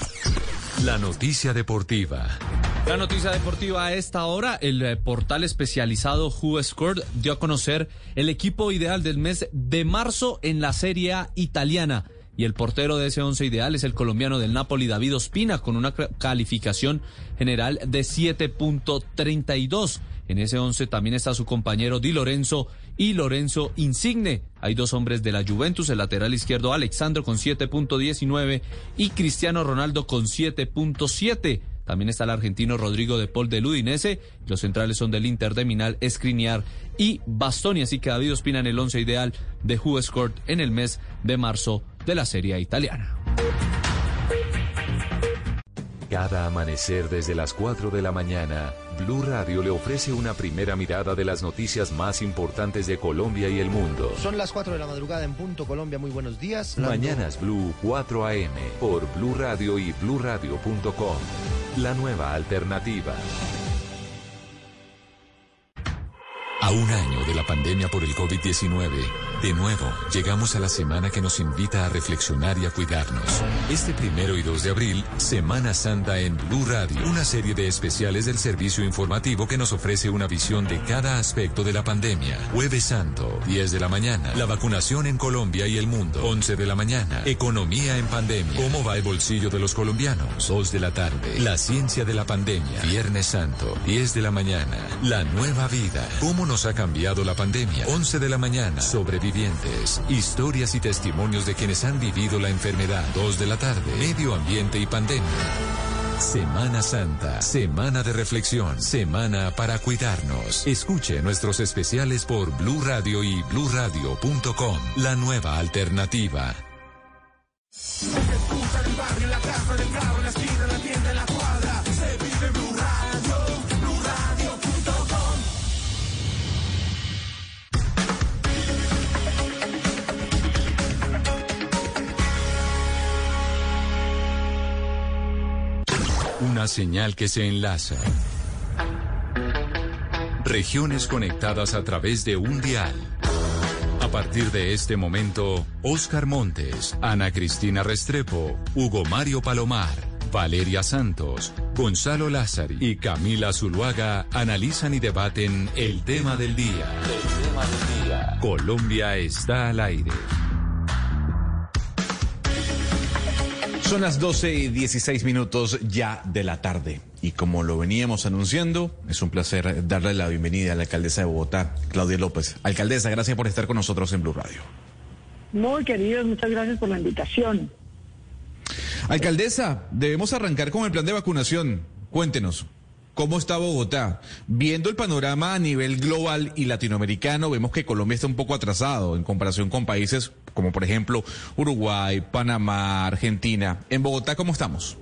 La noticia deportiva. La noticia deportiva a esta hora, el eh, portal especializado WhoScored dio a conocer el equipo ideal del mes de marzo en la Serie A italiana. Y el portero de ese once ideal es el colombiano del Napoli, David Ospina, con una calificación general de siete punto treinta y dos. En ese once también está su compañero Di Lorenzo y Lorenzo Insigne. Hay dos hombres de la Juventus, el lateral izquierdo Alexandro con siete punto diecinueve y Cristiano Ronaldo con siete punto siete. También está el argentino Rodrigo de Paul del Udinese. Los centrales son del Inter de Milán, Skriniar y Bastoni. Así que David Ospina en el once ideal de WhoScored en el mes de marzo de la Serie A italiana. Cada amanecer desde las cuatro de la mañana, Blue Radio le ofrece una primera mirada de las noticias más importantes de Colombia y el mundo. Son las cuatro de la madrugada en punto Colombia, muy buenos días. Mañanas Blue cuatro a eme por Blue Radio y blue radio punto com. La nueva alternativa. A un año de la pandemia por el COVID diecinueve, De nuevo, llegamos a la semana que nos invita a reflexionar y a cuidarnos. Este primero y dos de abril, Semana Santa en Blue Radio, una serie de especiales del servicio informativo que nos ofrece una visión de cada aspecto de la pandemia. Jueves Santo, diez de la mañana, la vacunación en Colombia y el mundo. once de la mañana, economía en pandemia. ¿Cómo va el bolsillo de los colombianos? dos de la tarde, la ciencia de la pandemia. Viernes Santo, diez de la mañana, la nueva vida. ¿Cómo nos ha cambiado la pandemia? once de la mañana, sobrevivientes. Historias y testimonios de quienes han vivido la enfermedad. dos de la tarde, medio ambiente y pandemia. Semana Santa, semana de reflexión, semana para cuidarnos. Escuche nuestros especiales por Blue Radio y blue radio punto com, la nueva alternativa. Una señal que se enlaza. Regiones conectadas a través de un dial. A partir de este momento, Oscar Montes, Ana Cristina Restrepo, Hugo Mario Palomar, Valeria Santos, Gonzalo Lázari y Camila Zuluaga analizan y debaten el tema del día. El tema del día. Colombia está al aire. Son las doce y dieciséis minutos ya de la tarde y como lo veníamos anunciando, es un placer darle la bienvenida a la alcaldesa de Bogotá, Claudia López. Alcaldesa, gracias por estar con nosotros en Blue Radio. Muy queridos, muchas gracias por la invitación. Alcaldesa, debemos arrancar con el plan de vacunación. Cuéntenos, ¿cómo está Bogotá? Viendo el panorama a nivel global y latinoamericano, vemos que Colombia está un poco atrasado en comparación con países como por ejemplo Uruguay, Panamá, Argentina. En Bogotá, ¿cómo estamos?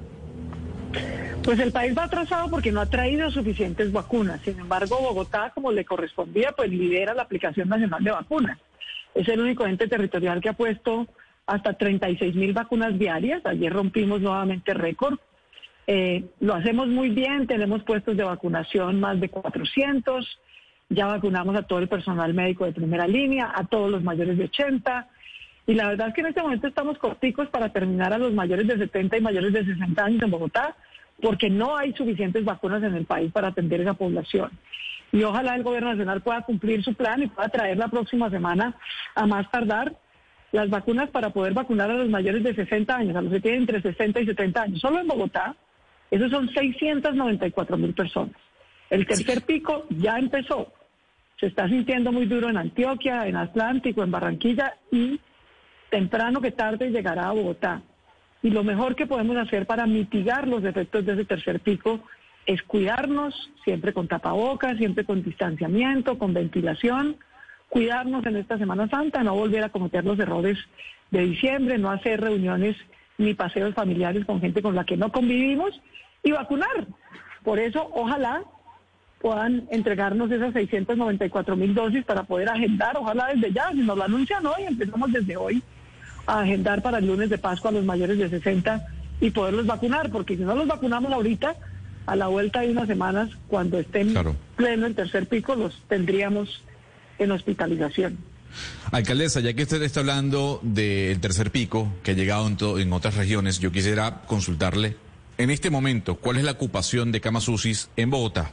Pues el país va atrasado porque no ha traído suficientes vacunas. Sin embargo, Bogotá, como le correspondía, pues lidera la aplicación nacional de vacunas. Es el único ente territorial que ha puesto hasta treinta y seis mil vacunas diarias. Ayer rompimos nuevamente récord. Eh, lo hacemos muy bien, tenemos puestos de vacunación más de cuatrocientos. Ya vacunamos a todo el personal médico de primera línea, a todos los mayores de ochenta. Y la verdad es que en este momento estamos corticos para terminar a los mayores de setenta y mayores de sesenta años en Bogotá, porque no hay suficientes vacunas en el país para atender esa población. Y ojalá el gobierno nacional pueda cumplir su plan y pueda traer la próxima semana, a más tardar, las vacunas para poder vacunar a los mayores de sesenta años, a los que tienen entre sesenta y setenta años. Solo en Bogotá, esos son seiscientas noventa y cuatro mil personas. El tercer pico ya empezó. Se está sintiendo muy duro en Antioquia, en Atlántico, en Barranquilla y temprano que tarde llegará a Bogotá. Y lo mejor que podemos hacer para mitigar los efectos de ese tercer pico es cuidarnos, siempre con tapabocas, siempre con distanciamiento, con ventilación, cuidarnos en esta Semana Santa, no volver a cometer los errores de diciembre, no hacer reuniones ni paseos familiares con gente con la que no convivimos y vacunar. Por eso, ojalá puedan entregarnos esas seiscientas noventa y cuatro mil dosis para poder agendar, ojalá desde ya, si nos lo anuncian hoy, empezamos desde hoy a agendar para el lunes de Pascua a los mayores de sesenta y poderlos vacunar, porque si no los vacunamos ahorita, a la vuelta de unas semanas, cuando estén claro. pleno el tercer pico, los tendríamos en hospitalización. Alcaldesa, ya que usted está hablando del tercer pico que ha llegado en, to- en otras regiones, yo quisiera consultarle, en este momento, ¿cuál es la ocupación de camas U C I en Bogotá?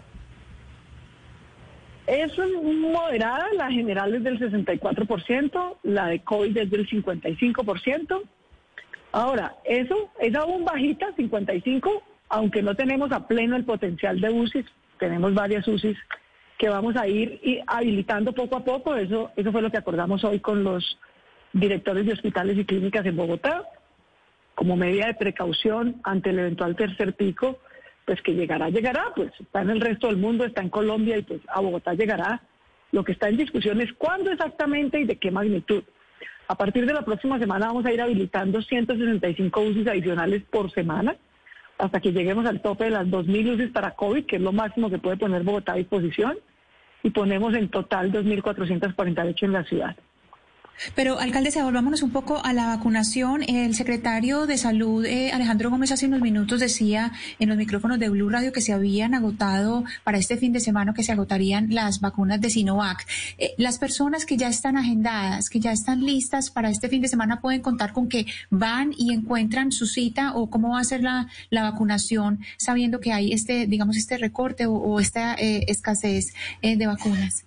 Es moderada, la general es del sesenta y cuatro por ciento, la de COVID es del cincuenta y cinco por ciento. Ahora, eso es aún bajita, cincuenta y cinco por ciento, aunque no tenemos a pleno el potencial de U C I s, tenemos varias U C I s que vamos a ir y habilitando poco a poco. Eso, eso fue lo que acordamos hoy con los directores de hospitales y clínicas en Bogotá, como medida de precaución ante el eventual tercer pico. Pues que llegará, llegará, pues está en el resto del mundo, está en Colombia y pues a Bogotá llegará. Lo que está en discusión es cuándo exactamente y de qué magnitud. A partir de la próxima semana vamos a ir habilitando ciento sesenta y cinco U C I s adicionales por semana, hasta que lleguemos al tope de las dos mil U C I s para COVID, que es lo máximo que puede poner Bogotá a disposición, y ponemos en total dos mil cuatrocientos cuarenta y ocho en la ciudad. Pero, alcaldesa, volvámonos un poco a la vacunación. El secretario de Salud, eh, Alejandro Gómez, hace unos minutos decía en los micrófonos de Blue Radio que se habían agotado para este fin de semana, que se agotarían las vacunas de Sinovac. Eh, las personas que ya están agendadas, que ya están listas para este fin de semana, ¿pueden contar con que van y encuentran su cita, o cómo va a ser la, la vacunación, sabiendo que hay este, digamos, este recorte o, o esta eh, escasez eh, de vacunas?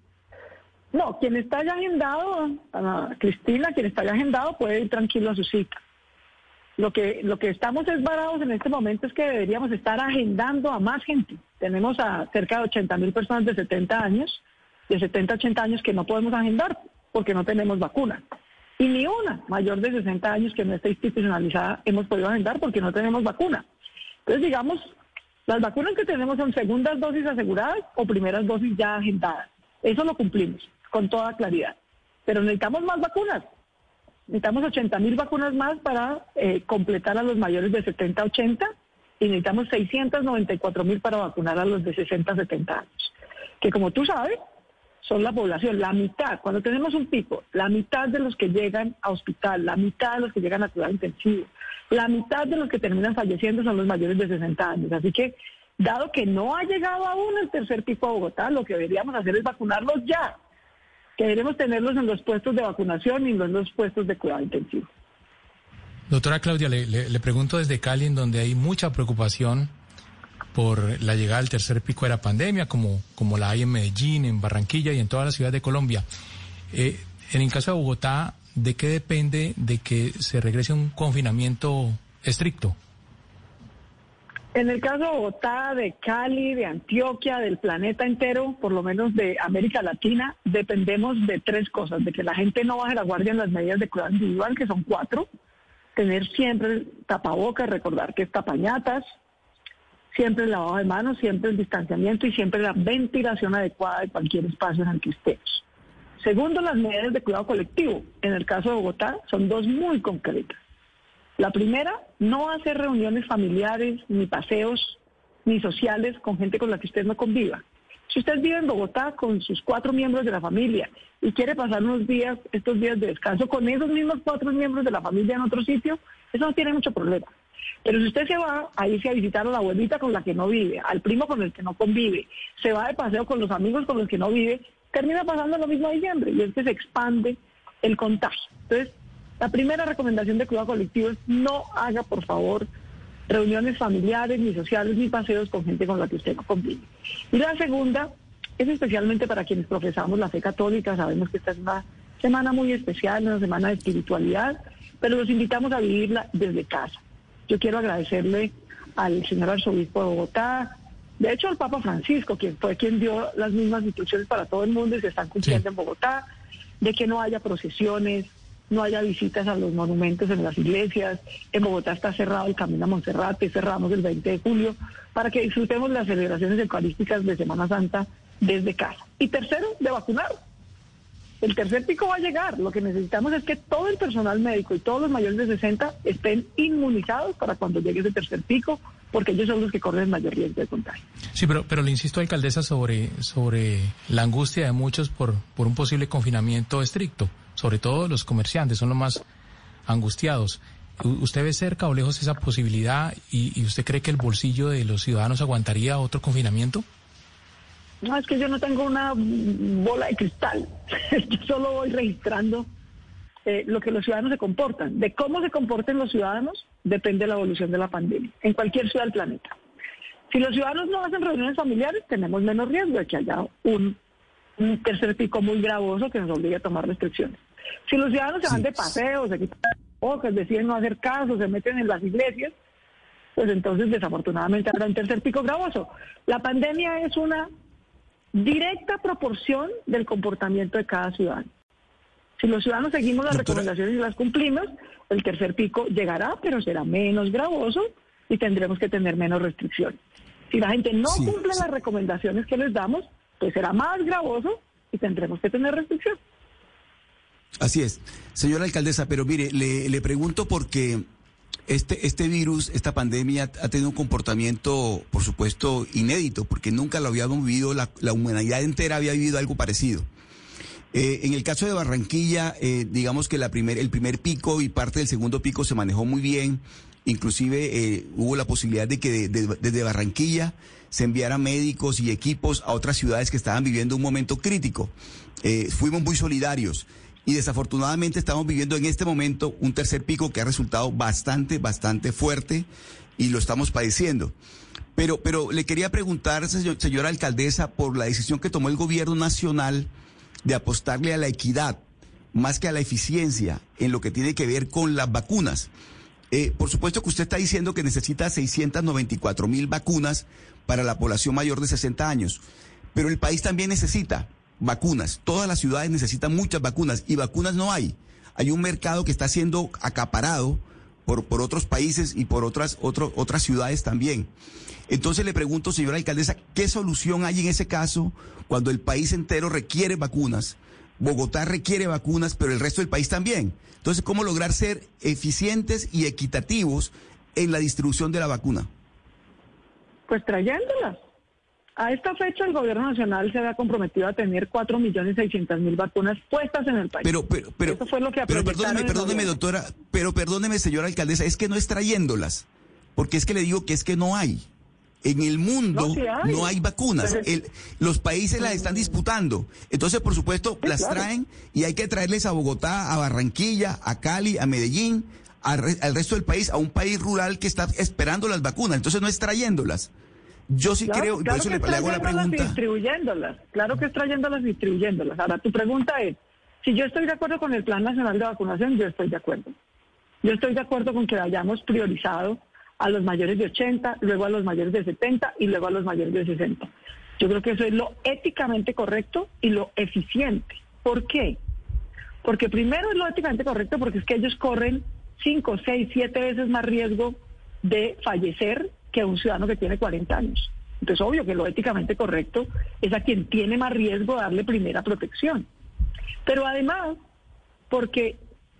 No, quien está ya agendado, uh, Cristina, quien está ya agendado puede ir tranquilo a su cita. Lo que lo que estamos es varados en este momento es que deberíamos estar agendando a más gente. Tenemos a cerca de ochenta mil personas de setenta años, de setenta a ochenta años que no podemos agendar porque no tenemos vacuna. Y ni una mayor de sesenta años que no esté institucionalizada hemos podido agendar porque no tenemos vacuna. Entonces, digamos, las vacunas que tenemos son segundas dosis aseguradas o primeras dosis ya agendadas. Eso lo cumplimos con toda claridad. Pero necesitamos más vacunas. Necesitamos ochenta mil vacunas más para eh, completar a los mayores de setenta a ochenta y necesitamos seiscientos noventa y cuatro mil para vacunar a los de sesenta a setenta años. Que como tú sabes, son la población, la mitad. Cuando tenemos un pico, la mitad de los que llegan a hospital, la mitad de los que llegan a cuidado intensivo, la mitad de los que terminan falleciendo son los mayores de sesenta años. Así que, dado que no ha llegado aún el tercer pico a Bogotá, lo que deberíamos hacer es vacunarlos ya. Que deberemos tenerlos en los puestos de vacunación y no en los puestos de cuidado intensivo. Doctora Claudia, le, le, le pregunto desde Cali, en donde hay mucha preocupación por la llegada del tercer pico de la pandemia, como, como la hay en Medellín, en Barranquilla y en todas las ciudades de Colombia. Eh, en el caso de Bogotá, ¿de qué depende de que se regrese a un confinamiento estricto? En el caso de Bogotá, de Cali, de Antioquia, del planeta entero, por lo menos de América Latina, dependemos de tres cosas: de que la gente no baje la guardia en las medidas de cuidado individual, que son cuatro, tener siempre el tapabocas, recordar que es tapañatas, siempre el lavado de manos, siempre el distanciamiento y siempre la ventilación adecuada de cualquier espacio en el que estemos. Segundo, las medidas de cuidado colectivo. En el caso de Bogotá, son dos muy concretas. La primera, no hacer reuniones familiares, ni paseos, ni sociales con gente con la que usted no conviva. Si usted vive en Bogotá con sus cuatro miembros de la familia y quiere pasar unos días, estos días de descanso con esos mismos cuatro miembros de la familia en otro sitio, eso no tiene mucho problema. Pero si usted se va a irse a visitar a la abuelita con la que no vive, al primo con el que no convive, se va de paseo con los amigos con los que no vive, termina pasando lo mismo a diciembre, y es que se expande el contagio. Entonces, la primera recomendación de cuidado colectivo es no haga, por favor, reuniones familiares, ni sociales, ni paseos con gente con la que usted no convive. Y la segunda es especialmente para quienes profesamos la fe católica. Sabemos que esta es una semana muy especial, una semana de espiritualidad, pero los invitamos a vivirla desde casa. Yo quiero agradecerle al señor arzobispo de Bogotá, de hecho al Papa Francisco, quien fue quien dio las mismas instrucciones para todo el mundo y se están cumpliendo sí. en Bogotá, de que no haya procesiones, no haya visitas a los monumentos en las iglesias. En Bogotá está cerrado el Camino a Monserrate, cerramos el veinte de julio, para que disfrutemos las celebraciones eucarísticas de Semana Santa desde casa. Y tercero, de vacunar. El tercer pico va a llegar. Lo que necesitamos es que todo el personal médico y todos los mayores de sesenta estén inmunizados para cuando llegue ese tercer pico, porque ellos son los que corren el mayor riesgo de contagio. Sí, pero, pero le insisto, alcaldesa, sobre, sobre la angustia de muchos por, por un posible confinamiento estricto. Sobre todo los comerciantes son los más angustiados. ¿Usted ve cerca o lejos esa posibilidad y, y usted cree que el bolsillo de los ciudadanos aguantaría otro confinamiento? No, es que yo no tengo una bola de cristal. Yo solo voy registrando eh, lo que los ciudadanos se comportan. De cómo se comporten los ciudadanos depende de la evolución de la pandemia, en cualquier ciudad del planeta. Si los ciudadanos no hacen reuniones familiares, tenemos menos riesgo de que haya un, un tercer pico muy gravoso que nos obligue a tomar restricciones. Si los ciudadanos se van de paseo, se quitan ojos, deciden no hacer caso, se meten en las iglesias, pues entonces desafortunadamente habrá un tercer pico gravoso. La pandemia es una directa proporción del comportamiento de cada ciudadano. Si los ciudadanos seguimos las Doctora. recomendaciones y las cumplimos, el tercer pico llegará, pero será menos gravoso y tendremos que tener menos restricciones. Si la gente no sí, cumple sí. las recomendaciones que les damos, pues será más gravoso y tendremos que tener restricciones. Así es. Señora alcaldesa, pero mire, le, le pregunto porque este, este virus, esta pandemia ha tenido un comportamiento, por supuesto, inédito, porque nunca lo habíamos vivido, la, la humanidad entera había vivido algo parecido. Eh, en el caso de Barranquilla, eh, digamos que la primer, el primer pico y parte del segundo pico se manejó muy bien. Inclusive eh, hubo la posibilidad de que de, de, desde Barranquilla se enviaran médicos y equipos a otras ciudades que estaban viviendo un momento crítico. Eh, fuimos muy solidarios y desafortunadamente estamos viviendo en este momento un tercer pico que ha resultado bastante, bastante fuerte y lo estamos padeciendo. Pero, pero le quería preguntar, señor, señora alcaldesa, por la decisión que tomó el gobierno nacional de apostarle a la equidad más que a la eficiencia en lo que tiene que ver con las vacunas. Eh, por supuesto que usted está diciendo que necesita seiscientas noventa y cuatro mil vacunas para la población mayor de sesenta años, pero el país también necesita vacunas. Todas las ciudades necesitan muchas vacunas y vacunas no hay. Hay un mercado que está siendo acaparado por, por otros países y por otras, otro, otras ciudades también. Entonces le pregunto, señora alcaldesa, ¿qué solución hay en ese caso cuando el país entero requiere vacunas? Bogotá requiere vacunas, pero el resto del país también. Entonces, ¿cómo lograr ser eficientes y equitativos en la distribución de la vacuna? Pues trayéndolas. A esta fecha el gobierno nacional se había comprometido a tener cuatro millones seiscientas mil vacunas puestas en el país. Pero, pero, pero, Eso fue lo que pero perdóneme, perdóneme, doctora, pero perdóneme, señora alcaldesa, es que no es trayéndolas, porque es que le digo que es que no hay. En el mundo no, sí hay. no hay vacunas. Pero... El, los países las están disputando. Entonces, por supuesto, sí, las claro. traen y hay que traerles a Bogotá, a Barranquilla, a Cali, a Medellín, a re, al resto del país, a un país rural que está esperando las vacunas. Entonces, no es trayéndolas. Yo sí claro, creo, claro por eso que le, le hago la pregunta. Y distribuyéndolas. Claro que es trayéndolas y distribuyéndolas. Ahora, tu pregunta es, si yo estoy de acuerdo con el Plan Nacional de Vacunación, yo estoy de acuerdo. Yo estoy de acuerdo con que hayamos priorizado a los mayores de ochenta, luego a los mayores de setenta y luego a los mayores de sesenta. Yo creo que eso es lo éticamente correcto y lo eficiente. ¿Por qué? Porque primero es lo éticamente correcto porque es que ellos corren cinco, seis, siete veces más riesgo de fallecer que un ciudadano que tiene cuarenta años. Entonces, obvio que lo éticamente correcto es a quien tiene más riesgo darle primera protección. Pero además, porque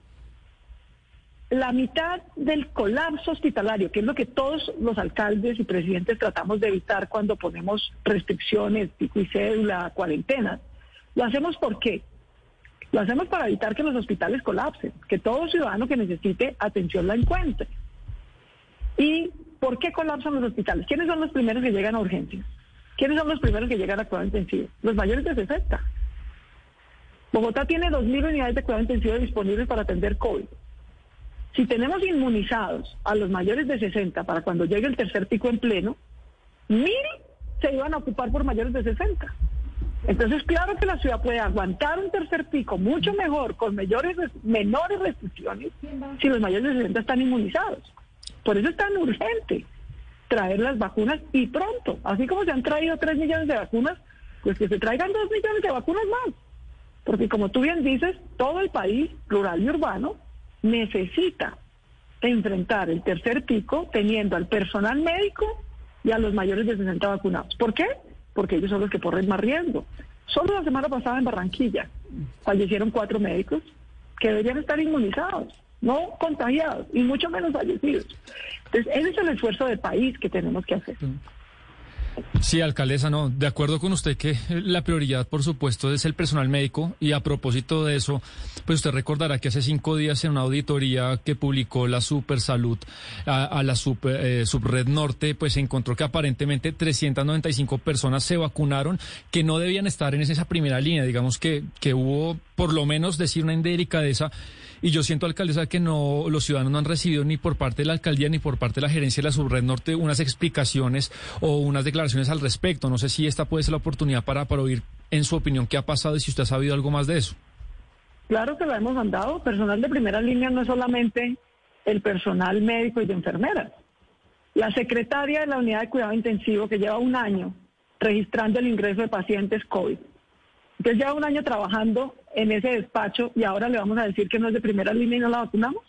la mitad del colapso hospitalario, que es lo que todos los alcaldes y presidentes tratamos de evitar cuando ponemos restricciones, pico y cédula, cuarentena, lo hacemos ¿por qué? Lo hacemos para evitar que los hospitales colapsen, que todo ciudadano que necesite atención la encuentre. ¿Y por qué colapsan los hospitales? ¿Quiénes son los primeros que llegan a urgencias? ¿Quiénes son los primeros que llegan a cuidado intensivo? Los mayores de sesenta. Bogotá tiene dos mil unidades de cuidado intensivo disponibles para atender COVID. Si tenemos inmunizados a los mayores de sesenta para cuando llegue el tercer pico en pleno, mil se iban a ocupar por mayores de sesenta. Entonces, claro que la ciudad puede aguantar un tercer pico mucho mejor, con mayores, menores restricciones, si los mayores de sesenta están inmunizados. Por eso es tan urgente traer las vacunas y pronto. Así como se han traído tres millones de vacunas, pues que se traigan dos millones de vacunas más. Porque como tú bien dices, todo el país, rural y urbano, necesita enfrentar el tercer pico teniendo al personal médico y a los mayores de sesenta vacunados. ¿Por qué? Porque ellos son los que corren más riesgo. Solo la semana pasada en Barranquilla fallecieron cuatro médicos que deberían estar inmunizados, no contagiados y mucho menos fallecidos. Entonces, ese es el esfuerzo de país que tenemos que hacer. Sí, alcaldesa, no, de acuerdo con usted que la prioridad, por supuesto, es el personal médico y a propósito de eso, pues usted recordará que hace cinco días en una auditoría que publicó la Supersalud a, a la super, eh, Subred Norte, pues se encontró que aparentemente trescientas noventa y cinco personas se vacunaron que no debían estar en esa primera línea, digamos que, que hubo por lo menos decir una indelicadeza. Y yo siento, alcaldesa, que no, los ciudadanos no han recibido ni por parte de la alcaldía ni por parte de la gerencia de la Subred Norte unas explicaciones o unas declaraciones al respecto. No sé si esta puede ser la oportunidad para, para oír en su opinión qué ha pasado y si usted ha sabido algo más de eso. Claro que lo hemos mandado. Personal de primera línea no es solamente el personal médico y de enfermeras. La secretaria de la unidad de cuidado intensivo que lleva un año registrando el ingreso de pacientes COVID. Entonces lleva un año trabajando en ese despacho y ahora le vamos a decir que no es de primera línea y no la vacunamos.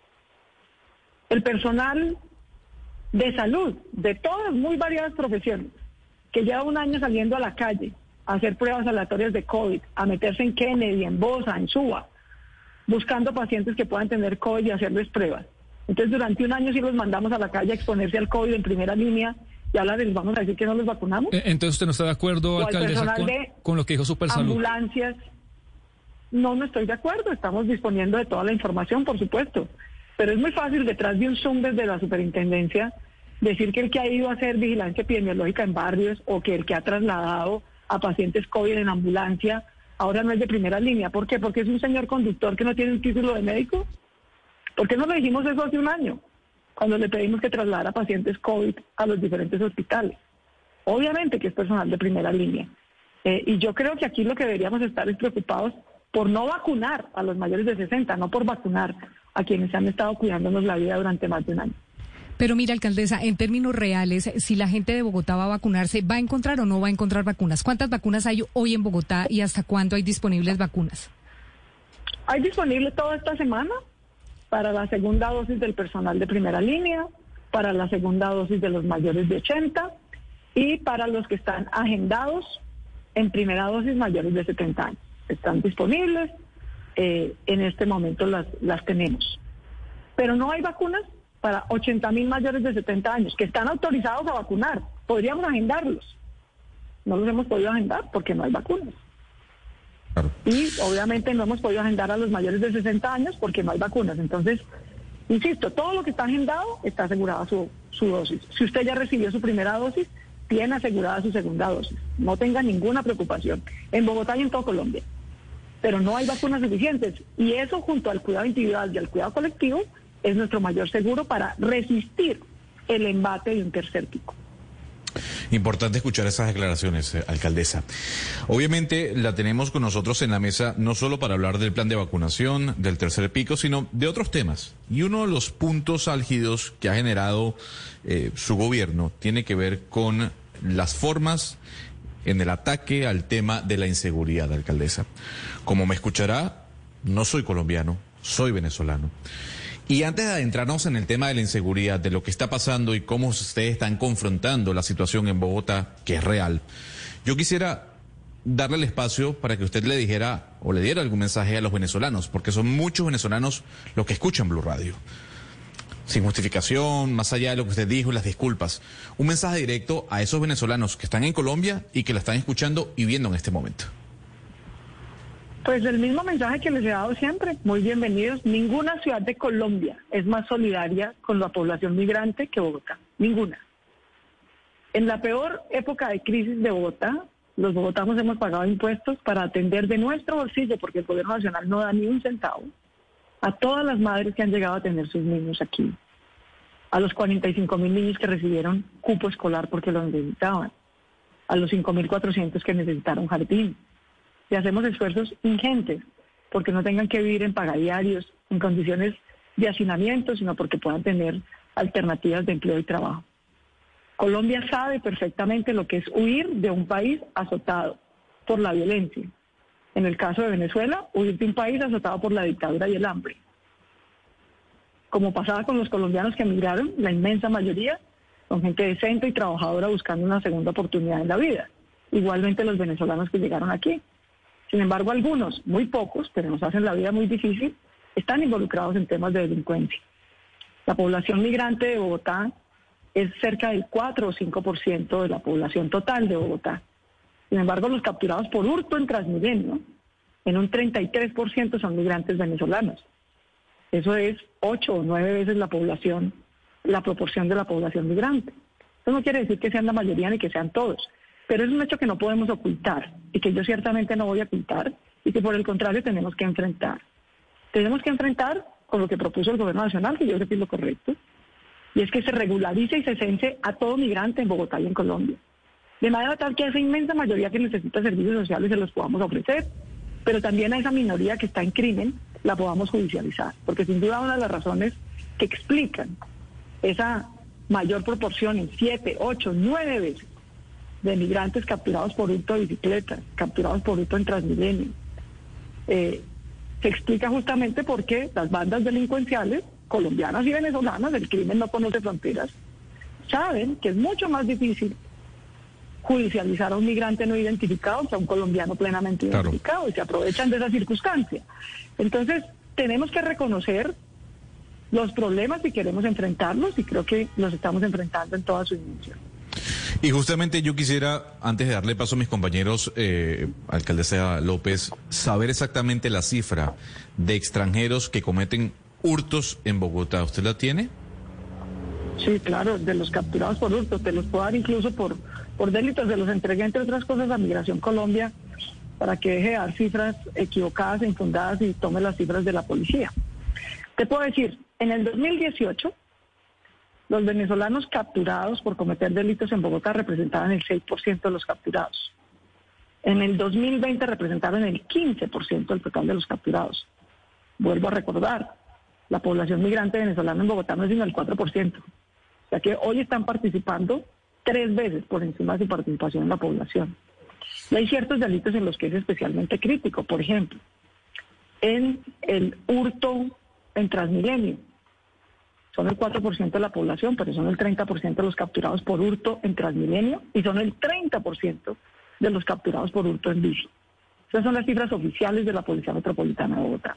El personal de salud, de todas muy variadas profesiones, que lleva un año saliendo a la calle a hacer pruebas aleatorias de COVID, a meterse en Kennedy, en Bosa, en Suba, buscando pacientes que puedan tener COVID y hacerles pruebas. Entonces durante un año sí los mandamos a la calle a exponerse al COVID en primera línea y ahora les vamos a decir que no los vacunamos. Entonces usted no está de acuerdo, alcaldesa, con, con lo que dijo Supersalud. Ambulancias, no, no estoy de acuerdo, estamos disponiendo de toda la información, por supuesto, pero es muy fácil detrás de un Zoom desde la superintendencia decir que el que ha ido a hacer vigilancia epidemiológica en barrios o que el que ha trasladado a pacientes COVID en ambulancia ahora no es de primera línea. ¿Por qué? Porque es un señor conductor que no tiene un título de médico. ¿Por qué no le dijimos eso hace un año, cuando le pedimos que trasladara pacientes COVID a los diferentes hospitales? Obviamente que es personal de primera línea. Eh, y yo creo que aquí lo que deberíamos estar es preocupados por no vacunar a los mayores de sesenta, no por vacunar a quienes han estado cuidándonos la vida durante más de un año. Pero mira, alcaldesa, en términos reales, si la gente de Bogotá va a vacunarse, ¿va a encontrar o no va a encontrar vacunas? ¿Cuántas vacunas hay hoy en Bogotá y hasta cuándo hay disponibles vacunas? Hay disponible toda esta semana para la segunda dosis del personal de primera línea, para la segunda dosis de los mayores de ochenta y para los que están agendados en primera dosis mayores de setenta años. Están disponibles, eh, en este momento las, las tenemos. Pero no hay vacunas para ochenta mil mayores de setenta años, que están autorizados a vacunar. Podríamos agendarlos. No los hemos podido agendar porque no hay vacunas. Claro. Y obviamente no hemos podido agendar a los mayores de sesenta años porque no hay vacunas. Entonces, insisto, todo lo que está agendado está asegurada su, su dosis. Si usted ya recibió su primera dosis, tiene asegurada su segunda dosis. No tenga ninguna preocupación. En Bogotá y en todo Colombia. Pero no hay vacunas suficientes. Y eso, junto al cuidado individual y al cuidado colectivo, es nuestro mayor seguro para resistir el embate de un tercer pico. Importante escuchar esas declaraciones, eh, alcaldesa. Obviamente la tenemos con nosotros en la mesa no solo para hablar del plan de vacunación, del tercer pico, sino de otros temas. Y uno de los puntos álgidos que ha generado eh, su gobierno tiene que ver con las formas en el ataque al tema de la inseguridad, alcaldesa. Como me escuchará, no soy colombiano, soy venezolano. Y antes de adentrarnos en el tema de la inseguridad, de lo que está pasando y cómo ustedes están confrontando la situación en Bogotá, que es real, yo quisiera darle el espacio para que usted le dijera o le diera algún mensaje a los venezolanos, porque son muchos venezolanos los que escuchan Blue Radio. Sin justificación, más allá de lo que usted dijo y las disculpas, un mensaje directo a esos venezolanos que están en Colombia y que la están escuchando y viendo en este momento. Pues el mismo mensaje que les he dado siempre, muy bienvenidos. Ninguna ciudad de Colombia es más solidaria con la población migrante que Bogotá, ninguna. En la peor época de crisis de Bogotá, los bogotanos hemos pagado impuestos para atender de nuestro bolsillo, porque el gobierno nacional no da ni un centavo, a todas las madres que han llegado a tener sus niños aquí, a los cuarenta y cinco mil niños que recibieron cupo escolar porque lo necesitaban, a los cinco mil cuatrocientos que necesitaron jardín. Y hacemos esfuerzos ingentes porque no tengan que vivir en pagadiarios, en condiciones de hacinamiento, sino porque puedan tener alternativas de empleo y trabajo. Colombia sabe perfectamente lo que es huir de un país azotado por la violencia. En el caso de Venezuela, huir de un país azotado por la dictadura y el hambre. Como pasaba con los colombianos que emigraron, la inmensa mayoría son gente decente y trabajadora buscando una segunda oportunidad en la vida. Igualmente los venezolanos que llegaron aquí. Sin embargo, algunos, muy pocos, pero nos hacen la vida muy difícil, están involucrados en temas de delincuencia. La población migrante de Bogotá es cerca del cuatro o cinco por ciento de la población total de Bogotá. Sin embargo, los capturados por hurto en Transmilenio, en un treinta y tres por ciento son migrantes venezolanos. Eso es ocho o nueve veces la población, la proporción de la población migrante. Eso no quiere decir que sean la mayoría ni que sean todos. Pero es un hecho que no podemos ocultar y que yo ciertamente no voy a ocultar y que por el contrario tenemos que enfrentar. Tenemos que enfrentar con lo que propuso el gobierno nacional, que yo creo que es lo correcto, y es que se regularice y se cense a todo migrante en Bogotá y en Colombia. De manera tal que a esa inmensa mayoría que necesita servicios sociales se los podamos ofrecer, pero también a esa minoría que está en crimen la podamos judicializar. Porque sin duda una de las razones que explican esa mayor proporción en siete, ocho, nueve veces de migrantes capturados por hurto de bicicletas, capturados por hurto en Transmilenio. Eh, se explica justamente porque las bandas delincuenciales, colombianas y venezolanas, el crimen no conoce fronteras, saben que es mucho más difícil judicializar a un migrante no identificado que a un colombiano plenamente claro. identificado, y se aprovechan de esa circunstancia. Entonces, tenemos que reconocer los problemas si queremos enfrentarlos, y creo que los estamos enfrentando en toda su dimensión. Y justamente yo quisiera, antes de darle paso a mis compañeros, eh, alcaldesa López, saber exactamente la cifra de extranjeros que cometen hurtos en Bogotá. ¿Usted la tiene? Sí, claro, de los capturados por hurtos, te los puedo dar incluso por, por delitos, de los entregué entre otras cosas a Migración Colombia para que deje de dar cifras equivocadas e infundadas y tome las cifras de la policía. Te puedo decir, en el dos mil dieciocho, los venezolanos capturados por cometer delitos en Bogotá representaban el seis por ciento de los capturados. En el dos mil veinte representaron el quince por ciento del total de los capturados. Vuelvo a recordar, la población migrante venezolana en Bogotá no es sino el cuatro por ciento. O sea que hoy están participando tres veces por encima de su participación en la población. Y hay ciertos delitos en los que es especialmente crítico. Por ejemplo, en el hurto en Transmilenio. Son el cuatro por ciento de la población, pero son el treinta por ciento de los capturados por hurto en Transmilenio y son el treinta por ciento de los capturados por hurto en bici. Esas son las cifras oficiales de la Policía Metropolitana de Bogotá.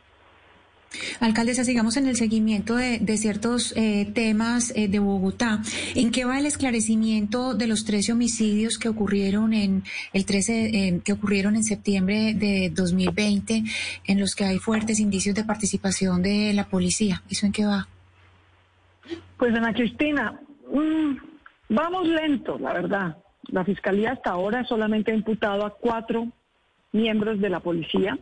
Alcaldesa, sigamos en el seguimiento de, de ciertos eh, temas eh, de Bogotá. ¿En qué va el esclarecimiento de los trece homicidios que ocurrieron en el trece eh, que ocurrieron en septiembre de dos mil veinte, en los que hay fuertes indicios de participación de la policía? ¿Eso en qué va? Pues, Ana Cristina, mmm, vamos lento, la verdad. La Fiscalía hasta ahora solamente ha imputado a cuatro miembros de la policía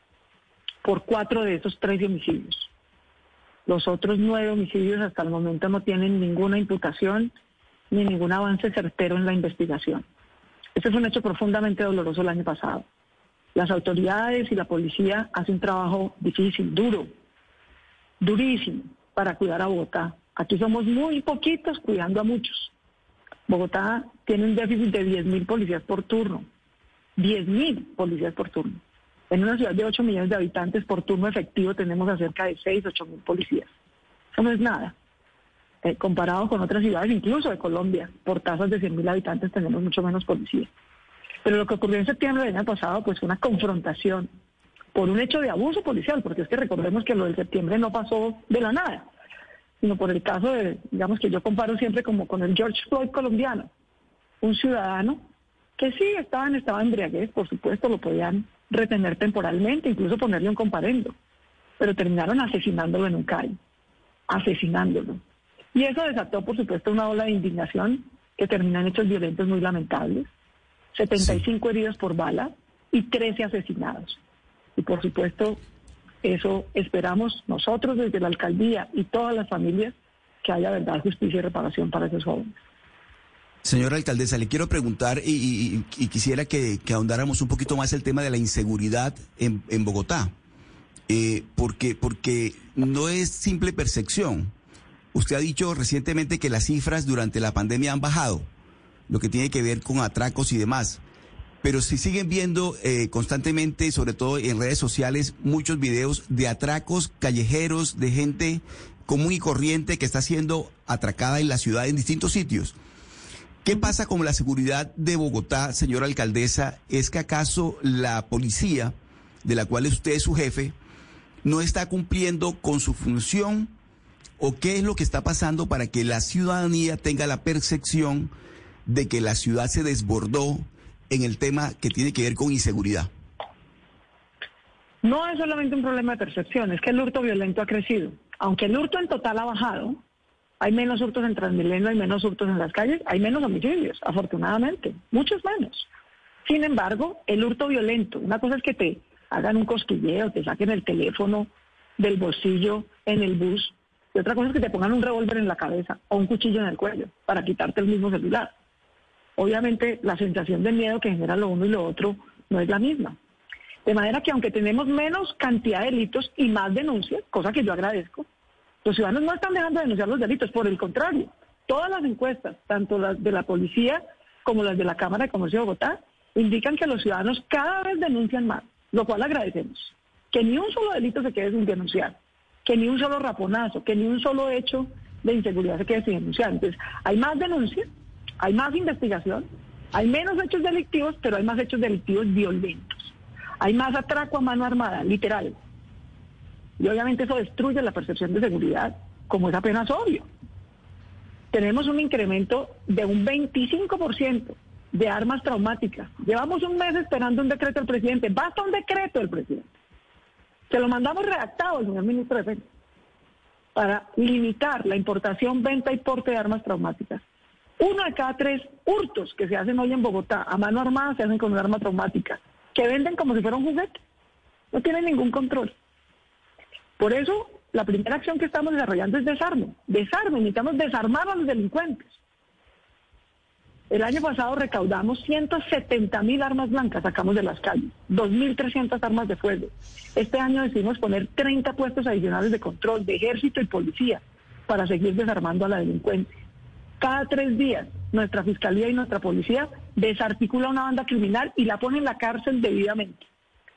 por cuatro de esos trece homicidios. Los otros nueve homicidios hasta el momento no tienen ninguna imputación ni ningún avance certero en la investigación. Este es un hecho profundamente doloroso el año pasado. Las autoridades y la policía hacen un trabajo difícil, duro, durísimo para cuidar a Bogotá. Aquí somos muy poquitos cuidando a muchos. Bogotá tiene un déficit de diez mil policías por turno. diez mil policías por turno. En una ciudad de ocho millones de habitantes, por turno efectivo tenemos a cerca de seis, ocho mil policías. Eso no es nada. Eh, comparado con otras ciudades, incluso de Colombia, por tasas de cien mil habitantes tenemos mucho menos policías. Pero lo que ocurrió en septiembre del año pasado, pues fue una confrontación por un hecho de abuso policial, porque es que recordemos que lo del septiembre no pasó de la nada, sino por el caso de, digamos que yo comparo siempre como con el George Floyd colombiano, un ciudadano que sí estaba en estado de embriaguez, por supuesto, lo podían retener temporalmente, incluso ponerle un comparendo, pero terminaron asesinándolo en un C A I, asesinándolo. Y eso desató, por supuesto, una ola de indignación que termina en hechos violentos muy lamentables, setenta y cinco sí. heridos por bala y trece asesinados. Y por supuesto, eso esperamos nosotros desde la alcaldía y todas las familias, que haya verdad, justicia y reparación para esos jóvenes. Señora alcaldesa, le quiero preguntar y, y, y quisiera que, que ahondáramos un poquito más el tema de la inseguridad en, en Bogotá, eh, porque, porque no es simple percepción. Usted ha dicho recientemente que las cifras durante la pandemia han bajado, lo que tiene que ver con atracos y demás, pero se siguen viendo eh, constantemente, sobre todo en redes sociales, muchos videos de atracos callejeros, de gente común y corriente que está siendo atracada en la ciudad en distintos sitios. ¿Qué pasa con la seguridad de Bogotá, señora alcaldesa? ¿Es que acaso la policía, de la cual usted es su jefe, no está cumpliendo con su función? ¿O qué es lo que está pasando para que la ciudadanía tenga la percepción de que la ciudad se desbordó en el tema que tiene que ver con inseguridad? No es solamente un problema de percepción, es que el hurto violento ha crecido. Aunque el hurto en total ha bajado, hay menos hurtos en Transmilenio, hay menos hurtos en las calles, hay menos homicidios, afortunadamente, muchos menos. Sin embargo, el hurto violento, una cosa es que te hagan un cosquilleo, te saquen el teléfono del bolsillo en el bus, y otra cosa es que te pongan un revólver en la cabeza o un cuchillo en el cuello para quitarte el mismo celular. Obviamente, la sensación de miedo que genera lo uno y lo otro no es la misma. De manera que aunque tenemos menos cantidad de delitos y más denuncias, cosa que yo agradezco, los ciudadanos no están dejando de denunciar los delitos, por el contrario, todas las encuestas, tanto las de la policía como las de la Cámara de Comercio de Bogotá, indican que los ciudadanos cada vez denuncian más, lo cual agradecemos. Que ni un solo delito se quede sin denunciar, que ni un solo raponazo, que ni un solo hecho de inseguridad se quede sin denunciar. Entonces, hay más denuncias, hay más investigación, hay menos hechos delictivos, pero hay más hechos delictivos violentos. Hay más atraco a mano armada, literal. Y obviamente eso destruye la percepción de seguridad, como es apenas obvio. tenemos un incremento de un veinticinco por ciento de armas traumáticas. Llevamos un mes esperando un decreto del presidente. Basta un decreto del presidente. Se lo mandamos redactado al señor ministro de Defensa para limitar la importación, venta y porte de armas traumáticas. Uno de cada tres hurtos que se hacen hoy en Bogotá a mano armada se hacen con un arma traumática, que venden como si fuera un juguete. No tienen ningún control. Por eso, la primera acción que estamos desarrollando es desarme. Desarme, necesitamos desarmar a los delincuentes. El año pasado recaudamos ciento setenta mil armas blancas, sacamos de las calles, dos mil trescientas armas de fuego. Este año decidimos poner treinta puestos adicionales de control de ejército y policía para seguir desarmando a la delincuencia. Cada tres días, nuestra fiscalía y nuestra policía desarticula una banda criminal y la pone en la cárcel debidamente.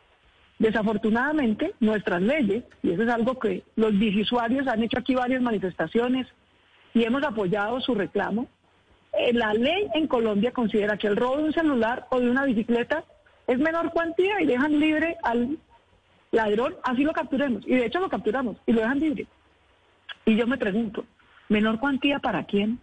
Desafortunadamente, nuestras leyes, y eso es algo que los vigisuarios han hecho aquí varias manifestaciones y hemos apoyado su reclamo, eh, la ley en Colombia considera que el robo de un celular o de una bicicleta es menor cuantía y dejan libre al ladrón, así lo capturemos. Y de hecho lo capturamos y lo dejan libre. Y yo me pregunto, ¿menor cuantía para quién?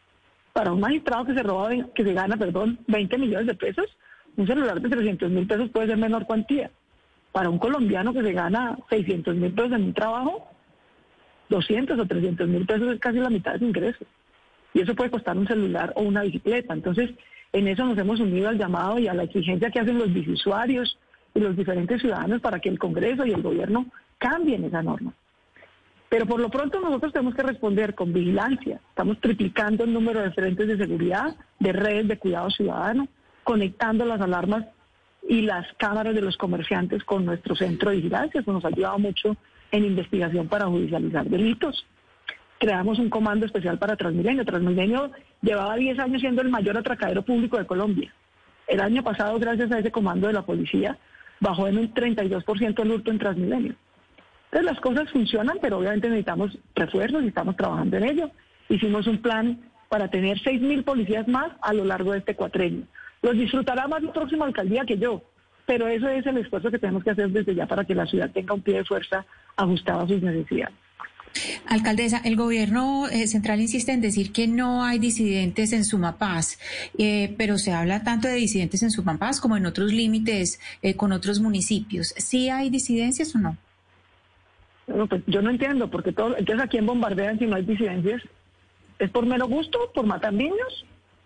Para un magistrado que se roba, que se gana, perdón, veinte millones de pesos, un celular de trescientos mil pesos puede ser menor cuantía. Para un colombiano que se gana seiscientos mil pesos en un trabajo, doscientos o trescientos mil pesos es casi la mitad de su ingreso. Y eso puede costar un celular o una bicicleta. Entonces, en eso nos hemos unido al llamado y a la exigencia que hacen los bisuarios y los diferentes ciudadanos para que el Congreso y el gobierno cambien esa norma. Pero por lo pronto nosotros tenemos que responder con vigilancia. Estamos triplicando el número de frentes de seguridad, de redes de cuidado ciudadano, conectando las alarmas y las cámaras de los comerciantes con nuestro centro de vigilancia. Eso nos ha ayudado mucho en investigación para judicializar delitos. Creamos un comando especial para Transmilenio. Transmilenio llevaba diez años siendo el mayor atracadero público de Colombia. El año pasado, gracias a ese comando de la policía, bajó en un treinta y dos por ciento el hurto en Transmilenio. Entonces las cosas funcionan, pero obviamente necesitamos refuerzos y estamos trabajando en ello. Hicimos un plan para tener seis mil policías más a lo largo de este cuatrenio. Los disfrutará más la próxima alcaldía que yo, pero eso es el esfuerzo que tenemos que hacer desde ya para que la ciudad tenga un pie de fuerza ajustado a sus necesidades. Alcaldesa, el gobierno eh, central insiste en decir que no hay disidentes en Sumapaz, eh, pero se habla tanto de disidentes en Sumapaz como en otros límites eh, con otros municipios. ¿Sí hay disidencias o no? Bueno, pues yo no entiendo, porque todo, entonces ¿a quién bombardean si no hay disidencias? ¿Es por mero gusto, por matar niños?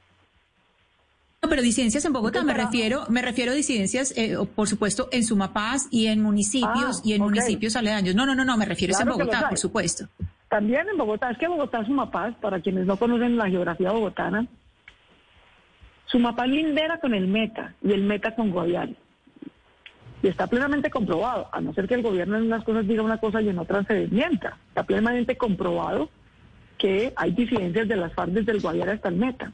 No, pero disidencias en Bogotá, me refiero, me refiero a disidencias, eh, por supuesto, en Sumapaz y en municipios ah, y en okay. municipios aledaños. No, no, no, no, me refiero claro a en Bogotá, por supuesto. También en Bogotá, es que Bogotá, Sumapaz, para quienes no conocen la geografía bogotana, Sumapaz lindera con el Meta y el Meta con Guaviare. Y está plenamente comprobado, a no ser que el gobierno en unas cosas diga una cosa y en otras se desmienta. Está plenamente comprobado que hay disidencias de las FARC desde el Guaviare hasta el Meta.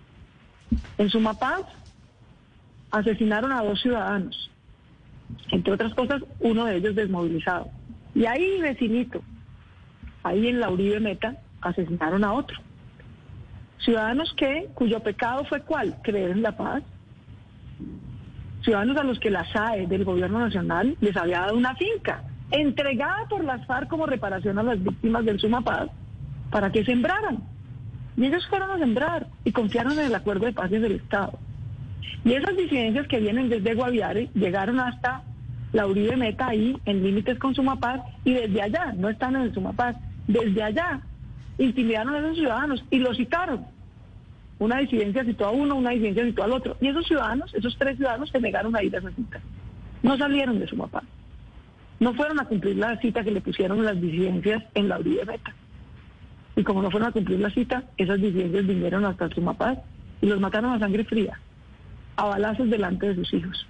En Sumapaz asesinaron a dos ciudadanos, entre otras cosas, uno de ellos desmovilizado. Y ahí, vecinito, ahí en la Uribe Meta, asesinaron a otro. Ciudadanos que, cuyo pecado fue ¿cuál? Creer en la paz. Ciudadanos a los que la S A E del gobierno nacional les había dado una finca, entregada por las FARC como reparación a las víctimas del Sumapaz, para que sembraran. Y ellos fueron a sembrar y confiaron en el acuerdo de paz del Estado. Y esas disidencias que vienen desde Guaviare llegaron hasta la Uribe Meta, ahí en límites con Sumapaz, y desde allá, no están en el Sumapaz, desde allá intimidaron a esos ciudadanos y los citaron. Una disidencia citó a uno, una disidencia citó al otro. Y esos ciudadanos, esos tres ciudadanos, se negaron a ir a esa cita. No salieron de Sumapaz. No fueron a cumplir la cita que le pusieron las disidencias en la Uribe Meta. Y como no fueron a cumplir la cita, esas disidencias vinieron hasta el Sumapaz y los mataron a sangre fría, a balazos delante de sus hijos.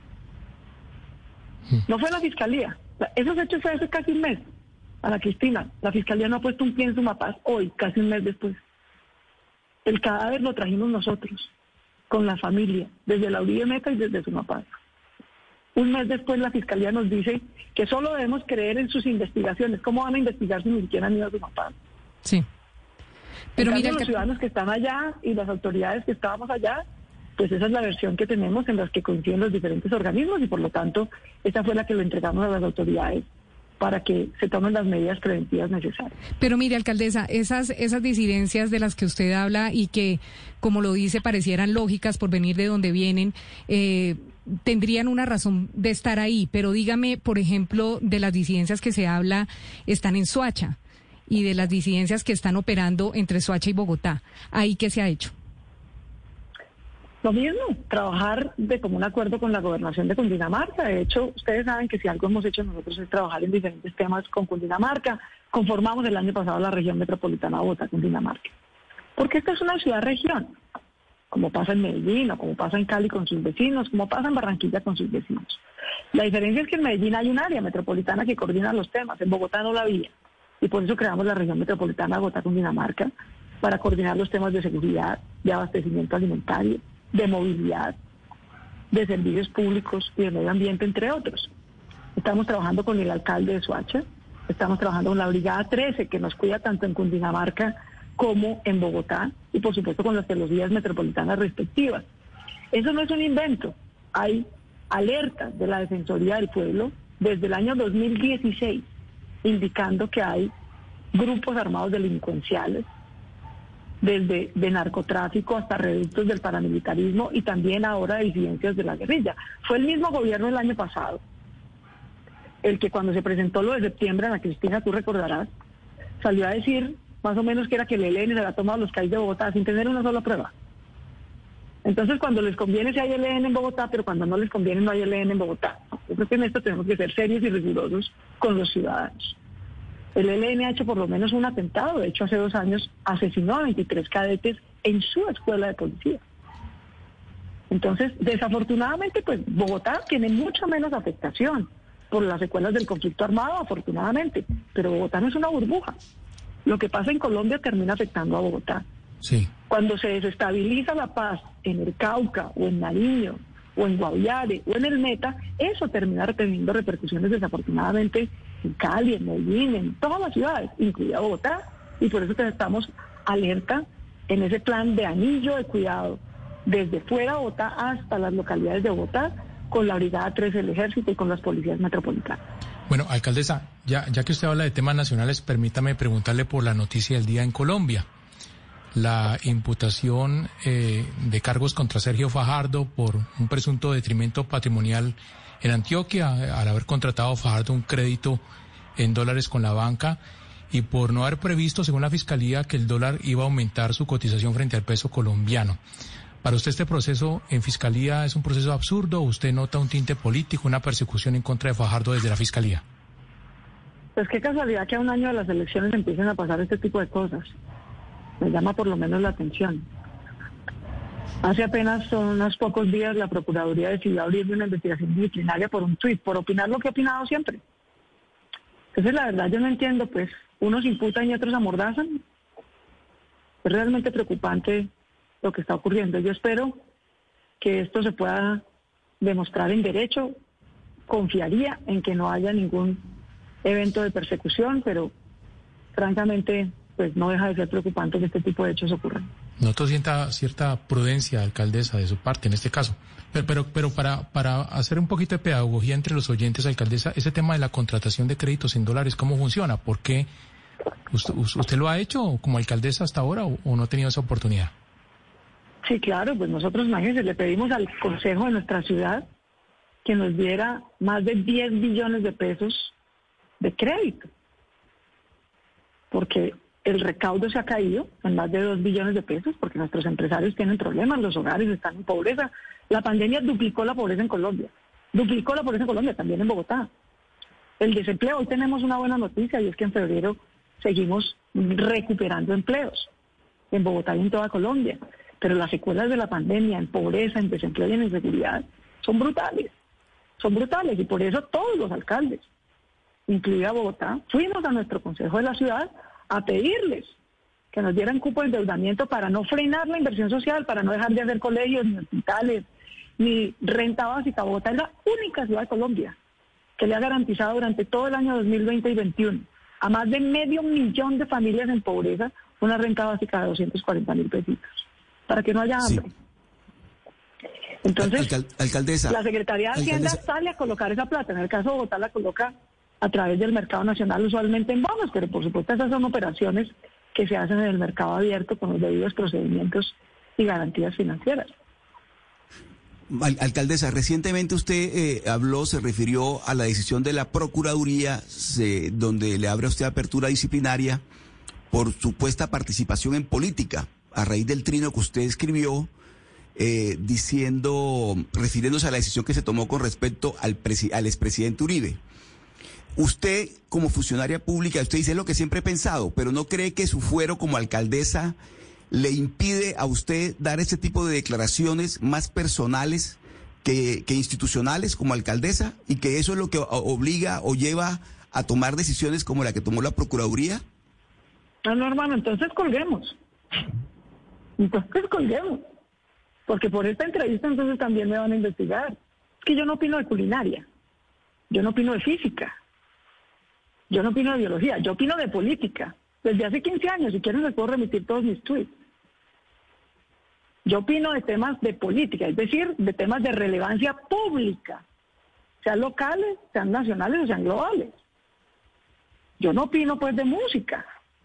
No fue la fiscalía. Esos hechos fue hace casi un mes. Ana Cristina, la fiscalía no ha puesto un pie en Sumapaz hoy, casi un mes después. El cadáver lo trajimos nosotros, con la familia, desde la Uribe Meta y desde Sumapaz. Un mes después la fiscalía nos dice que solo debemos creer en sus investigaciones. ¿Cómo van a investigar si ni siquiera han ido a Sumapaz? Sí. Pero mira, los que... ciudadanos que están allá y las autoridades que estábamos allá, pues esa es la versión que tenemos en las que coinciden los diferentes organismos y por lo tanto esta fue la que lo entregamos a las autoridades para que se tomen las medidas preventivas necesarias. Pero mire, alcaldesa, esas, esas disidencias de las que usted habla y que, como lo dice, parecieran lógicas por venir de donde vienen, eh, tendrían una razón de estar ahí. Pero dígame, por ejemplo, de las disidencias que se habla, están en Soacha, y de las disidencias que están operando entre Soacha y Bogotá. ¿Ahí qué se ha hecho? Lo mismo, trabajar de común acuerdo con la gobernación de Cundinamarca. De hecho, ustedes saben que si algo hemos hecho nosotros es trabajar en diferentes temas con Cundinamarca. Conformamos el año pasado la región metropolitana de Bogotá, Cundinamarca. Porque esta es una ciudad-región, como pasa en Medellín, o como pasa en Cali con sus vecinos, como pasa en Barranquilla con sus vecinos. La diferencia es que en Medellín hay un área metropolitana que coordina los temas, en Bogotá no la había. Y por eso creamos la región metropolitana de Bogotá, Cundinamarca, para coordinar los temas de seguridad, de abastecimiento alimentario, de movilidad, de servicios públicos y de medio ambiente, entre otros. Estamos trabajando con el alcalde de Soacha, estamos trabajando con la Brigada trece, que nos cuida tanto en Cundinamarca como en Bogotá, y por supuesto con las teologías metropolitanas respectivas. Eso no es un invento, hay alertas de la Defensoría del Pueblo desde el año dos mil dieciséis, indicando que hay grupos armados delincuenciales, desde de narcotráfico hasta reductos del paramilitarismo y también ahora de disidencias de la guerrilla. Fue el mismo gobierno el año pasado el que cuando se presentó lo de septiembre, Ana Cristina, tú recordarás, salió a decir más o menos que era que el E L N se había tomado los calles de Bogotá sin tener una sola prueba. Entonces cuando les conviene sí hay L N en Bogotá, pero cuando no les conviene no hay L N en Bogotá. Yo creo que en esto tenemos que ser serios y rigurosos con los ciudadanos. El E L N ha hecho por lo menos un atentado. De hecho, hace dos años asesinó a veintitrés cadetes en su escuela de policía. Entonces, desafortunadamente, pues Bogotá tiene mucha menos afectación por las secuelas del conflicto armado, afortunadamente. Pero Bogotá no es una burbuja. Lo que pasa en Colombia termina afectando a Bogotá. Sí. Cuando se desestabiliza la paz en el Cauca o en Nariño o en Guaviare o en el Meta, eso termina teniendo repercusiones desafortunadamente en Cali, en Medellín, en todas las ciudades, incluida Bogotá, y por eso estamos alerta en ese plan de anillo de cuidado, desde fuera de Bogotá hasta las localidades de Bogotá, con la Brigada trece del Ejército y con las policías metropolitanas. Bueno, alcaldesa, ya, ya que usted habla de temas nacionales, permítame preguntarle por la noticia del día en Colombia. La imputación eh, de cargos contra Sergio Fajardo por un presunto detrimento patrimonial en Antioquia, al haber contratado Fajardo un crédito en dólares con la banca y por no haber previsto, según la Fiscalía, que el dólar iba a aumentar su cotización frente al peso colombiano. ¿Para usted este proceso en Fiscalía es un proceso absurdo o usted nota un tinte político, una persecución en contra de Fajardo desde la Fiscalía? Pues qué casualidad que a un año de las elecciones empiecen a pasar este tipo de cosas. Me llama por lo menos la atención. Hace apenas unos pocos días la Procuraduría decidió abrir una investigación disciplinaria por un tuit, por opinar lo que ha opinado siempre. Entonces la verdad yo no entiendo, pues unos imputan y otros amordazan. Es realmente preocupante lo que está ocurriendo. Yo espero que esto se pueda demostrar en derecho. Confiaría en que no haya ningún evento de persecución, pero francamente pues no deja de ser preocupante que este tipo de hechos ocurran. Noto sienta cierta prudencia, alcaldesa, de su parte en este caso. Pero, pero, pero para, para hacer un poquito de pedagogía entre los oyentes, alcaldesa, ese tema de la contratación de créditos en dólares, ¿cómo funciona? ¿Por qué? ¿Usted, usted lo ha hecho como alcaldesa hasta ahora o, o no ha tenido esa oportunidad? Sí, claro, pues nosotros, imagínense, le pedimos al Consejo de nuestra ciudad que nos diera más de diez billones de pesos de crédito. Porque el recaudo se ha caído en más de dos billones de pesos porque nuestros empresarios tienen problemas, los hogares están en pobreza. La pandemia duplicó la pobreza en Colombia, duplicó la pobreza en Colombia, también en Bogotá. El desempleo, hoy tenemos una buena noticia y es que en febrero seguimos recuperando empleos en Bogotá y en toda Colombia. Pero las secuelas de la pandemia en pobreza, en desempleo y en inseguridad son brutales, son brutales y por eso todos los alcaldes, incluida Bogotá, fuimos a nuestro Consejo de la Ciudad a pedirles que nos dieran cupo de endeudamiento para no frenar la inversión social, para no dejar de hacer colegios, ni hospitales, ni renta básica. Bogotá es la única ciudad de Colombia que le ha garantizado durante todo el año dos mil veinte y veintiuno a más de medio millón de familias en pobreza una renta básica de doscientos cuarenta mil pesitos, para que no haya hambre. Sí. Entonces, Alcal- alcaldesa, la Secretaría de Hacienda alcaldesa. sale a colocar esa plata. En el caso de Bogotá la coloca a través del mercado nacional, usualmente en bonos, pero por supuesto esas son operaciones que se hacen en el mercado abierto con los debidos procedimientos y garantías financieras. Al- alcaldesa, recientemente usted eh, habló, se refirió a la decisión de la Procuraduría, se, donde le abre a usted apertura disciplinaria por supuesta participación en política, a raíz del trino que usted escribió, eh, diciendo, refiriéndose a la decisión que se tomó con respecto al, presi- al expresidente Uribe. Usted, como funcionaria pública, usted dice lo que siempre he pensado, pero ¿no cree que su fuero como alcaldesa le impide a usted dar ese tipo de declaraciones más personales que, que institucionales como alcaldesa, y que eso es lo que obliga o lleva a tomar decisiones como la que tomó la Procuraduría? No, no, hermano, entonces colguemos. Entonces colguemos. Porque por esta entrevista entonces también me van a investigar. Es que yo no opino de culinaria, yo no opino de física, yo no opino de biología, yo opino de política. Desde hace quince años, si quieren les puedo remitir todos mis tweets. Yo opino de temas de política, es decir, de temas de relevancia pública, sean locales, sean nacionales o sean globales. Yo no opino pues de música,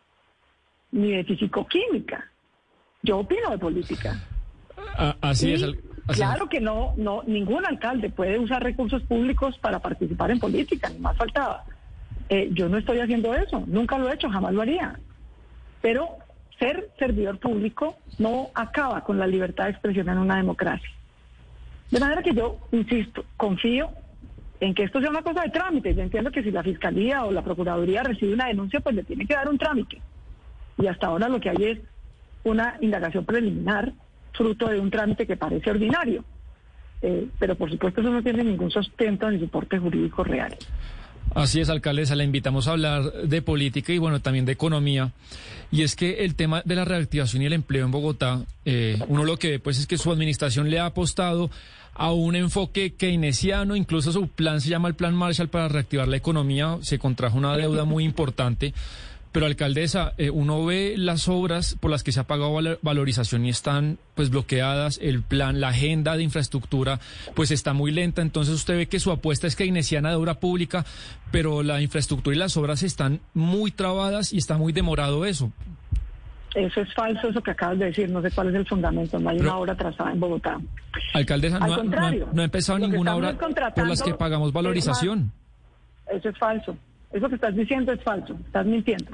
ni de fisicoquímica. Yo opino de política. Ah, así y es. Al, así claro es. que no, no, ningún alcalde puede usar recursos públicos para participar en política, ni más faltaba. Eh, yo no estoy haciendo eso, nunca lo he hecho, jamás lo haría. Pero ser servidor público no acaba con la libertad de expresión en una democracia. De manera que yo, insisto, confío en que esto sea una cosa de trámite. Yo entiendo que si la Fiscalía o la Procuraduría recibe una denuncia, pues le tiene que dar un trámite. Y hasta ahora lo que hay es una indagación preliminar, fruto de un trámite que parece ordinario. Eh, pero por supuesto eso no tiene ningún sustento ni soporte jurídico real. Así es, alcaldesa, la invitamos a hablar de política y bueno, también de economía. Y es que el tema de la reactivación y el empleo en Bogotá, eh, uno lo que ve pues es que su administración le ha apostado a un enfoque keynesiano, incluso su plan se llama el Plan Marshall para reactivar la economía, se contrajo una deuda muy importante. Pero, alcaldesa, eh, uno ve las obras por las que se ha pagado val- valorización y están pues bloqueadas, el plan, la agenda de infraestructura pues está muy lenta, entonces usted ve que su apuesta es keynesiana de obra pública, pero la infraestructura y las obras están muy trabadas y está muy demorado eso. Eso es falso, eso que acabas de decir, no sé cuál es el fundamento, no hay Pero, una obra trazada en Bogotá. Alcaldesa, Al no, ha- no, ha, no ha empezado lo que ninguna obra estamos contratando por las que pagamos valorización. es más, eso es falso. Eso que estás diciendo es falso, estás mintiendo.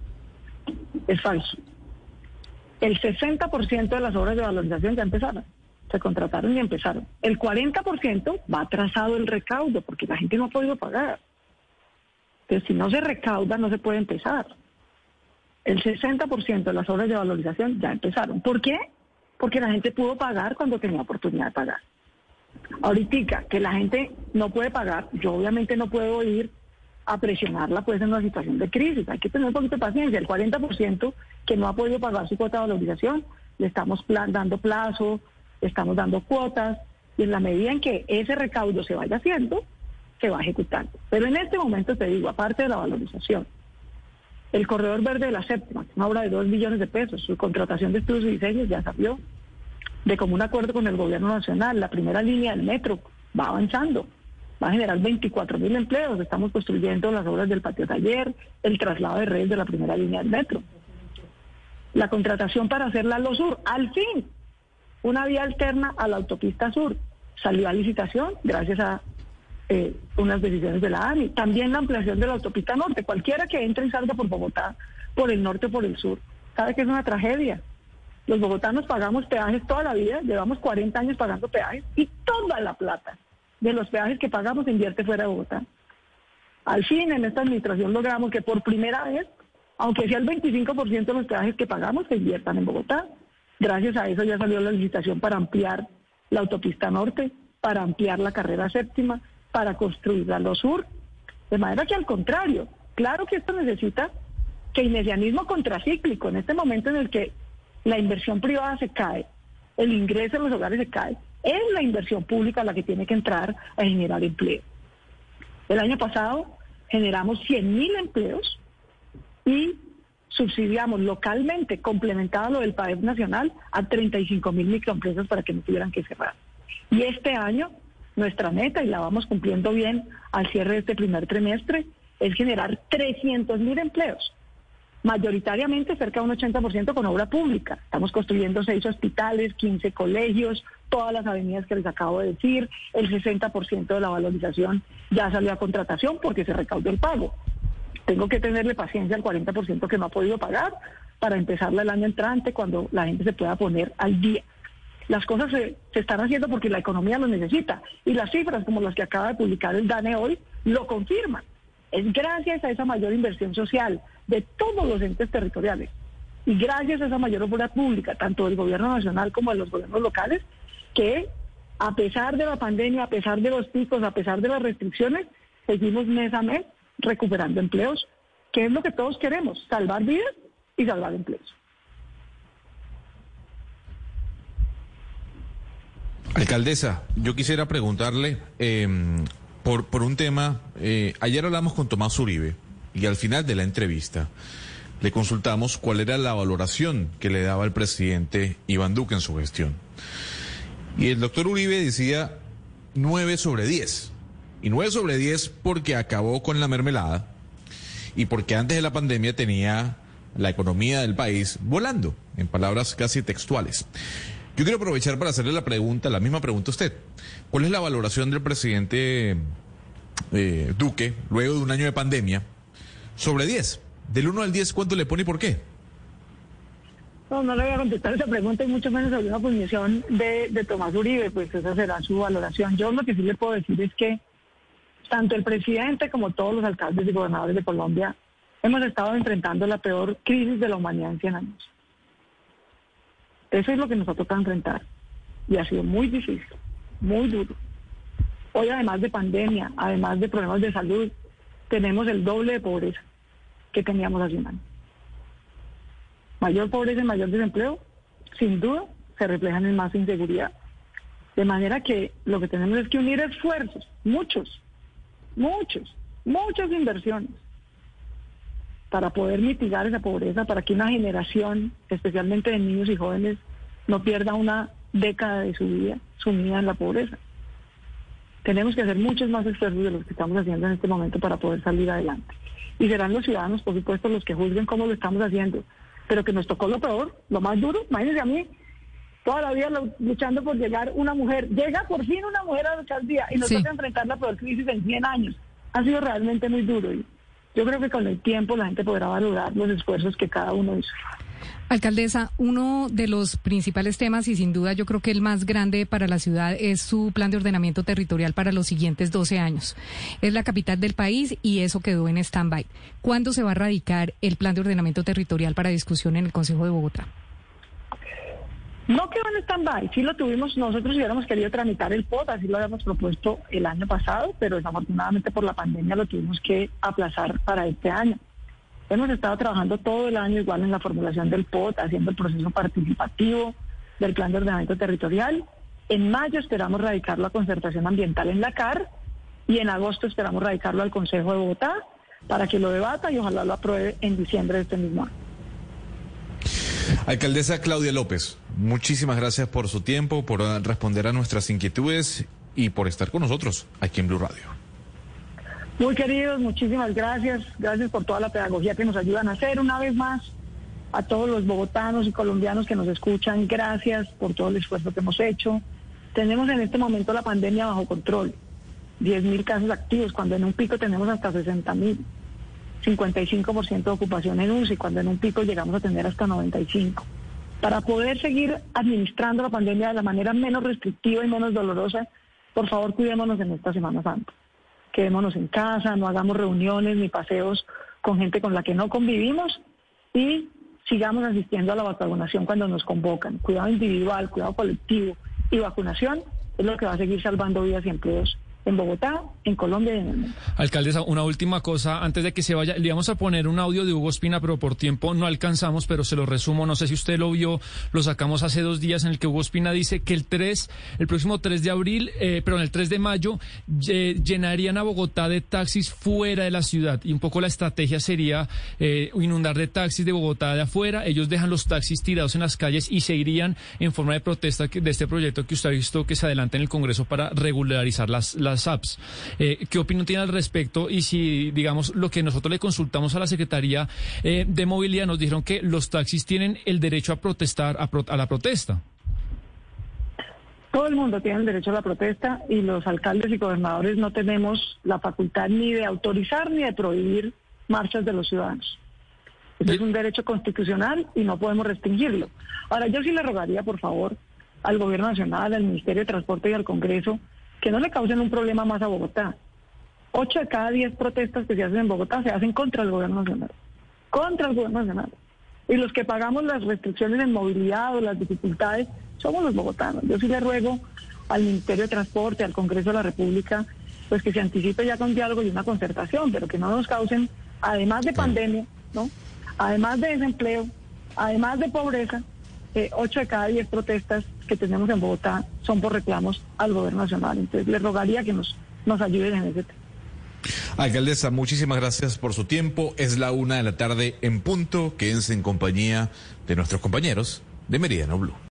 Es falso. El sesenta por ciento de las obras de valorización ya empezaron, se contrataron y empezaron. El cuarenta por ciento va atrasado el recaudo porque la gente no ha podido pagar. Entonces, si no se recauda, no se puede empezar. El sesenta por ciento de las obras de valorización ya empezaron. ¿Por qué? Porque la gente pudo pagar cuando tenía oportunidad de pagar. Ahorita que la gente no puede pagar, yo obviamente no puedo ir a presionarla pues en una situación de crisis. Hay que tener un poquito de paciencia. El cuarenta por ciento que no ha podido pagar su cuota de valorización, le estamos plan, dando plazo, le estamos dando cuotas, y en la medida en que ese recaudo se vaya haciendo, se va ejecutando. Pero en este momento te digo, aparte de la valorización, el Corredor Verde de la Séptima, una obra de dos billones de pesos, su contratación de estudios y diseños ya salió de común acuerdo con el gobierno nacional. La primera línea del metro va avanzando, va a generar veinticuatro mil empleos. Estamos construyendo las obras del patio taller, el traslado de redes de la primera línea del metro. La contratación para hacer la Lo Sur, al fin, una vía alterna a la autopista sur, salió a licitación gracias a eh, unas decisiones de la A N I. También la ampliación de la autopista norte. Cualquiera que entre y salga por Bogotá, por el norte o por el sur, sabe que es una tragedia. Los bogotanos pagamos peajes toda la vida, llevamos cuarenta años pagando peajes, y toda la plata de los peajes que pagamos se invierte fuera de Bogotá. Al fin, en esta administración logramos que por primera vez, aunque sea el veinticinco por ciento de los peajes que pagamos, se inviertan en Bogotá. Gracias a eso ya salió la licitación para ampliar la autopista norte, para ampliar la carrera séptima, para construir la Lo Sur. De manera que al contrario, claro que esto necesita keynesianismo contracíclico. En este momento en el que la inversión privada se cae, el ingreso en los hogares se cae, es la inversión pública la que tiene que entrar a generar empleo. El año pasado generamos cien mil empleos y subsidiamos localmente, complementado lo del P A E P nacional, a treinta y cinco mil microempresas para que no tuvieran que cerrar. Y este año, nuestra meta, y la vamos cumpliendo bien al cierre de este primer trimestre, es generar trescientos mil empleos, mayoritariamente cerca de un ochenta por ciento con obra pública. Estamos construyendo seis hospitales, quince colegios, todas las avenidas que les acabo de decir, el sesenta por ciento de la valorización ya salió a contratación porque se recaudó el pago. Tengo que tenerle paciencia al cuarenta por ciento que no ha podido pagar para empezarla el año entrante cuando la gente se pueda poner al día. Las cosas se, se están haciendo porque la economía lo necesita y las cifras como las que acaba de publicar el DANE hoy lo confirman. Es gracias a esa mayor inversión social de todos los entes territoriales y gracias a esa mayor obra pública, tanto del gobierno nacional como de los gobiernos locales, que a pesar de la pandemia, a pesar de los picos, a pesar de las restricciones, seguimos mes a mes recuperando empleos, que es lo que todos queremos, salvar vidas y salvar empleos. Alcaldesa, yo quisiera preguntarle eh, por, por un tema. Eh, ayer hablamos con Tomás Uribe y al final de la entrevista le consultamos cuál era la valoración que le daba el presidente Iván Duque en su gestión. Y el doctor Uribe decía nueve sobre diez. Y nueve sobre diez porque acabó con la mermelada y porque antes de la pandemia tenía la economía del país volando, en palabras casi textuales. Yo quiero aprovechar para hacerle la pregunta, la misma pregunta a usted. ¿Cuál es la valoración del presidente eh, Duque luego de un año de pandemia sobre diez? Del uno al diez, ¿cuánto le pone y por qué? No, no le voy a contestar esa pregunta y mucho menos sobre una posición de, de Tomás Uribe, pues esa será su valoración. Yo lo que sí le puedo decir es que tanto el presidente como todos los alcaldes y gobernadores de Colombia hemos estado enfrentando la peor crisis de la humanidad en cien años. Eso es lo que nos ha tocado enfrentar y ha sido muy difícil, muy duro. Hoy, además de pandemia, además de problemas de salud, tenemos el doble de pobreza que teníamos hace un año. Mayor pobreza y mayor desempleo, sin duda, se reflejan en más inseguridad. De manera que lo que tenemos es que unir esfuerzos, muchos, muchos, muchas inversiones, para poder mitigar esa pobreza, para que una generación, especialmente de niños y jóvenes, no pierda una década de su vida sumida en la pobreza. Tenemos que hacer muchos más esfuerzos de los que estamos haciendo en este momento para poder salir adelante. Y serán los ciudadanos, por supuesto, los que juzguen cómo lo estamos haciendo, pero que nos tocó lo peor, lo más duro. Imagínense a mí, toda la vida luchando por llegar una mujer, llega por fin una mujer a luchar día y nos sí. toca enfrentar la peor crisis en cien años. Ha sido realmente muy duro y yo creo que con el tiempo la gente podrá valorar los esfuerzos que cada uno hizo. Alcaldesa, uno de los principales temas y sin duda yo creo que el más grande para la ciudad es su plan de ordenamiento territorial para los siguientes doce años. Es la capital del país y eso quedó en stand-by. ¿Cuándo se va a radicar el plan de ordenamiento territorial para discusión en el Consejo de Bogotá? No quedó en stand-by, sí lo tuvimos, nosotros hubiéramos querido tramitar el P O T, así lo habíamos propuesto el año pasado, pero desafortunadamente por la pandemia lo tuvimos que aplazar para este año. Hemos estado trabajando todo el año igual en la formulación del P O T, haciendo el proceso participativo del Plan de Ordenamiento Territorial. En mayo esperamos radicarlo a concertación ambiental en la C A R y en agosto esperamos radicarlo al Consejo de Bogotá para que lo debata y ojalá lo apruebe en diciembre de este mismo año. Alcaldesa Claudia López, muchísimas gracias por su tiempo, por responder a nuestras inquietudes y por estar con nosotros aquí en Blue Radio. Muy queridos, muchísimas gracias. Gracias por toda la pedagogía que nos ayudan a hacer una vez más. A todos los bogotanos y colombianos que nos escuchan, gracias por todo el esfuerzo que hemos hecho. Tenemos en este momento la pandemia bajo control. diez mil casos activos, cuando en un pico tenemos hasta sesenta mil. cincuenta y cinco por ciento de ocupación en U C I, cuando en un pico llegamos a tener hasta noventa y cinco. Para poder seguir administrando la pandemia de la manera menos restrictiva y menos dolorosa, por favor, cuidémonos en esta Semana Santa. Quedémonos en casa, no hagamos reuniones ni paseos con gente con la que no convivimos y sigamos asistiendo a la vacunación cuando nos convocan. Cuidado individual, cuidado colectivo y vacunación es lo que va a seguir salvando vidas y empleos en Bogotá, en Colombia y en el mundo. Alcaldesa, una última cosa, antes de que se vaya, le íbamos a poner un audio de Hugo Espina, pero por tiempo no alcanzamos, pero se lo resumo, no sé si usted lo vio, lo sacamos hace dos días, en el que Hugo Espina dice que el tres, el próximo tres de abril, eh, perdón, el tres de mayo, eh, llenarían a Bogotá de taxis fuera de la ciudad, y un poco la estrategia sería eh, inundar de taxis de Bogotá de afuera, ellos dejan los taxis tirados en las calles y se irían en forma de protesta de este proyecto que usted ha visto que se adelanta en el Congreso para regularizar las, las estas apps. Eh, ¿Qué opinión tiene al respecto? Y si, digamos, lo que nosotros le consultamos a la Secretaría eh, de Movilidad, nos dijeron que los taxis tienen el derecho a protestar, a, pro, a la protesta. Todo el mundo tiene el derecho a la protesta y los alcaldes y gobernadores no tenemos la facultad ni de autorizar ni de prohibir marchas de los ciudadanos. Este es un derecho constitucional y no podemos restringirlo. Ahora, yo sí le rogaría, por favor, al Gobierno Nacional, al Ministerio de Transporte y al Congreso, que no le causen un problema más a Bogotá. Ocho de cada diez protestas que se hacen en Bogotá se hacen contra el Gobierno Nacional. Contra el Gobierno Nacional. Y los que pagamos las restricciones en movilidad o las dificultades somos los bogotanos. Yo sí le ruego al Ministerio de Transporte, al Congreso de la República, pues que se anticipe ya con diálogo y una concertación, pero que no nos causen, además de pandemia, ¿no? Además de desempleo, además de pobreza, eh, ocho de cada diez protestas que tenemos en Bogotá son por reclamos al Gobierno Nacional. Entonces le rogaría que nos, nos ayuden en ese tema. Alcaldesa, muchísimas gracias por su tiempo. Es la una de la tarde en punto. Quédense en compañía de nuestros compañeros de Meridiano Blue.